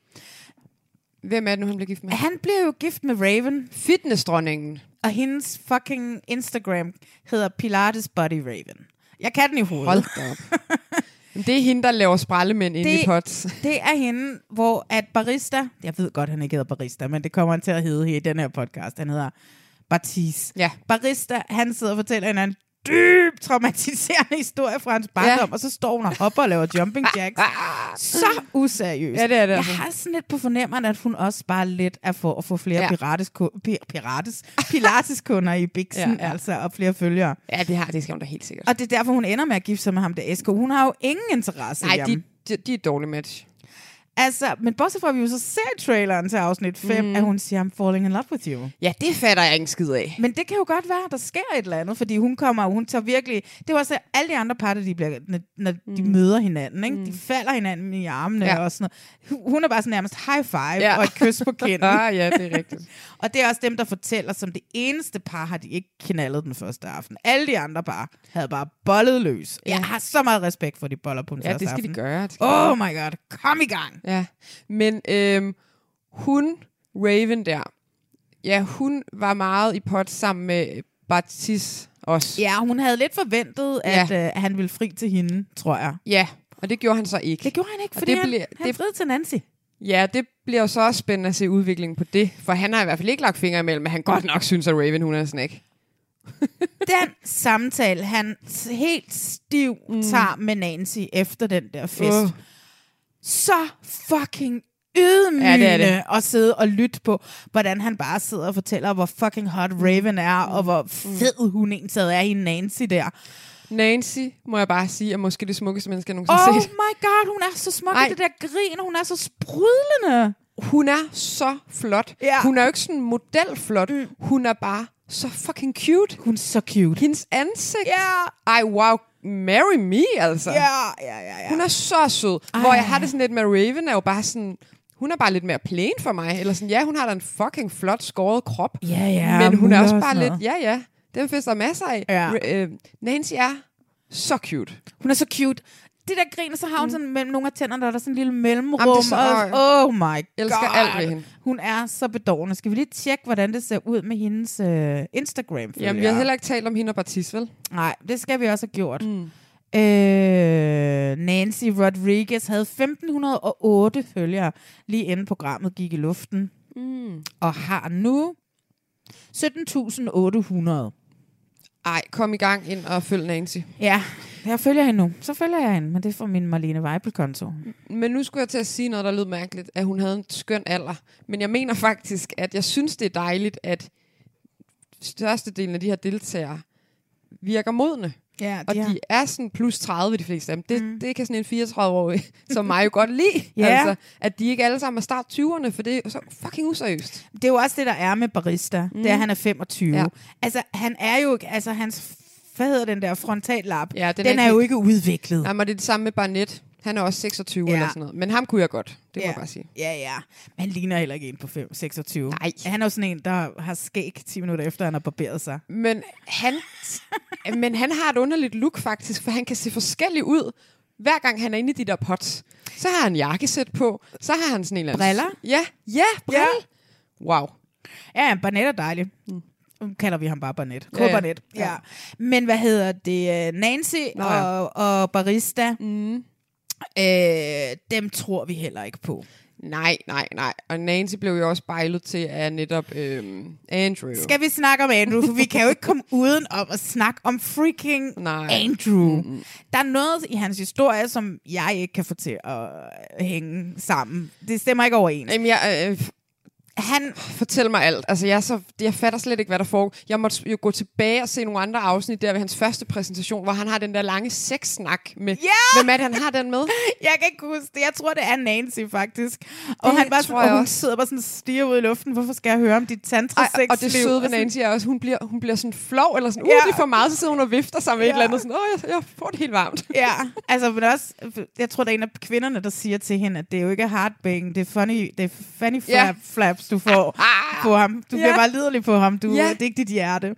Hvem er det nu, han bliver gift med? Han bliver jo gift med Raven. Fitnessdronningen. Og hendes fucking Instagram hedder Pilates Body Raven. Jeg kan den i hovedet. Hold da op. Det er hende, der laver sprællemænd inde i pots. Det er hende, hvor at barista... Jeg ved godt, han ikke hedder barista, men det kommer han til at hedde her i den her podcast. Han hedder Bartis. Ja. Barista, han sidder og fortæller en anden dybt traumatiserende historie fra hans barndom, ja. og så står hun og hopper og laver jumping jacks. Så useriøst. Ja, det er det. Jeg har sådan lidt på fornemmeren, at hun også bare lidt er for at få flere ja. pirates, pirates, pilateskunder i Bixen, ja, ja. altså, og flere følgere. Ja, det har det skal hun da helt sikkert. Og det er derfor, hun ender med at gifte sig med ham, der S K. Hun har jo ingen interesse i ham. Nej, de, de, de er et dårligt match. Altså, men bortset fra, at vi jo så ser traileren til afsnit fem, mm. at hun siger, I'm falling in love with you. Ja, det fatter jeg ikke skid af. Men det kan jo godt være, at der sker et eller andet, fordi hun kommer, hun tager virkelig... Det var også alle de andre parter, de bliver, når, når mm. de møder hinanden, ikke? Mm. De falder hinanden i armene ja. og sådan noget. Hun er bare sådan nærmest high five ja. og et kys på kinden. ah, ja, det er rigtigt. Og det er også dem, der fortæller, som det eneste par har de ikke knaldet den første aften. Alle de andre par havde bare bollet løs. Ja. Jeg har så meget respekt for, de boller på den ja, første aften. Ja, det skal de gøre. Oh my god, kom i gang. Ja, men øhm, hun, Raven der, ja, hun var meget i pot sammen med Bartis også. Ja, hun havde lidt forventet, at ja. øh, han ville fri til hende, tror jeg. Ja, og det gjorde han så ikke. Det gjorde han ikke, fordi det han, ble, han det, friede til Nancy. Ja, det bliver jo så også spændende at se udviklingen på det, for han har i hvert fald ikke lagt fingre imellem, men han godt nok synes, at Raven, hun er sådan ikke. Den samtale, han helt stiv mm. tager med Nancy efter den der fest. Uh. Så fucking ydmygende ja, det det. At sidde og lytte på, hvordan han bare sidder og fortæller, hvor fucking hot Raven er, mm. og hvor fed hun egentlig er i Nancy der. Nancy, må jeg bare sige, er måske det smukkeste menneske, jeg nogensinde har set. Oh my god, hun er så smuk i det der grin, hun er så sprudlende. Hun er så flot. Ja. Hun er jo ikke sådan modelflot. Mm. Hun er bare så fucking cute. Hun er så cute. Hendes ansigt. Ja. Ej, wow. Marry me, altså. Ja, ja, ja, ja. Hun er så sød. Ej. Hvor jeg har det sådan lidt med Raven, er jo bare sådan... Hun er bare lidt mere plain for mig. Eller sådan, ja, hun har da en fucking flot skåret krop. Ja, ja. Men hun er også bare lidt... Ja, ja. Den findes der masser af. Ja. Øh, Nancy er så cute. Hun er så cute. Det der griner, så har hun mm. sådan mellem nogle af tænderne, der er der sådan en lille mellemrum. Jamen, så, og, oh my god. Elsker alt ved hende. Hun er så bedårende. Skal vi lige tjekke, hvordan det ser ud med hendes øh, Instagram? Jamen, vi har heller ikke talt om hende og Bartis, vel? Nej, det skal vi også have gjort. Mm. Øh, Nancy Rodriguez havde femten hundrede og otte følgere, lige inden programmet gik i luften. Mm. Og har nu sytten tusind otte hundrede. Ej, kom i gang ind og følg Nancy. Ja, jeg følger hende nu. Så følger jeg hende, men det er fra min Marlene Weibel-konto. Men nu skulle jeg til at sige noget, der lød mærkeligt, at hun havde en skøn alder. Men jeg mener faktisk, at jeg synes, det er dejligt, at størstedelen af de her deltagere virker modne. Ja, de og har... de er sådan plus tredive, de fleste af dem. Det, mm. det kan sådan en fireogtredive-årig, som mig jo godt lide. Ja. Altså, at de ikke alle sammen er start tyverne, for det er så fucking useriøst. Det er jo også det, der er med Barista. Mm. Det er, han er femogtyve. Ja. Altså, han er jo... Altså, hans... Hvad hedder den der frontallap? Ja, den, den er, er jo ikke udviklet. Nej, men det er det samme med Barnett. Han er også seksogtyve ja. Eller sådan noget. Men ham kunne jeg godt. Det må ja. jeg bare sige. Ja, ja. Men han ligner heller ikke en på fem, seksogtyve. Nej. Han er jo sådan en, der har skæg ti minutter efter, han har barberet sig. Men han, men han har et underligt look faktisk, for han kan se forskellig ud, hver gang han er inde i de der pots. Så har han jakkesæt på. Så har han sådan en eller anden... Briller? Ja, ja, briller. Ja. Wow. Ja, Barnett er dejlig. Mm. Nu kalder vi ham bare Barnett. Ja, ja. ja. ja. Men hvad hedder det? Nancy Nå, ja. og, og Barista, mm. øh, dem tror vi heller ikke på. Nej, nej, nej. Og Nancy blev jo også bejlet til af netop øh, Andrew. Skal vi snakke om Andrew? For vi kan jo ikke komme uden om at snakke om freaking nej. Andrew. Mm-hmm. Der er noget i hans historie, som jeg ikke kan få til at hænge sammen. Det stemmer ikke overens. Jamen, jeg... Øh, Han fortæl mig alt. Altså, jeg, er så, jeg fatter slet ikke, hvad der foregår. Jeg måtte jo gå tilbage og se nogle andre afsnit der ved hans første præsentation, hvor han har den der lange sexsnak med. Ja! Hvem er det, han har den med? Jeg kan ikke huske det. Jeg tror, det er Nancy, faktisk. Og, det han bare sådan, og hun sidder bare sådan og stiger ud i luften. Hvorfor skal jeg høre om dit tantra-sex? Og det søde ved Nancy er også, hun bliver, hun bliver sådan flov, eller sådan, uh, ja. det er for meget, så sidder hun og vifter sig med ja. et eller andet. Sådan, åh, jeg, jeg får det helt varmt. Ja, altså, men også, jeg tror, der er en af kvinderne, der siger til hende, at det er jo ikke heartbang, det er funny, det er funny flap, ja. flaps, du får. På ham. Du ja. bliver bare liderlig på ham. Du, ja. Det er ikke dit hjerte.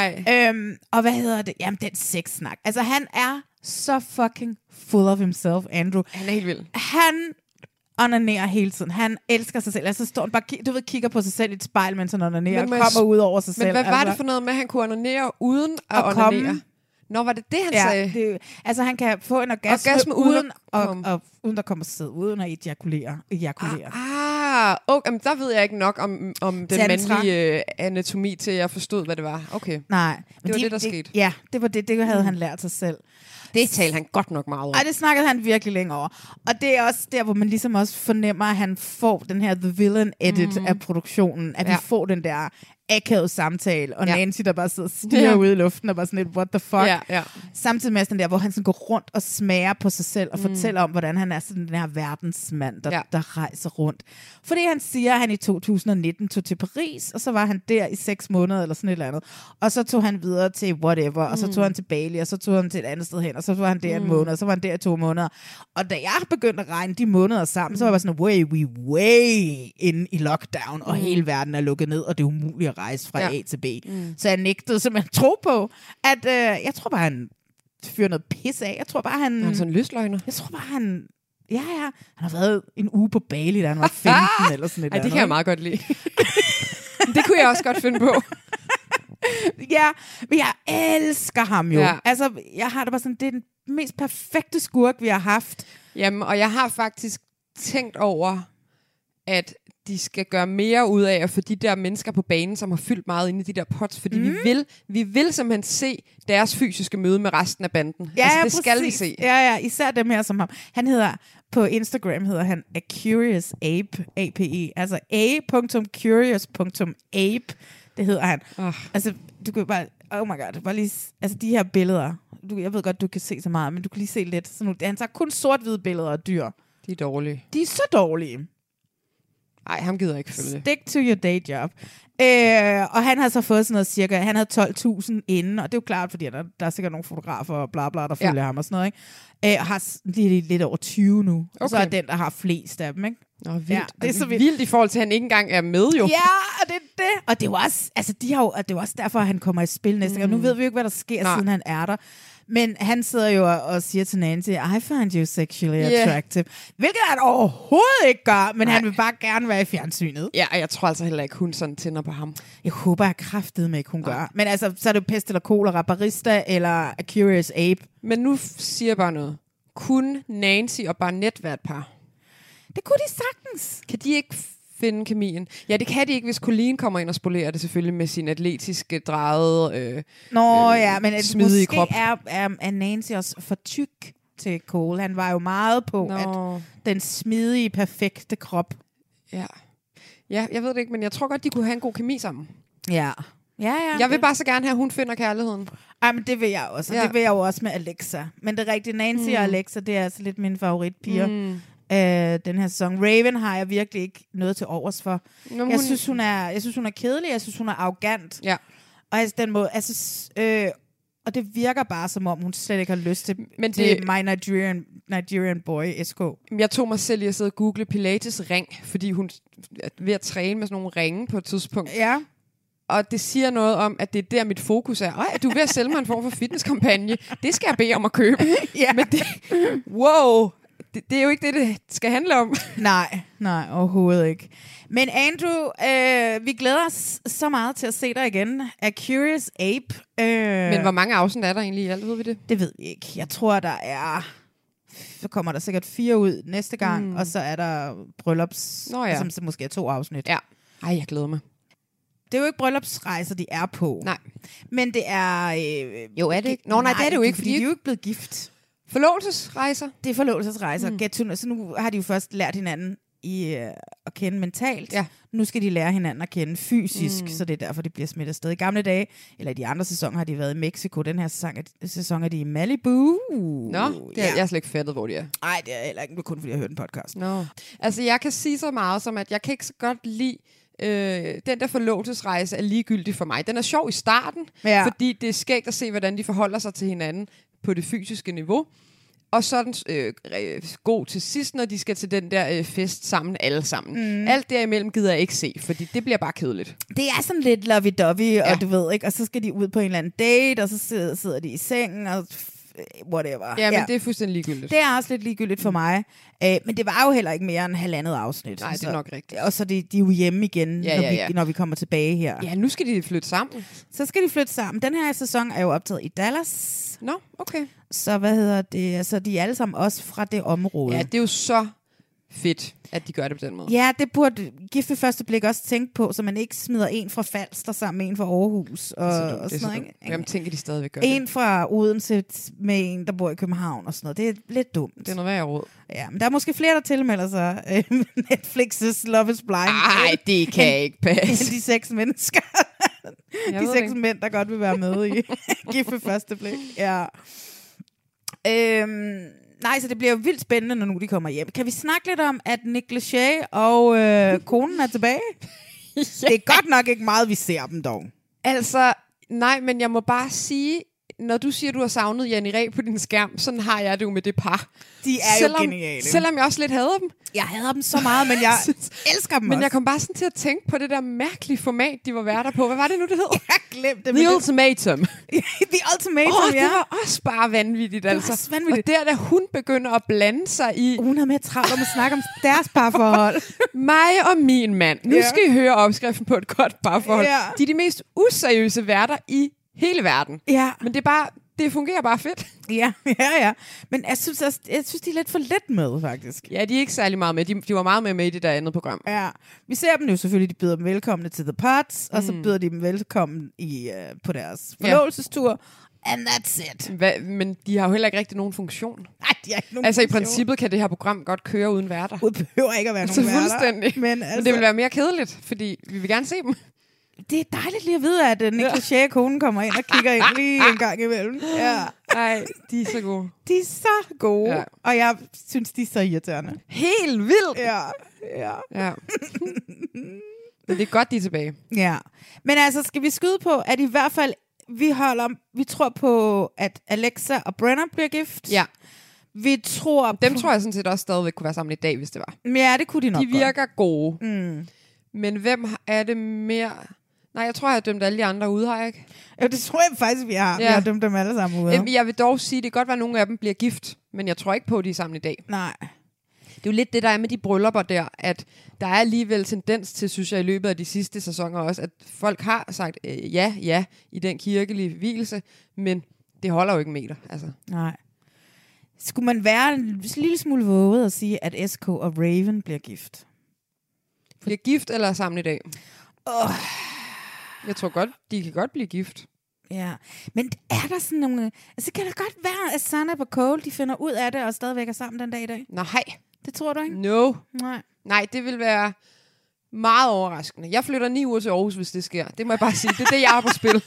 Øhm, og hvad hedder det? Jamen, den sexsnak. Altså, han er så fucking full of himself, Andrew. Han er helt vild. Han onanerer hele tiden. Han elsker sig selv. Altså, står han bare, du ved, kigger på sig selv i et spejl, mens han onanerer og kommer ud over sig men selv. Men hvad var altså. det for noget med, at han kunne onanere uden at, at onanere? Komme. Nå, var det det, han ja, sagde? Det, altså, han kan få en orgasme, orgasme uden, uden, og, og, og, uden der kommer sæd, uden at ejakulere. ejakulere. Ah, ah okay, men der ved jeg ikke nok om, om den Tantra. mandlige øh, anatomi, til jeg forstod, hvad det var. Okay. Nej. Det var de, det, der de, skete. Ja, det var det. Det havde mm. han lært sig selv. Det talte han godt nok meget over. Ej, det snakkede han virkelig længe over. Og det er også der, hvor man ligesom også fornemmer, at han får den her The Villain edit mm. af produktionen. At ja. vi får den der akavet samtale, og ja. Nancy, der bare sidder og stiger ja. ud i luften, og bare sådan lidt, what the fuck? Ja, ja. Samtidig med den der, hvor han sådan går rundt og smager på sig selv, og mm. fortæller om, hvordan han er sådan den her verdensmand, der, ja. der rejser rundt. Fordi han siger, at han i to tusind nitten tog til Paris, og så var han der i seks måneder, eller sådan et eller andet. Og så tog han videre til whatever, og så tog mm. han til Bali, og så tog han til et andet sted hen, og så var han der mm. en måned, og så var han der i to måneder. Og da jeg begyndte at regne de måneder sammen, mm. så var jeg sådan, way, we way inde i lockdown, og mm. hele verden er lukket ned, og det er umuligt at rejse fra ja. A til B. Mm. Så jeg nægtede simpelthen tro på, at øh, jeg tror bare, han fyrer noget pis af. Jeg tror bare, han... Han er sådan en løsløgner. Jeg tror bare, han Ja, ja. Han har været en uge på Bali, da han var femten eller sådan et. Ej, det kan jeg meget godt lide. Det kunne jeg også godt finde på. Ja, men jeg elsker ham jo. Ja. Altså, jeg har det bare sådan, det er den mest perfekte skurk, vi har haft. Jamen, og jeg har faktisk tænkt over, at de skal gøre mere ud af at få de der mennesker på banen, som har fyldt meget inde i de der pots, fordi mm. vi vil vi vil simpelthen se deres fysiske møde med resten af banden. Ja, altså, ja, det skal præcis. vi se. Ja, ja, især dem her som ham. Han hedder, på Instagram hedder han A Curious Ape, A P E, altså a punktum curious punktum ape, det hedder han. Oh. Altså, du kan bare, oh my god, bare lige, altså de her billeder, du, jeg ved godt, du kan se så meget, men du kan lige se lidt. Sådan, han tager kun sort-hvide billeder af dyr. De er dårlige. De er så dårlige. Ej, ham gider jeg ikke følge. Stick to your day job. Øh, og han har så fået sådan noget cirka, han havde tolv tusind inden, og det er jo klart, fordi der, der er sikkert nogle fotografer og bla bla, der følger ja. ham og sådan noget, ikke? Øh, og har lige lidt over tyve nu. Okay. Og så er den, der har flest af dem, ikke? Nå, vildt. Ja, det er så vildt. vildt i forhold til, at han ikke engang er med, jo. Ja, og det er det. Og det er jo også, altså, de har jo, og det er også derfor, at han kommer i spil næste mm. gang. Nu ved vi jo ikke, hvad der sker, Nej. siden han er der. Men han sidder jo og, og siger til Nancy, I find you sexually yeah. attractive. Hvilket han overhovedet ikke gør, men Nej. han vil bare gerne være i fjernsynet. Ja, og jeg tror altså heller ikke, hun sådan tænder på ham. Jeg håber, jeg kraftedeme ikke, hun Nej. gør. Men altså, så er det jo pest eller kolera, barista eller A Curious Ape. Men nu siger jeg bare noget. Kunne Nancy og Barnett være et par? Det kunne de sagtens. Kan de ikke finde kemien? Ja, det kan de ikke, hvis Colleen kommer ind og spolerer det selvfølgelig med sin atletiske, drejede, øh, Nå øh, ja, men smidige krop. Måske er, er, er Nancy også for tyk til Cole. Han var jo meget på, Nå. at den smidige, perfekte krop. Ja. Ja, jeg ved det ikke, men jeg tror godt, de kunne have en god kemi sammen. Ja. Ja, ja. Jeg vil bare så gerne have, at hun finder kærligheden. Ej, men det vil jeg også. Ja. Det vil jeg jo også med Alexa. Men det rigtige, Nancy mm. og Alexa, det er altså lidt mine favoritpiger. Mm. Øh, den her sæson. Raven har jeg virkelig ikke noget til overs for. Nå, jeg, hun... synes, hun er, jeg synes, hun er kedelig. Jeg synes, hun er arrogant. Ja. Og altså, den måde, altså, øh, og det virker bare, som om hun slet ikke har lyst til, Men det... til My Nigerian, Nigerian Boy, S K. Jeg tog mig selv i at sidde og google Pilates ring, fordi hun er ved at træne med sådan nogle ringe på et tidspunkt. Ja. Og det siger noget om, at det er der, mit fokus er. Øj, du er ved at sælge mig en form for fitnesskampagne. Det skal jeg bede om at købe. Ja. Men det, wow, det, det er jo ikke det, det skal handle om. Nej, nej, overhovedet ikke. Men Andrew, øh, vi glæder os så meget til at se dig igen. A Curious Ape. Øh, Men hvor mange afsnit er der egentlig i alt, ved vi det? Det ved vi ikke. Jeg tror, der er... Så kommer der sikkert fire ud næste gang, mm. og så er der bryllups, Nå, ja. som så måske er to afsnit. Ja. Ej, jeg glæder mig. Det er jo ikke bryllupsrejser, de er på. Nej. Men det er... Øh, jo, er det ikke? Nå, nej, nej, det er det jo ikke, fordi de er jo ikke blevet gift. Forlovelsesrejser? Det er forlovelsesrejser. Mm. Get to, så nu har de jo først lært hinanden i, øh, at kende mentalt. Ja. Nu skal de lære hinanden at kende fysisk, mm. så det er derfor, det bliver smidt afsted. I gamle dage, eller i de andre sæsoner, har de været i Mexico. Den her sæson er, sæson er de i Malibu. Nå, det er, ja. Jeg har slet ikke fattet, hvor de er. Nej, det er heller ikke kun, fordi jeg har hørt en podcast. Nå. Altså, jeg kan sige så meget som, at jeg kan ikke så godt lide Øh, den der forlovelsesrejse er ligegyldig for mig. Den er sjov i starten, ja. fordi det er skægt at se, hvordan de forholder sig til hinanden på det fysiske niveau. Og så er den øh, god til sidst, når de skal til den der øh, fest sammen, alle sammen. Mm. Alt derimellem gider jeg ikke se, fordi det bliver bare kedeligt. Det er sådan lidt lovey-dovey, ja. Og du ved ikke, og så skal de ud på en eller anden date, og så sidder, sidder de i sengen, og whatever. Ja, men ja. Det er fuldstændig ligegyldigt. Det er også lidt ligegyldigt for mig. Æ, men det var jo heller ikke mere end halvandet afsnit. Nej, det er nok rigtigt. Og så de, de er jo hjemme igen, ja, når, ja, ja. Vi, når vi kommer tilbage her. Ja, nu skal de flytte sammen. Så skal de flytte sammen. Den her sæson er jo optaget i Dallas. Nå, okay. Så hvad hedder det? Altså, de er alle sammen også fra det område. Ja, det er jo så fedt, at de gør det på den måde. Ja, det burde Gift ved første blik også tænke på, så man ikke smider en fra Falster sammen med en fra Aarhus. Og, altså, og sådan noget, ikke? Jamen, tænker de stadigvæk gør en det. fra Odense med en, der bor i København og sådan noget. Det er lidt dumt. Det er noget værd råd. Ja, men der er måske flere, der tilmelder sig øh, Netflix's Love is Blind. Nej, det kan en, ikke passe. De seks mennesker. de seks ikke. mænd, der godt vil være med i Gift ved første blik. Ja. Øhm... Nej, så det bliver jo vildt spændende, når nu de kommer hjem. Kan vi snakke lidt om, at Nick Lachey og øh, konen er tilbage? Ja. Det er godt nok ikke meget, vi ser dem dog. Altså, nej, men jeg må bare sige, når du siger, du har savnet Jenny Reh på din skærm, sådan har jeg det jo med det par. De er selvom, jo geniale. Selvom jeg også lidt hader dem. Jeg hader dem så meget, men jeg elsker dem Men også. jeg kom bare sådan til at tænke på det der mærkelige format, de var værter på. Hvad var det nu, det hed? Jeg glemte det. The det. Ultimatum. The Ultimatum, oh, ja. det var også bare vanvittigt, altså. Også vanvittigt. Og der, da hun begynder at blande sig i... Hun havde med travlt om at snakke om deres parforhold. Mig og min mand. Nu Ja. skal I høre opskriften på et godt parforhold. Ja. De er de mest useriøse værter i hele verden. Ja. Men det er bare... Det fungerer bare fedt. Ja, ja, ja. Men jeg synes, også, jeg synes, de er lidt for let med, faktisk. Ja, de er ikke særlig meget med. De, de var meget med med i det der andet program. Ja. Vi ser dem jo selvfølgelig, de byder dem velkomne til The Pots, mm. og så Mm. byder de dem velkommen i, uh, på deres forlovelsestur. Ja. And that's it. Hva, men de har jo heller ikke rigtig nogen funktion. Nej, de har ikke nogen Altså funktion. i princippet kan det her program godt køre uden værter. Det behøver ikke at være Altså nogen værter. fuldstændig. Men, altså, men det vil være mere kedeligt, fordi vi vil gerne se dem. Det er dejligt lige at vide, at uh, Niklas ja. Konen kommer ind og kigger ind lige en gang imellem. Ja. Nej, de er så gode. De er så gode, Ja. og jeg synes, de er så irriterende. Helt vildt! Ja, ja. Ja. Men det er godt, de er tilbage. Ja. Men altså, skal vi skyde på, at i hvert fald, vi holder, vi tror på, at Alexa og Brenner bliver gift. Ja. Vi tror Dem på, tror jeg sådan set også stadigvæk kunne være sammen i dag, hvis det var. Ja, det kunne de nok De virker godt. gode. Mm. Men hvem er det mere... Nej, jeg tror, jeg har dømt alle de andre ude, har jeg ikke? Ja, det tror jeg faktisk, vi har. Ja. Vi har dømt dem alle sammen ude. Øhm, Jeg vil dog sige, det kan godt være, at nogle af dem bliver gift, men jeg tror ikke på, at de er sammen i dag. Nej. Det er jo lidt det, der er med de bryllupper der, at der er alligevel tendens til, synes jeg, i løbet af de sidste sæsoner også, at folk har sagt øh, ja, ja, i den kirkelige vielse, men det holder jo ikke en meter. Altså. Nej. Skulle man være en lille smule våget at sige, at S K og Raven bliver gift? Bliver gift eller sammen i dag? Oh. Jeg tror godt, de kan godt blive gift. Ja, men er der sådan nogle... Altså, kan det godt være, at Sanna og Cole, de finder ud af det, og stadigvæk er sammen den dag i dag? Nej. Det tror du ikke? No. Nej. Nej, det vil være meget overraskende. Jeg flytter ni uger til Aarhus, hvis det sker. Det må jeg bare sige. Det er det, jeg har på spil.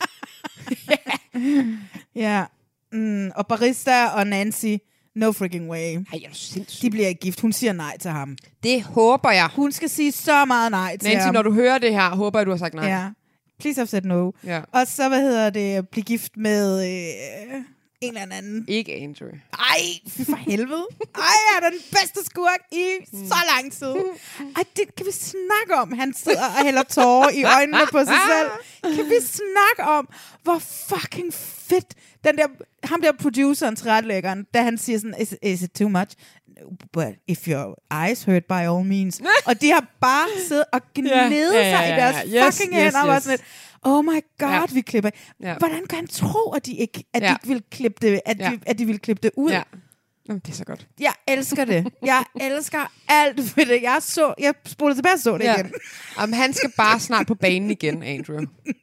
Ja. Mm, og Barista og Nancy, no freaking way. Ej, er du sindssyg. De bliver ikke gift. Hun siger nej til ham. Det håber jeg. Hun skal sige så meget nej til Nancy, ham. når du hører det her, håber jeg, du har sagt nej. Ja. Please have said no. Ja. Og så, hvad hedder det, blive gift med øh, en eller anden. Ikke Andrew. Ej, fy for helvede. Ej, han er den bedste skurk i så lang tid. Ej, det kan vi snakke om. Han sidder og hælder tårer i øjnene på sig selv. Kan vi snakke om, hvor fucking fedt den der, ham der produceren, tilrettelæggeren, da han siger sådan, is, is it too much? But if your eyes hurt, by all means. Og de har bare siddet og gnedet ja, ja, ja, sig i deres ja. Yes, fucking yes, hænder. Og var yes. sådan lidt, oh my god, Ja. vi klipper. Ja. Hvordan kan han tro, at de ikke, at Ja. de ikke vil klippe det, at, Ja. de, at de vil klippe det ud? Ja. Jamen, det er så godt. Jeg elsker det. Jeg elsker alt ved det. Jeg så, jeg spolede tilbage og så det Ja. igen. Jamen, han skal bare snart på banen igen, Andrew.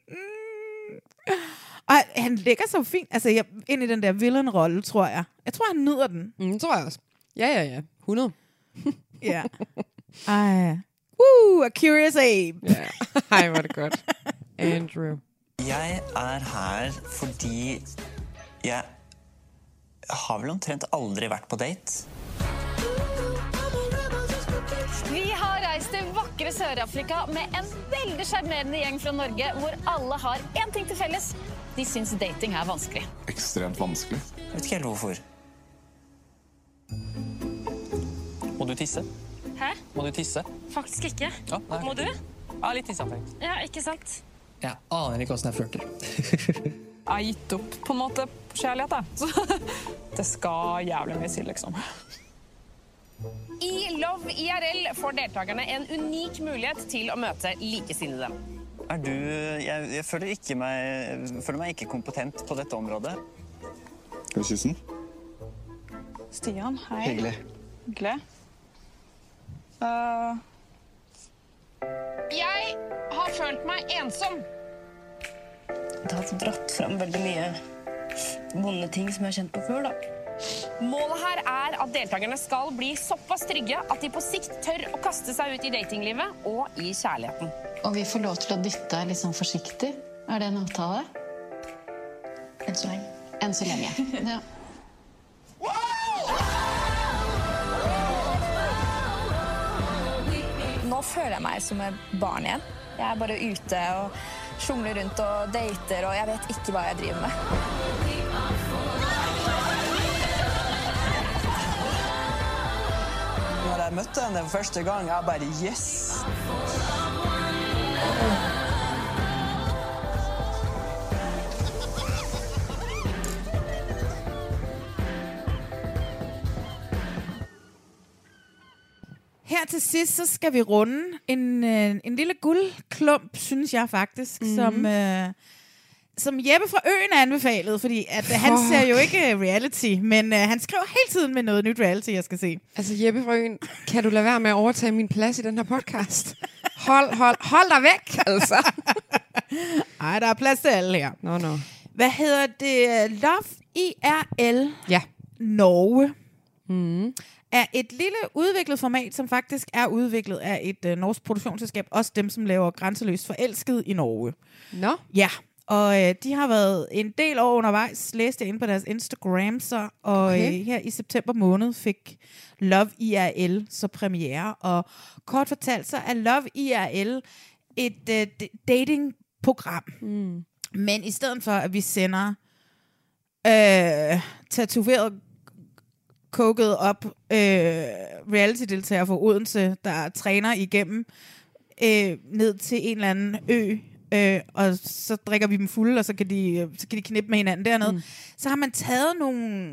Og han, han lægger sig jo fint altså, jeg, ind i den der villain-rolle, tror jeg. Jeg tror, han nyder den. Mm, det tror jeg også. Ja, ja, ja. hundrede. Ja. Ej. Woo, a curious ape. Ja. Ej, hvor er det godt. Andrew. Jeg er her fordi jeg har vel omtrent aldri vært på date. Vi har reist til vakre Sør-Afrika med en veldig charmerende gjeng fra Norge, hvor alle har én ting til felles. De syns dating er vanskelig. Ekstremt vanskelig. Jeg vet ikke helt hvorfor. Må du tisse? Hæ? Må du tisse? Faktisk ikke. Ja, nei. Må du? Ja, litt tisseanfekt. Ja, ikke sant? Jeg aner ikke hvordan jeg flørter. Jeg har gitt opp på en måte på kjærlighet, da. Så det skal jævlig mye til, liksom. I Love I R L får deltakerne en unik mulighet til å møte likesinnede. Er du... Jeg, jeg føler, ikke meg, jeg føler meg ikke kompetent på dette området. Skal vi kysse den? Stian, hei. Hyggelig. Hyggelig. Uh, Jeg har følt meg ensom. Det har dratt frem veldig mye vonde ting som jeg har kjent på før, da. Målet her er at deltakerne skal bli såpass trygge at de på sikt tør å kaste seg ut i datinglivet og i kjærligheten. Og vi får lov til å dytte litt sånn forsiktig. Er det en avtale? Enn så lenge. Enn så lenge. Ja. Nå føler jeg meg som et barn igjen. Jeg er bare ute og sjungler rundt og dater, og jeg vet ikke hva jeg driver med. Når jeg møtte henne første gang, jeg bare yes. Her til sidst, så skal vi runde en, øh, en lille guldklump, synes jeg faktisk, mm-hmm. som, øh, som Jeppe fra Øen anbefalede, fordi at, øh, han ser jo ikke reality, men øh, han skriver hele tiden med noget nyt reality, jeg skal se. Altså Jeppe fra Øen, kan du lade være med at overtage min plads i den her podcast? Hold, hold, hold dig væk, altså. Ej, der er plads til alle her. Nå, no, nå. No. Hvad hedder det? Love I R L ja. Norge. Mm. Er et lille udviklet format, som faktisk er udviklet af et øh, norsk produktionsselskab. Også dem, som laver Grænseløst Forelsket i Norge. Nå? Ja, og øh, de har været en del år undervejs, læste jeg inde på deres Instagram, så, og okay. øh, her i september måned fik Love I R L så premiere. Og kort fortalt, så er Love I R L et øh, datingprogram. Mm. Men i stedet for, at vi sender øh, tatoveret koket op øh, reality-deltager fra Odense, der træner igennem øh, ned til en eller anden ø, øh, og så drikker vi dem fulde, og så kan de, så kan de knippe med hinanden dernede. Mm. Så har man taget nogle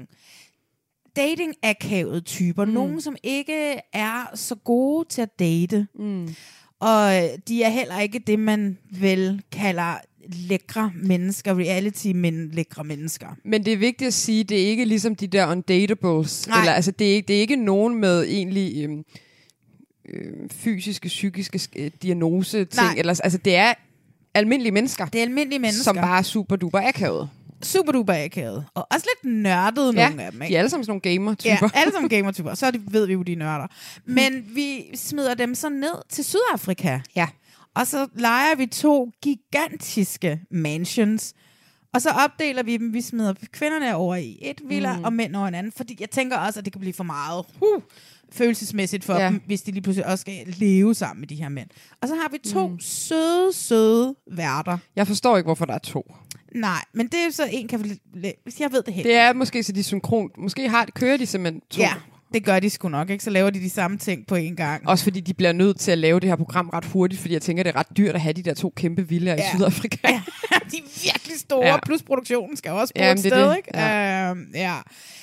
dating-akavede typer, mm. nogen, som ikke er så gode til at date. Mm. Og de er heller ikke det, man vel kalder lækre mennesker, reality, men lækre mennesker. Men det er vigtigt at sige, det er ikke ligesom de der undatables. Eller, altså, det, er ikke, det er ikke nogen med egentlig øhm, øhm, fysiske, psykiske øh, diagnose-ting. Eller, altså, det er almindelige mennesker. Det er almindelige mennesker. Som bare er super duper akavet. Super duper akavet. Og også lidt nørdede, ja, nogle af dem. Ikke? De er alle sammen sådan nogle gamer-typer. Ja, alle sammen gamer-typer. Så ved vi jo, de nørder. Men vi smider dem så ned til Sydafrika. Ja. Og så leger vi to gigantiske mansions. Og så opdeler vi dem. Vi smider kvinderne over i et villa, mm. og mænd over en anden. Fordi jeg tænker også, at det kan blive for meget uh, følelsesmæssigt for ja. dem, hvis de lige pludselig også skal leve sammen med de her mænd. Og så har vi to mm. søde, søde værter. Jeg forstår ikke, hvorfor der er to. Nej, men det er så en kan... Hvis jeg ved det helt. Det er måske så de synkron... Måske har, kører de simpelthen to. Ja. Det gør de sgu nok, ikke? Så laver de de samme ting på en gang. Også fordi de bliver nødt til at lave det her program ret hurtigt, fordi jeg tænker, det er ret dyrt at have de der to kæmpe villaer ja. i Sydafrika. Ja, de er virkelig store, ja. plus produktionen skal også på ja, et sted, det. ikke? Ja. Uh, ja.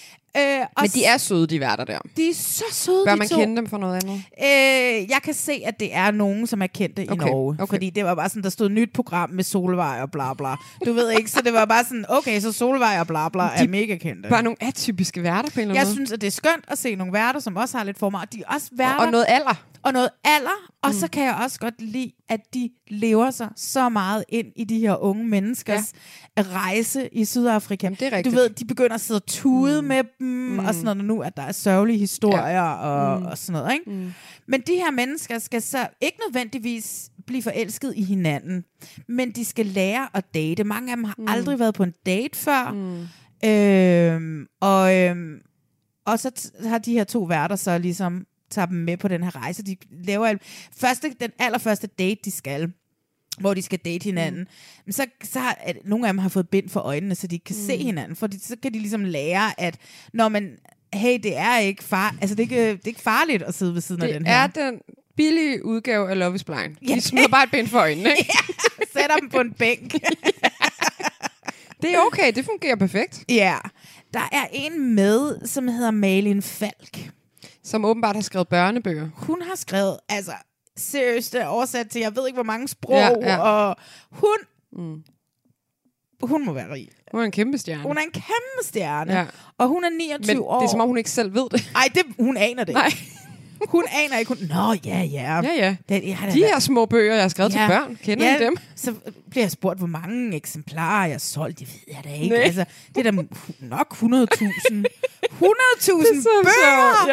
Uh, Men de er søde, de værter der. De er så søde, Bør de man to. kende dem for noget andet? Uh, jeg kan se, at det er nogen, som er kendte okay. i Norge. Okay. Fordi det var bare sådan, der stod nyt program med Solvej og bla bla. Du ved ikke, så det var bare sådan, okay, så Solvej og bla bla de er mega kendte. Bare nogle atypiske værter på en eller anden Jeg måde. synes, at det er skønt at se nogle værter, som også har lidt former. Og de er også værter. Og, og noget alder. Og noget alder. Og mm. så kan jeg også godt lide, at de lever sig så meget ind i de her unge menneskers ja. rejse i Sydafrika. Jamen, det er rigtigt. Du ved, de begynder at sidde og tude mm. med dem, mm. og sådan noget nu, at der er sørgelige historier ja. og, mm. og sådan noget. Ikke? Mm. Men de her mennesker skal så ikke nødvendigvis blive forelsket i hinanden, men de skal lære at date. Mange af dem har mm. aldrig været på en date før. Mm. Øhm, og, øhm, og så t- har de her to værter så ligesom tager dem med på den her rejse. De laver første, den allerførste date, de skal, hvor de skal date hinanden. Mm. Men så, så har at nogle af dem har fået bind for øjnene, så de kan mm. se hinanden. For så kan de ligesom lære, at når man, hey, det er ikke far, altså det er ikke, det er ikke farligt at sidde ved siden det af den her. Det er den billige udgave af Love is Blind. De ja. smider bare et bind for øjnene, ikke? Ja, sætter dem på en bænk. Det er okay, det fungerer perfekt. Ja. Der er en med, som hedder Malin Falk. Som åbenbart har skrevet børnebøger. Hun har skrevet, altså seriøst oversat til, jeg ved ikke hvor mange sprog, ja, ja. og hun, mm. hun må være rig. Hun er en kæmpe stjerne. Hun er en kæmpe stjerne, ja. og hun er niogtyve Men år. det er som om, hun ikke selv ved det. Nej, det, hun aner det Nej. Hun aner ikke. Hun, Nå, ja, ja. Ja, ja. Det, jeg De her små bøger, jeg har skrevet ja. til børn, kender ja, I dem? Så bliver jeg spurgt, hvor mange eksemplarer jeg har solgt. Det ved jeg da ikke. Altså, det er da nok hundrede tusind. hundrede tusind bøger! Ja.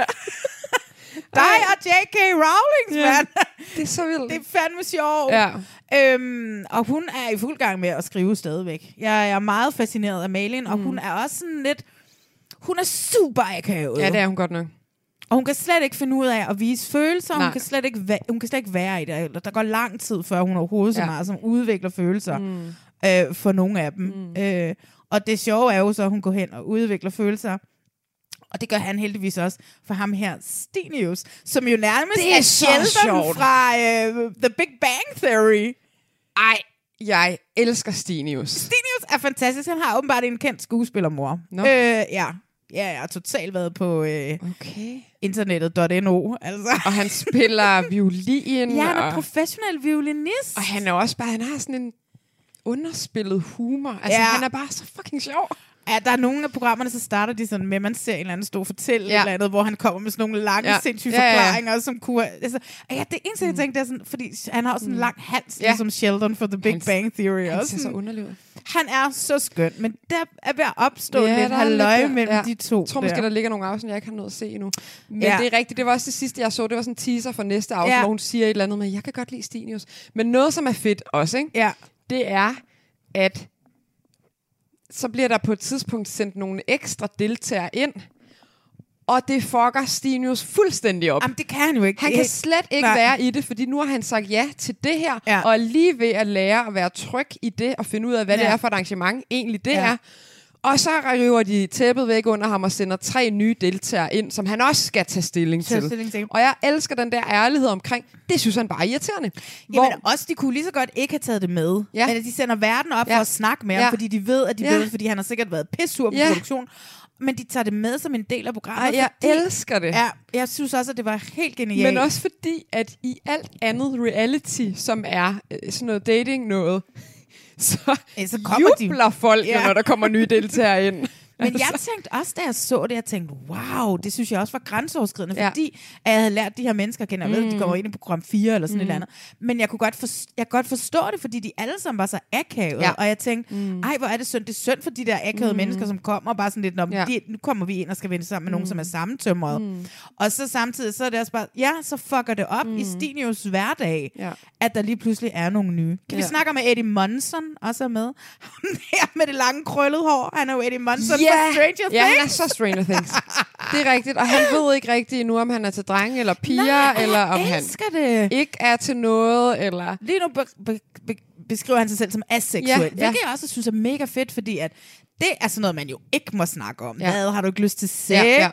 Dig og J K Rowling, ja. mand. Det er så vildt. Det er fandme sjovt. Ja. Øhm, og hun er i fuld gang med at skrive stadigvæk. Jeg er meget fascineret af Malin, og mm. hun er også sådan lidt... Hun er super akavet. Ja, det er hun godt nok. Og hun kan slet ikke finde ud af at vise følelser. Nej. Hun kan, slet ikke væ- hun kan slet ikke være i det. Der går lang tid, før hun overhovedet ja. så meget som udvikler følelser mm. øh, for nogle af dem. Mm. Øh, og det sjove er jo så, at hun går hen og udvikler følelser. Og det gør han heldigvis også for ham her, Stenius, som jo nærmest det er, er Sheldon fra uh, The Big Bang Theory. Ej, jeg elsker Stenius. Stenius er fantastisk. Han har åbenbart en kendt skuespillermor. No. Øh, ja. Ja, jeg har totalt været på øh, okay. internettet punktum no. Altså. Og han spiller violin. Ja, han er og... professionel violinist. Og han er også bare, han har sådan en underspillet humor. Altså, ja. han er bare så fucking sjov. Ja, der er nogle af programmerne, så starter de sådan med, at man ser en eller anden stor fortælle, ja. eller andet, hvor han kommer med sådan nogle lange, ja. sindssyge ja, ja, ja. forklaringer, som kunne... Altså, ja, det eneste, jeg tænkte, det er sådan, fordi han har også sådan en lang hals, ja. ligesom Sheldon for The Big han, Bang Theory. Han også. ser så underlig ud. Han er så skøn, men der er ved at opstå ja, lidt halløj mellem ja. de to. Jeg tror måske, der. der ligger nogle afsnit, jeg ikke har nået at se endnu. Men ja. det er rigtigt, det var også det sidste, jeg så. Det var sådan en teaser for næste afsnit, ja. hvor hun siger et eller andet med, jeg kan godt lide Stenius. Men noget, som er fedt også, ikke? Ja. Det er, at så bliver der på et tidspunkt sendt nogle ekstra deltagere ind, og det fucker Stenius fuldstændig op. Jamen, det kan han jo ikke. Han kan slet ikke Nej. være i det, fordi nu har han sagt ja til det her, ja. og er lige ved at lære at være tryg i det, og finde ud af, hvad ja. det er for et arrangement, egentlig det ja. er. Og så river de tæppet væk under ham og sender tre nye deltagere ind, som han også skal tage stilling til. Stilling til. Og jeg elsker den der ærlighed omkring, det synes han bare er irriterende. Jamen hvor... også, de kunne lige så godt ikke have taget det med. Ja. Men de sender verden op ja. for at snakke med ja. ham, fordi de ved, at de ja. ved, fordi han har sikkert været pissur på ja. produktion. Men de tager det med som en del af programmet. Ej, jeg fordi, elsker det. Ja, jeg synes også, at det var helt genialt. Men også fordi, at i alt andet reality, som er øh, sådan noget dating noget, så, ja, så jubler de. folk, ja. jo, når der kommer nye deltagere ind. Men jeg tænkte også, da jeg så det, jeg tænkte, wow, det synes jeg også var grænseoverskridende, ja. fordi jeg havde lært de her mennesker at kende. Jeg ved, mm. de kommer ind i program fire eller sådan mm. et eller andet. Men jeg kunne godt, for, jeg kunne godt forstå det, fordi de alle sammen var så akavet. Ja. Og jeg tænkte, mm. ej, hvor er det synd. Det er synd for de der akavede mm. mennesker, som kommer og bare sådan lidt, ja. de, nu kommer vi ind og skal vende sammen med mm. nogen, som er sammentømret. Mm. Og så samtidig, så er det også bare, ja, så fucker det op mm. i Stenius hverdag, ja. at der lige pludselig er nogle nye. Kan ja. vi snakke om, at Eddie Munson også er med? Her med det lange krøllede hår. Han er jo Eddie Munson. Yeah. Stranger Things. Ja, han er så Stranger Things. Det er rigtigt, og han ved ikke rigtigt endnu, om han er til drenge eller piger, Nej, eller om han det. ikke er til noget, eller... Lige nu be- be- be- beskriver han sig selv som aseksuel, ja, ja. hvilket jeg også synes er mega fedt, fordi at det er sådan noget, man jo ikke må snakke om. Ja. Hvad? Har du ikke lyst til sex? Ja, ja.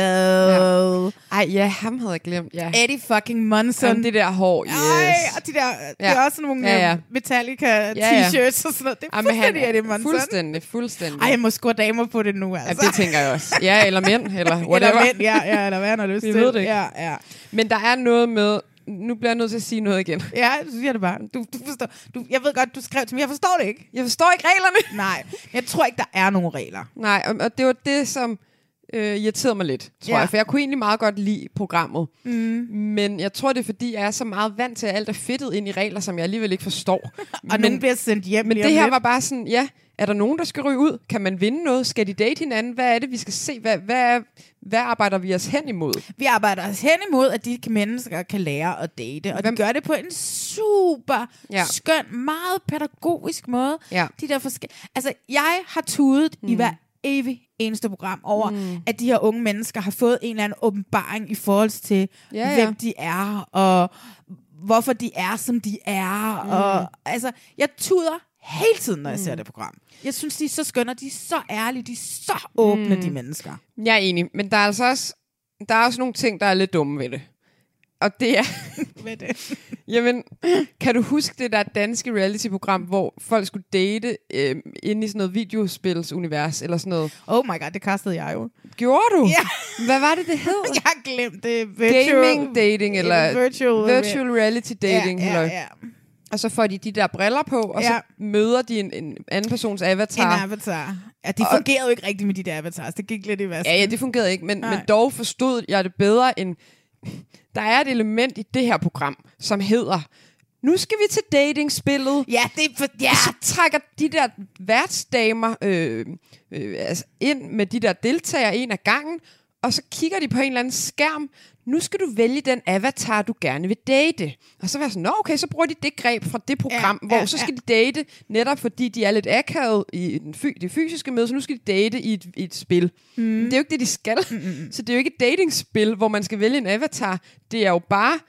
Hvad? Ja. Ej, ja, ham havde jeg glemt, ja. Eddie fucking Munson. Jamen, det der hår, yes. Ej, og de der, ja. det er også nogle ja, ja. Metallica ja, ja. t-shirts og sådan noget. Det er fuldstændig Eddie Munson. Fuldstændig, fuldstændig. Ej, jeg må score damer på det nu, altså. Ja, det tænker jeg også. Ja, eller mænd, eller whatever. Eller mænd, ja, ja, eller hvad han har lyst Vi til. ved det ikke. Ja, ja. Men der er noget med... Nu bliver jeg nødt til at sige noget igen. Ja, du siger det bare. Du, du forstår, du, jeg ved godt, du skrev til mig. Jeg forstår det ikke. Jeg forstår ikke reglerne. Nej, jeg tror ikke, der er nogen regler. Nej, og, og det var det, som øh, irriterede mig lidt, tror ja. jeg. For jeg kunne egentlig meget godt lide programmet. Mm. Men jeg tror, det er fordi, jeg er så meget vant til, at alt er fedtet ind i regler, som jeg alligevel ikke forstår. og men, nogen bliver sendt hjem. Men det her lidt. var bare sådan, ja... Er der nogen, der skal ryge ud? Kan man vinde noget? Skal de date hinanden? Hvad er det, vi skal se? Hvad, hvad, er, hvad arbejder vi os hen imod? Vi arbejder os hen imod, at de mennesker kan lære at date. Og Hvem? de gør det på en super ja. skøn, meget pædagogisk måde. Ja. De der forske- altså, jeg har tudet mm. i hver evig eneste program over, mm. at de her unge mennesker har fået en eller anden åbenbaring i forhold til, ja, hvem ja. de er, og hvorfor de er, som de er. Mm. Og, altså, jeg tuder hele tiden, når jeg mm. ser det program. Jeg synes, de er så skønne, de er så ærlige, de er så åbne, mm. de mennesker. Jeg er enig, men der er altså også, der er også nogle ting, der er lidt dumme ved det. Og det er... Hvad det? Jamen, kan du huske det der danske reality-program, hvor folk skulle date øh, inde i sådan noget videospilsunivers, eller sådan noget? Oh my god, det kastede jeg jo. Gjorde du? Ja. Hvad var det, det hed? Jeg har glemt det. Virtual, Gaming dating, eller virtual, virtual reality dating. Ja, ja, eller, ja. Og så får de de der briller på, og ja. så møder de en, en anden persons avatar. En avatar. Ja, det fungerede jo ikke rigtigt med de der avatars. Det gik lidt i vasken. Ja, ja, det fungerede ikke, men, men dog forstod jeg det bedre end... Der er et element i det her program, som hedder... Nu skal vi til datingspillet. Ja, det er for, ja. Og så trækker de der værtsdamer øh, øh, altså ind med de der deltagere en af gangen, og så kigger de på en eller anden skærm. Nu skal du vælge den avatar, du gerne vil date. Og så var jeg sådan, nå okay, så bruger de det greb fra det program, ja, hvor ja, så skal ja. de date, netop fordi de er lidt akavet i den fy- det fysiske møde, så nu skal de date i et, i et spil. Mm. Men det er jo ikke det, de skal. Mm-mm. Så det er jo ikke et datingspil, hvor man skal vælge en avatar. Det er jo bare...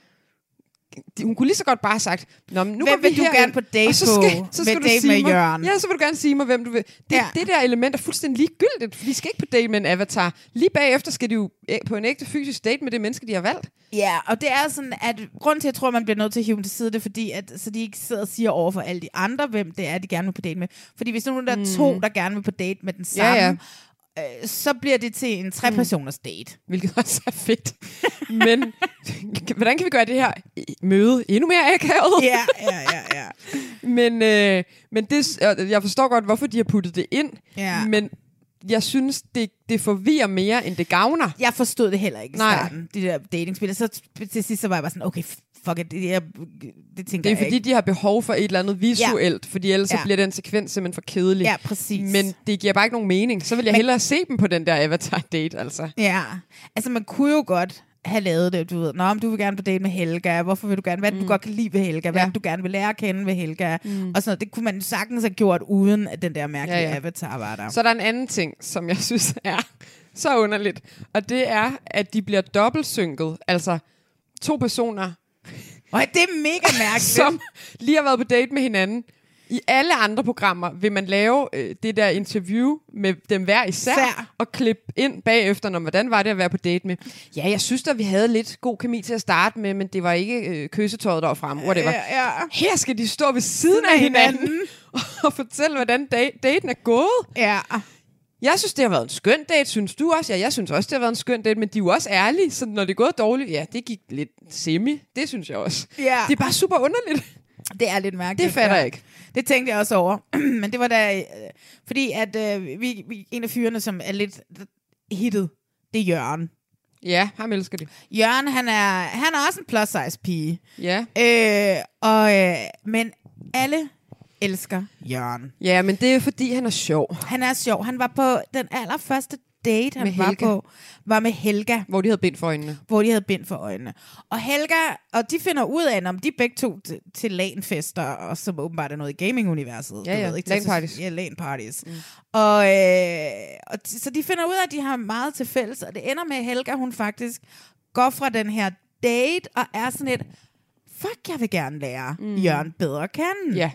Hun kunne lige så godt bare have sagt, nå, men nu hvem går vi vil du herind, gerne på date og så skal, på, så skal med du date sige med mig, Jørgen? ja, så vil du gerne sige mig, hvem du vil. Det, ja. det der element er fuldstændig ligegyldigt, for de skal ikke på date med en avatar. Lige bagefter skal de jo på en ægte fysisk date med det menneske, de har valgt. Ja, og det er sådan, at grunden til, at jeg tror, at man bliver nødt til at hive dem til side, det er fordi, at, så de ikke sidder og siger over for alle de andre, hvem det er, de gerne vil på date med. Fordi hvis nu der er mm. to, der gerne vil på date med den samme, ja, ja. Øh, så bliver det til en tre-personers date. Hvilket også er fedt. Men hvordan kan vi gøre det her møde endnu mere akavet? Ja, ja, ja, ja. men øh, men det, jeg forstår godt, hvorfor de har puttet det ind. Ja. Men jeg synes, det, det forvirrer mere, end det gavner. Jeg forstod det heller ikke i starten, de der datingspil. Så til sidst så var jeg bare sådan, okay, fuck it, det, jeg, det tænker Det er jeg fordi, ikke. de har behov for et eller andet visuelt, ja. fordi ellers ja. så bliver den sekvens simpelthen for kedelig. Ja, præcis. Men det giver bare ikke nogen mening. Så vil jeg Men... hellere se dem på den der avatar-date, altså. Ja, altså man kunne jo godt have lavet det, du ved. Nå, om du vil gerne på date med Helga, hvorfor vil du gerne, hvad mm. du godt kan lide ved Helga, hvad ja. du gerne vil lære at kende ved Helga, mm. og sådan noget. Det kunne man sagtens have gjort, uden at den der mærkelige ja, ja. avatar var der. Så er der en anden ting, som jeg synes er så underligt, og det er, at de bliver dobbeltsynket. Altså, to personer... Og det er mega mærkeligt. Som lige har været på date med hinanden. I alle andre programmer vil man lave øh, det der interview med dem hver især, Sær. og klippe ind bagefter, når hvordan var det at være på date med. Ja, jeg synes da, vi havde lidt god kemi til at starte med, men det var ikke øh, kyssetøjet, der var fremme. Whatever. Ja, ja. Her skal de stå ved siden af hinanden, hinanden. og fortælle, hvordan da- daten er gået. Ja. Jeg synes, det har været en skøn date. Synes du også? Ja, jeg synes også, det har været en skøn date, men de er jo også ærlige, så når det er gået dårligt, ja, det gik lidt semi. Det synes jeg også. Ja. Det er bare super underligt. Det er lidt mærkeligt. Det fatter ja. jeg ikke. Det tænkte jeg også over. Men det var da... Øh, fordi at øh, vi, vi, en af fyrene, som er lidt hittet, det er Jørgen. Ja, ham elsker det. Jørgen, han er, han er også en plus-size pige. Ja. Øh, og, øh, men alle elsker Jørgen. Ja, men det er fordi, han er sjov. Han er sjov. Han var på den allerførste date, han med var Helga. på, var med Helga. Hvor de havde bind for øjnene. Hvor de havde bind for øjnene. Og Helga, og de finder ud af, om de begge to t- til LAN-fester, og som åbenbart er noget i gaming-universet. Ja, ja. LAN-parties. Ja, LAN-parties. Mm. Og, øh, og t- så de finder ud af, at de har meget til fælles, og det ender med, at Helga, hun faktisk går fra den her date, og er sådan et, fuck, jeg vil gerne lære mm. Jørgen bedre at kende. Ja.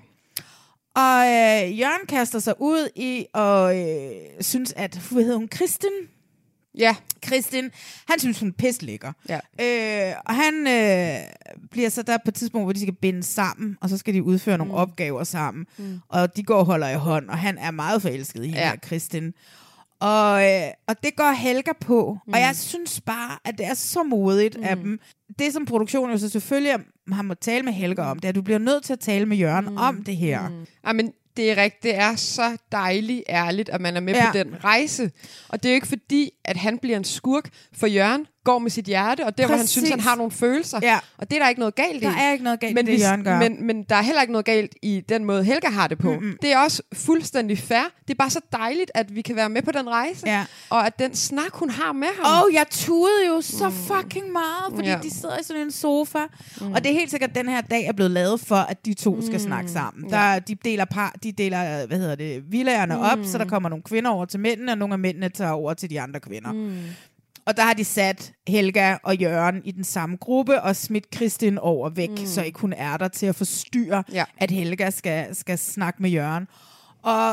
Og øh, Jørgen kaster sig ud i og øh, synes, at, hvad hedder hun, Kristin? Ja. Kristin, han synes, hun er pisselækker. Ja. Øh, og han øh, bliver så der på et tidspunkt, hvor de skal binde sammen, og så skal de udføre nogle Mm. opgaver sammen. Mm. Og de går og holder i hånd, og han er meget forelsket i hende Ja. her, Kristin. Og, øh, og det går Helga på. Mm. Og jeg synes bare, at det er så modigt mm. af dem. Det, som produktionen jo så selvfølgelig har måttet tale med Helga om, det er, at du bliver nødt til at tale med Jørgen mm. om det her. Mm. Ja, men det er rigtigt. Det er så dejligt ærligt, at man er med Ja. på den rejse. Og det er jo ikke fordi, at han bliver en skurk, for Jørgen går med sit hjerte, og der, hvor han synes, han har nogle følelser. Ja. Og det er der ikke noget galt i. Der er ikke noget galt men i det, hvis, Jørgen gør. Men, men der er heller ikke noget galt i den måde, Helga har det på. Mm-mm. Det er også fuldstændig fair. Det er bare så dejligt, at vi kan være med på den rejse. Ja. Og at den snak, hun har med ham. Og jeg tudede jo så fucking meget, fordi Ja. de sidder i sådan en sofa. Mm. Og det er helt sikkert, at den her dag er blevet lavet for, at de to skal Mm. snakke sammen. Ja. Der, de deler, par, de deler hvad hedder det, villagerne Mm. op, så der kommer nogle kvinder over til mændene, og nogle af mændene tager over til de andre kvinder. Mm. Og der har de sat Helga og Jørgen i den samme gruppe, og smidt Kristin over væk, Mm. så ikke hun er der til at forstyrre, Ja. at Helga skal, skal snakke med Jørgen. Og,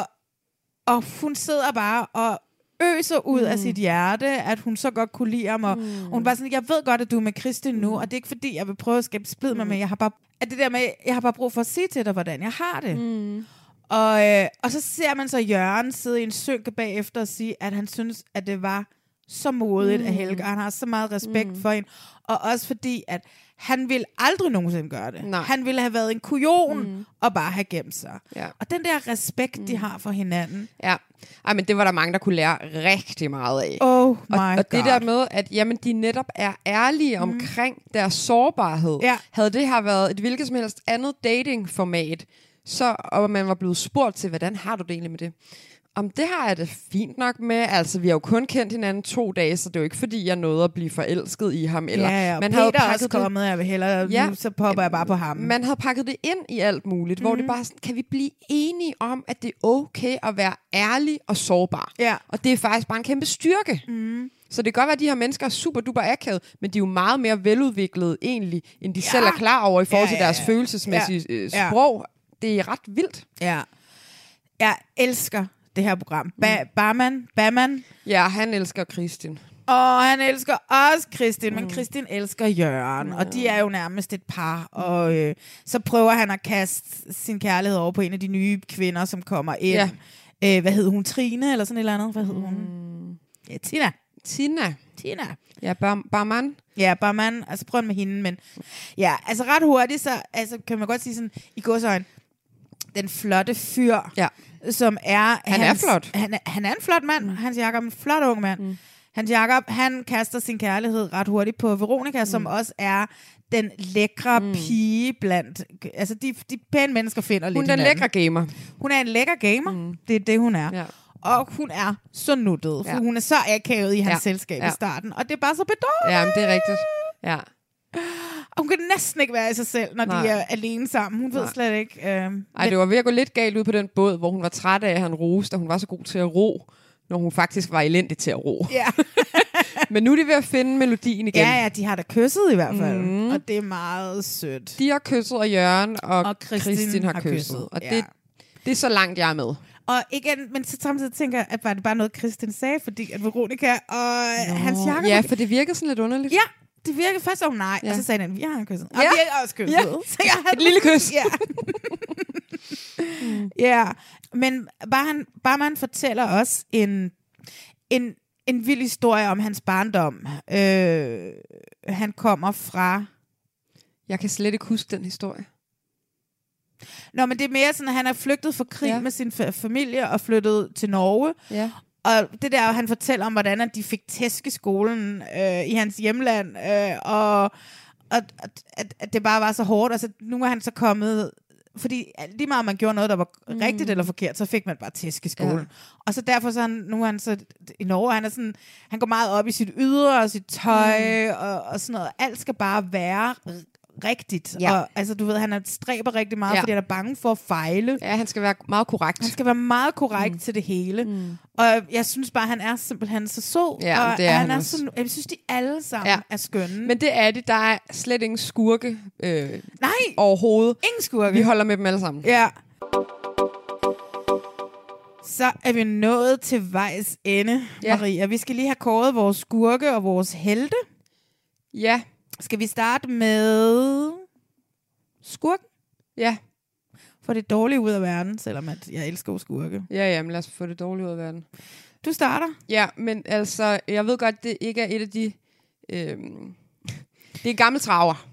og hun sidder bare og øser ud mm. af sit hjerte, at hun så godt kunne lide ham, og, mm. og hun var sådan, jeg ved godt, at du er med Kristin nu, og det er ikke fordi, jeg vil prøve at skabe splid med, mm. men jeg har bare, at det der med, jeg har bare brug for at sige til dig, hvordan jeg har det. Mm. Og, øh, og så ser man så Jørgen sidde i en synke bagefter og sige, at han synes, at det var så modigt Mm. af Helga. Han har så meget respekt Mm. for hende. Og også fordi, at han ville aldrig nogensinde gøre det. Nej. Han ville have været en kujon Mm. og bare have gemt sig. Ja. Og den der respekt, mm. de har for hinanden. Ja, Ej, men det var der mange, der kunne lære rigtig meget af. Oh my og, og det God. der med, at jamen, de netop er ærlige mm. omkring deres sårbarhed. Ja. Havde det her været et hvilket som helst andet datingformat, så, og man var blevet spurgt til, hvordan har du det egentlig med det? Om det har jeg det fint nok med. Altså, vi har jo kun kendt hinanden to dage, så det er jo ikke, fordi jeg nåede at blive forelsket i ham. Eller, Ja, ja, man Peter havde er også kommet, jeg vil hellere, Ja. nu så popper jeg bare på ham. Man havde pakket det ind i alt muligt, mm. hvor det bare sådan, kan vi blive enige om, at det er okay at være ærlig og sårbar? Ja. Og det er faktisk bare en kæmpe styrke. Mm. Så det kan godt være, at de her mennesker er super duper akavet, men de er jo meget mere veludviklede egentlig, end de Ja. selv er klar over i forhold Ja, til ja, deres ja. følelsesmæssige Ja. øh, Ja. sprog. Det er ret vildt. Ja. Jeg elsker det her program. Ba- Barman, Barman. Ja, han elsker Kristin. Og han elsker også Kristin, mm. men Kristin elsker Jørgen, mm. og de er jo nærmest et par. Og øh, så prøver han at kaste sin kærlighed over på en af de nye kvinder, som kommer ind. Ja. Øh, hvad hed hun? Trine eller sådan et eller andet? Hvad hed mm. hun? Ja, Tina. Tina. Tina. Ja, bar- Barman. Ja, Barman. Altså prøv med hende, men ja, altså ret hurtigt, så altså, kan man godt sige sådan, i godsøjne, den flotte fyr, ja. som er... Han hans, er flot. Han er, han er en flot mand. Mm. Hans Jakob er en flot ung mand. Mm. Hans Jakob, han kaster sin kærlighed ret hurtigt på Veronica, mm. som også er den lækre mm. pige blandt... Altså, de, de pæne mennesker finder Hun lidt er den hinanden. lækre gamer. Hun er en lækker gamer. Mm. Det er det, hun er. Ja. Og hun er så nuttet, for Ja. hun er så akavet i hans Ja. selskab Ja. i starten. Og det er bare så bedårligt. Ja, men det er rigtigt. Ja. Og hun kan næsten ikke være i sig selv, når Nej. de er alene sammen. Hun ved Nej. slet ikke... Øh, Ej, det var ved at gå lidt galt ud på den båd, hvor hun var træt af, at han roste, og hun var så god til at ro, når hun faktisk var elendig til at ro. Ja. Men nu er de ved at finde melodien igen. Ja, ja, de har da kysset i hvert fald. Mm. Og det er meget sødt. De har kysset, og Jørgen og, Og Kristin Kristin har har kysset. kysset. Og Ja. det, det er så langt, jeg er med. Og igen, men så samtidig tænker jeg, at var det bare noget, Kristin sagde, fordi at Veronica og Nå, hans Jakob... Ja, for det virkede sådan lidt underligt. Ja, det virkede først som nej, Ja. og så sagde han, vi har en kysset. Og Ja. vi har også kysset. Ja. Så jeg havde, Et lille kys. Ja. Ja, men bare, han, bare man fortæller os en, en, en vild historie om hans barndom. Øh, han kommer fra... Jeg kan slet ikke huske den historie. Nå, men det er mere sådan, at han er flygtet fra krig Ja. ja. med sin fa- familie og flyttet til Norge. Ja. Og det der, han fortæller om, hvordan at de fik tæsk i skolen øh, i hans hjemland, øh, og, og at, at det bare var så hårdt. Altså, nu er han så kommet... Fordi lige meget, man gjorde noget, der var mm. rigtigt eller forkert, så fik man bare tæsk i skolen. Ja. Og så derfor så er han, nu er han så i Norge, han er sådan, han går meget op i sit ydre og sit tøj mm. og, og sådan noget. Alt skal bare være rigtigt. Ja. Og altså, du ved, han er stræber rigtig meget, Ja. fordi han er bange for at fejle. Ja, han skal være meget korrekt. Han skal være meget korrekt mm. til det hele. Mm. Og jeg synes bare, han er simpelthen så sød. Ja, og det er han er også. så, jeg synes, de alle sammen Ja. ja. er skønne. Men det er det. Der er slet ingen skurke øh, Nej, overhovedet. ingen skurke. Vi holder med dem alle sammen. Ja. Så er vi nået til vejs ende, Ja. Maria. Vi skal lige have kåret vores skurke og vores helte. Ja. Skal vi starte med skurken? Ja. For det dårlige ud af verden, selvom at jeg elsker skurke. Ja, ja, men lad os få det dårligt ud af verden. Du starter. Ja, men altså, jeg ved godt, det ikke er et af de... Øhm, det er en gammel traver.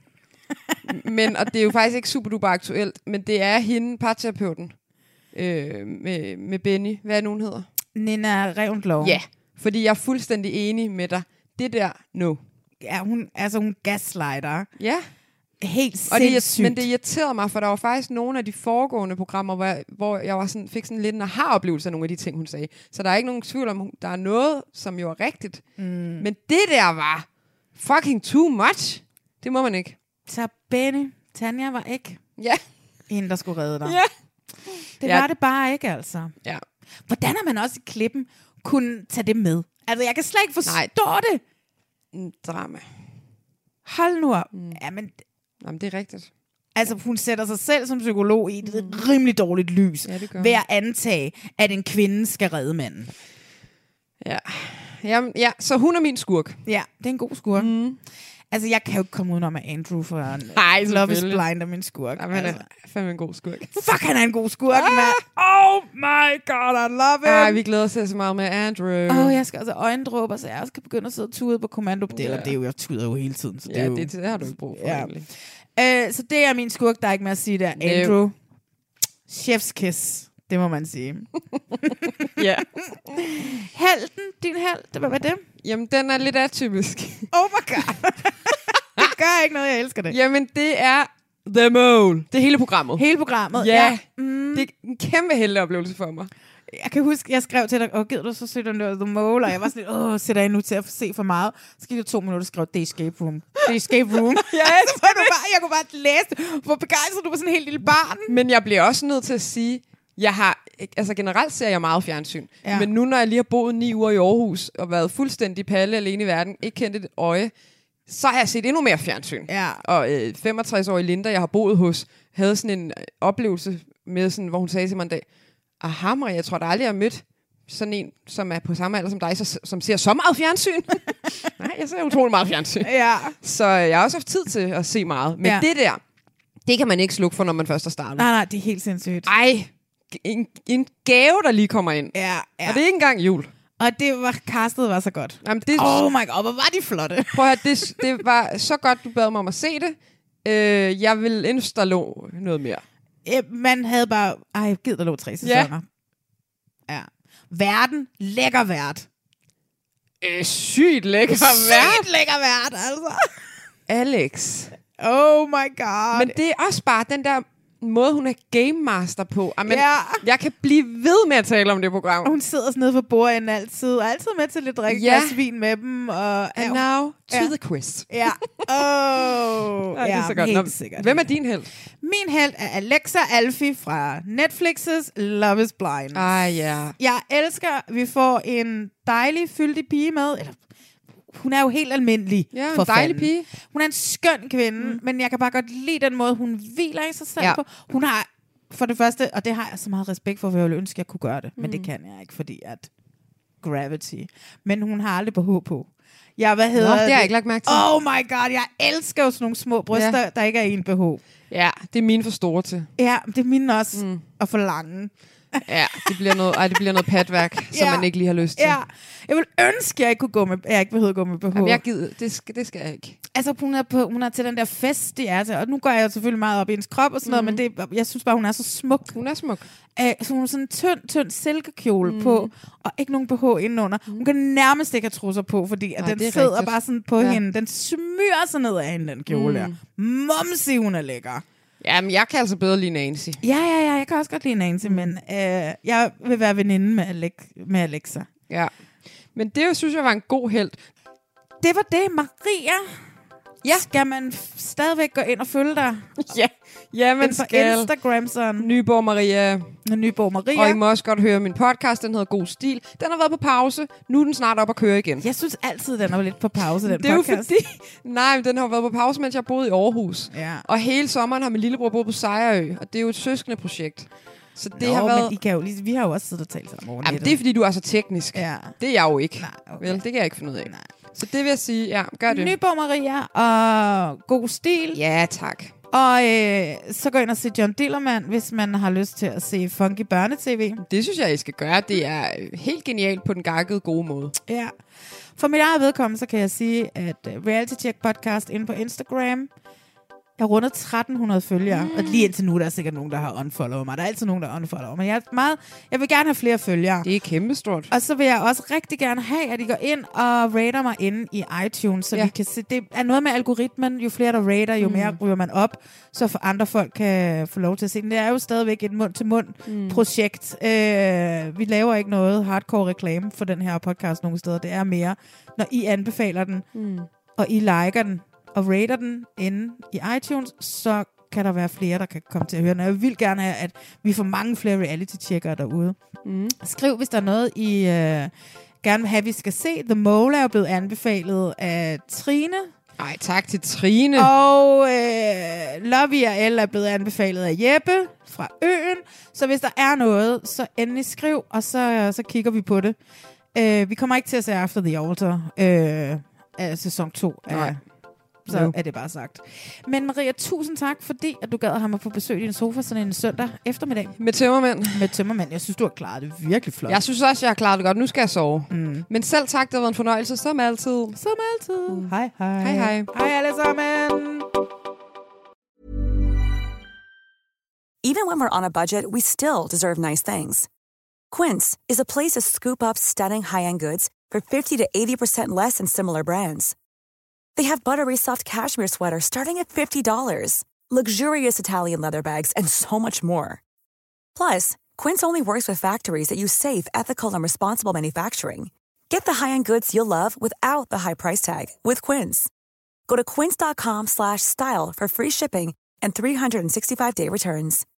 men, og det er jo faktisk ikke super duper aktuelt, men det er hende, parterapeuten, øh, med, med Benny. Hvad er det, hun hedder? Nina Revendlov. Ja, fordi jeg er fuldstændig enig med dig. Det der, no. Ja, hun, altså hun gaslighter. Ja. Helt Og det, sindssygt. men det irriterede mig, for der var faktisk nogle af de foregående programmer, hvor jeg, hvor jeg var sådan, fik sådan lidt en aha-oplevelse af nogle af de ting, hun sagde. Så der er ikke nogen tvivl om, der er noget, som jo er rigtigt. Mm. Men det der var fucking too much. Det må man ikke. Så Benny, Tanja var ikke ja. hende, der skulle redde dig. Ja. Det Ja. var det bare ikke, altså. Ja. Hvordan har man også i klippen kunne tage det med? Altså, jeg kan slet ikke forstå Nej. det. En drama. Hold nu op. Mm. Jamen, Jamen, det er rigtigt. altså, hun sætter sig selv som psykolog i et mm. rimelig dårligt lys. Ja, det gør ved at antage, at en kvinde skal redde manden. Ja. Jamen, ja, så hun er min skurk. Ja, det er en god skurk. Mm. Altså, jeg kan jo ikke komme udenom, at Andrew fra Nej, Love is selvfølgelig. Blind er min skurk. Jamen, han altså. er fandme en god skurk. Fuck, han er en god skurk, ah! mand. Oh my god, I love him. Ej, vi glæder os til så meget med Andrew. Åh, oh, jeg skal altså øjendråber, så jeg skal begynde at sidde og tude på kommando. Det, Ja. eller, det er jo, jeg tuder jo hele tiden. Så det Ja, er jo, det, det har du ikke brug for, Ja. egentlig. Øh, så det er min skurk, der er ikke mere at sige der. No. Andrew. Chef's kiss. Det må man sige. Ja. Helten, din held, hvad var det? Jamen, den er lidt atypisk. Oh my god. Det gør ikke noget, jeg elsker det. Jamen, det er The Mole. Det er hele programmet. Hele programmet, Ja. ja. Mm. Det er en kæmpe helteoplevelse for mig. Jeg kan huske, jeg skrev til dig, åh, gider du så se den der The Mole? Og jeg var sådan lidt, åh, sætter jeg nu til at se for meget? Så gik det to minutter, og skrev, det er Escape Room. Det er Escape Room. Ja, så var du bare, jeg kunne bare læse det. Hvor begejstret du var sådan en helt lille barn. Men jeg bliver også nødt til at sige, jeg har, altså generelt ser jeg meget fjernsyn. Ja. Men nu, når jeg lige har boet ni uger i Aarhus, og været fuldstændig palle alene i verden, ikke kendt et øje, så har jeg set endnu mere fjernsyn. Ja. Og øh, femogtres-årige Linda, jeg har boet hos, havde sådan en øh, oplevelse med, sådan, hvor hun sagde til mig en dag, aha, Maria, jeg tror da aldrig, jeg har mødt sådan en, som er på samme alder som dig, så, som ser så meget fjernsyn. Nej, jeg ser utrolig meget fjernsyn. Ja. Så jeg har også haft tid til at se meget. Men Ja. det der, det kan man ikke slukke for, når man først har startet. Nej, nej, det er helt sindssygt. Ej, en, en gave, der lige kommer ind. Ja, ja. Og det er ikke engang jul. Og det var, castet var så godt. Jamen, det, Oh my god, hvor var de flotte. Prøv at høre, det, det var så godt, du bad mig om at se det. Øh, jeg vil installere noget mere. Ja, man havde bare, ej, jeg gider, der lå tre sæsoner. Ja. ja. Verden, lækker vært. Øh, sygt lækker vært. Sygt lækker vært, altså. Alex. Oh my god. Men det er også bare den der måde, hun er game master på. Amen, Ja. Jeg kan blive ved med at tale om det program. Hun sidder sådan nede for bordenden altid, og altid med til lidt drikke Ja. glas vin med dem. Og, And now to Ja. the quiz. Ja. Oh. Ja, det er så godt. helt Nå, sikkert. Hvem er din held? Min held er Alexa Alfie fra Netflix's Love is Blind. Ah, ja. Jeg elsker, at vi får en dejlig, fyldig pige med. Eller, hun er jo helt almindelig. Ja, en for dejlig fanden. pige. Hun er en skøn kvinde, mm. men jeg kan bare godt lide den måde, hun hviler i sig selv Ja. på. Hun har, for det første, og det har jeg så meget respekt for, for jeg ville ønske, at jeg kunne gøre det, mm. men det Mm. kan jeg ikke, fordi at gravity. Men hun har aldrig behov på. Ja, hvad hedder Nå, det har jeg ikke lagt mærke til. Oh my god, jeg elsker jo sådan nogle små bryster, Ja. ja. der ikke er i en behov. Ja, det er mine for store til. Ja, det er mine også. Mm. Og for lange. Ja, det bliver noget, ej, det bliver noget patværk, som Ja. man ikke lige har lyst til. Ja, jeg vil ønske, at jeg ikke kunne gå med, jeg ikke behøvede at gå med behov. Jamen, jeg gider, det, skal, det skal jeg ikke. Altså, hun er, på, hun er til den der fest, de er til. Og nu går jeg jo selvfølgelig meget op i hendes krop og sådan noget, Mhm. men det, jeg synes bare, hun er så smuk. Hun er smuk. Æh, så hun har sådan en tynd, tynd silkekjole Mhm. på, og ikke nogen B H indenunder. Hun kan nærmest ikke have trusser på, fordi at Nej, den det er sidder rigtigt. bare sådan på Ja. hende. Den smyrer sig ned af hende, den kjole Mm. der. Momsi, hun er lækker. Jamen, jeg kan altså bedre lide Nancy. Ja, ja, ja, jeg kan også godt lide Nancy, mm. men øh, jeg vil være veninde med, Alex- med Alexa. Ja. Men det jo, synes jeg var en god held. Det var det, Maria. Ja. Skal man f- stadigvæk gå ind og følge dig? Ja, ja man Ind på skal. Instagram sådan. Nyborg Maria. Nyborg Maria. Og I må også godt høre min podcast, den hedder God Stil. Den har været på pause. Nu er den snart op at køre igen. Jeg synes altid, den er lidt på pause, den det er podcast. jo fordi... Nej, men den har været på pause, mens jeg boede i Aarhus. Ja. Og hele sommeren har min lillebror boet på Sejrø. Og det er jo et søskende projekt. Så det Nå, har været... men I kan jo lige, vi har jo også siddet og talt sammen over Jamen, nettet. det er fordi, du er så teknisk. Ja. Det er jeg jo ikke. Nej, okay. Vel, det kan jeg ikke finde ud af. Nej. Så det vil jeg sige, ja, gør det. Nyborg Maria og God Stil. Ja, tak. Og øh, så gå ind og se John Dillermand, hvis man har lyst til at se funky børnetv. Det synes jeg, I skal gøre. Det er helt genialt på den gakkede gode måde. Ja. For mit eget vedkommende, så kan jeg sige, at uh, Reality Check podcast inde på Instagram, jeg har rundet tretten hundrede følgere, mm. og lige indtil nu, der er sikkert nogen, der har unfollowet mig. Der er altid nogen, der unfollower mig. Jeg, er meget, jeg vil gerne have flere følgere. Det er kæmpestort. Og så vil jeg også rigtig gerne have, at I går ind og rater mig inde i iTunes, så Ja. vi kan se, det er noget med algoritmen. Jo flere, der rater, jo Mm. mere ryger man op, så for andre folk kan få lov til at se den. Det er jo stadigvæk et mund-til-mund-projekt. Mm. Øh, vi laver ikke noget hardcore reklame for den her podcast nogen steder. Det er mere, når I anbefaler den, Mm. og I liker den, og rater den inde i iTunes, så kan der være flere, der kan komme til at høre den. Jeg vil gerne have, at vi får mange flere reality-checkere derude. Mm. Skriv, hvis der er noget, I øh, gerne vil have, vi skal se. The Mole er jo blevet anbefalet af Trine. Ej, tak til Trine. Og øh, Lovey og Elle er blevet anbefalet af Jeppe fra Øen. Så hvis der er noget, så endelig skriv, og så, så kigger vi på det. Øh, vi kommer ikke til at se After the Altar øh, af sæson to. Nej. Så No. er det bare sagt. Men Maria, tusind tak, fordi at du gad at have mig på besøg i din sofa sådan en søndag eftermiddag. Med tømmermænd. Med tømmermænd. Jeg synes, du har klaret det virkelig flot. Jeg synes også, jeg har klaret det godt. Nu skal jeg sove. Mm. Men selv tak, det har været en fornøjelse, som altid. Som altid. Mm. Hej, hej. Hej, hej. Hej alle sammen. Even when we're on a budget, we still deserve nice things. Quince is a place to scoop up stunning high-end goods for fifty to eighty percent less than similar brands. They have buttery soft cashmere sweaters starting at fifty dollars, luxurious Italian leather bags, and so much more. Plus, Quince only works with factories that use safe, ethical, and responsible manufacturing. Get the high-end goods you'll love without the high price tag with Quince. Go to quince.com slash style for free shipping and three sixty-five day returns.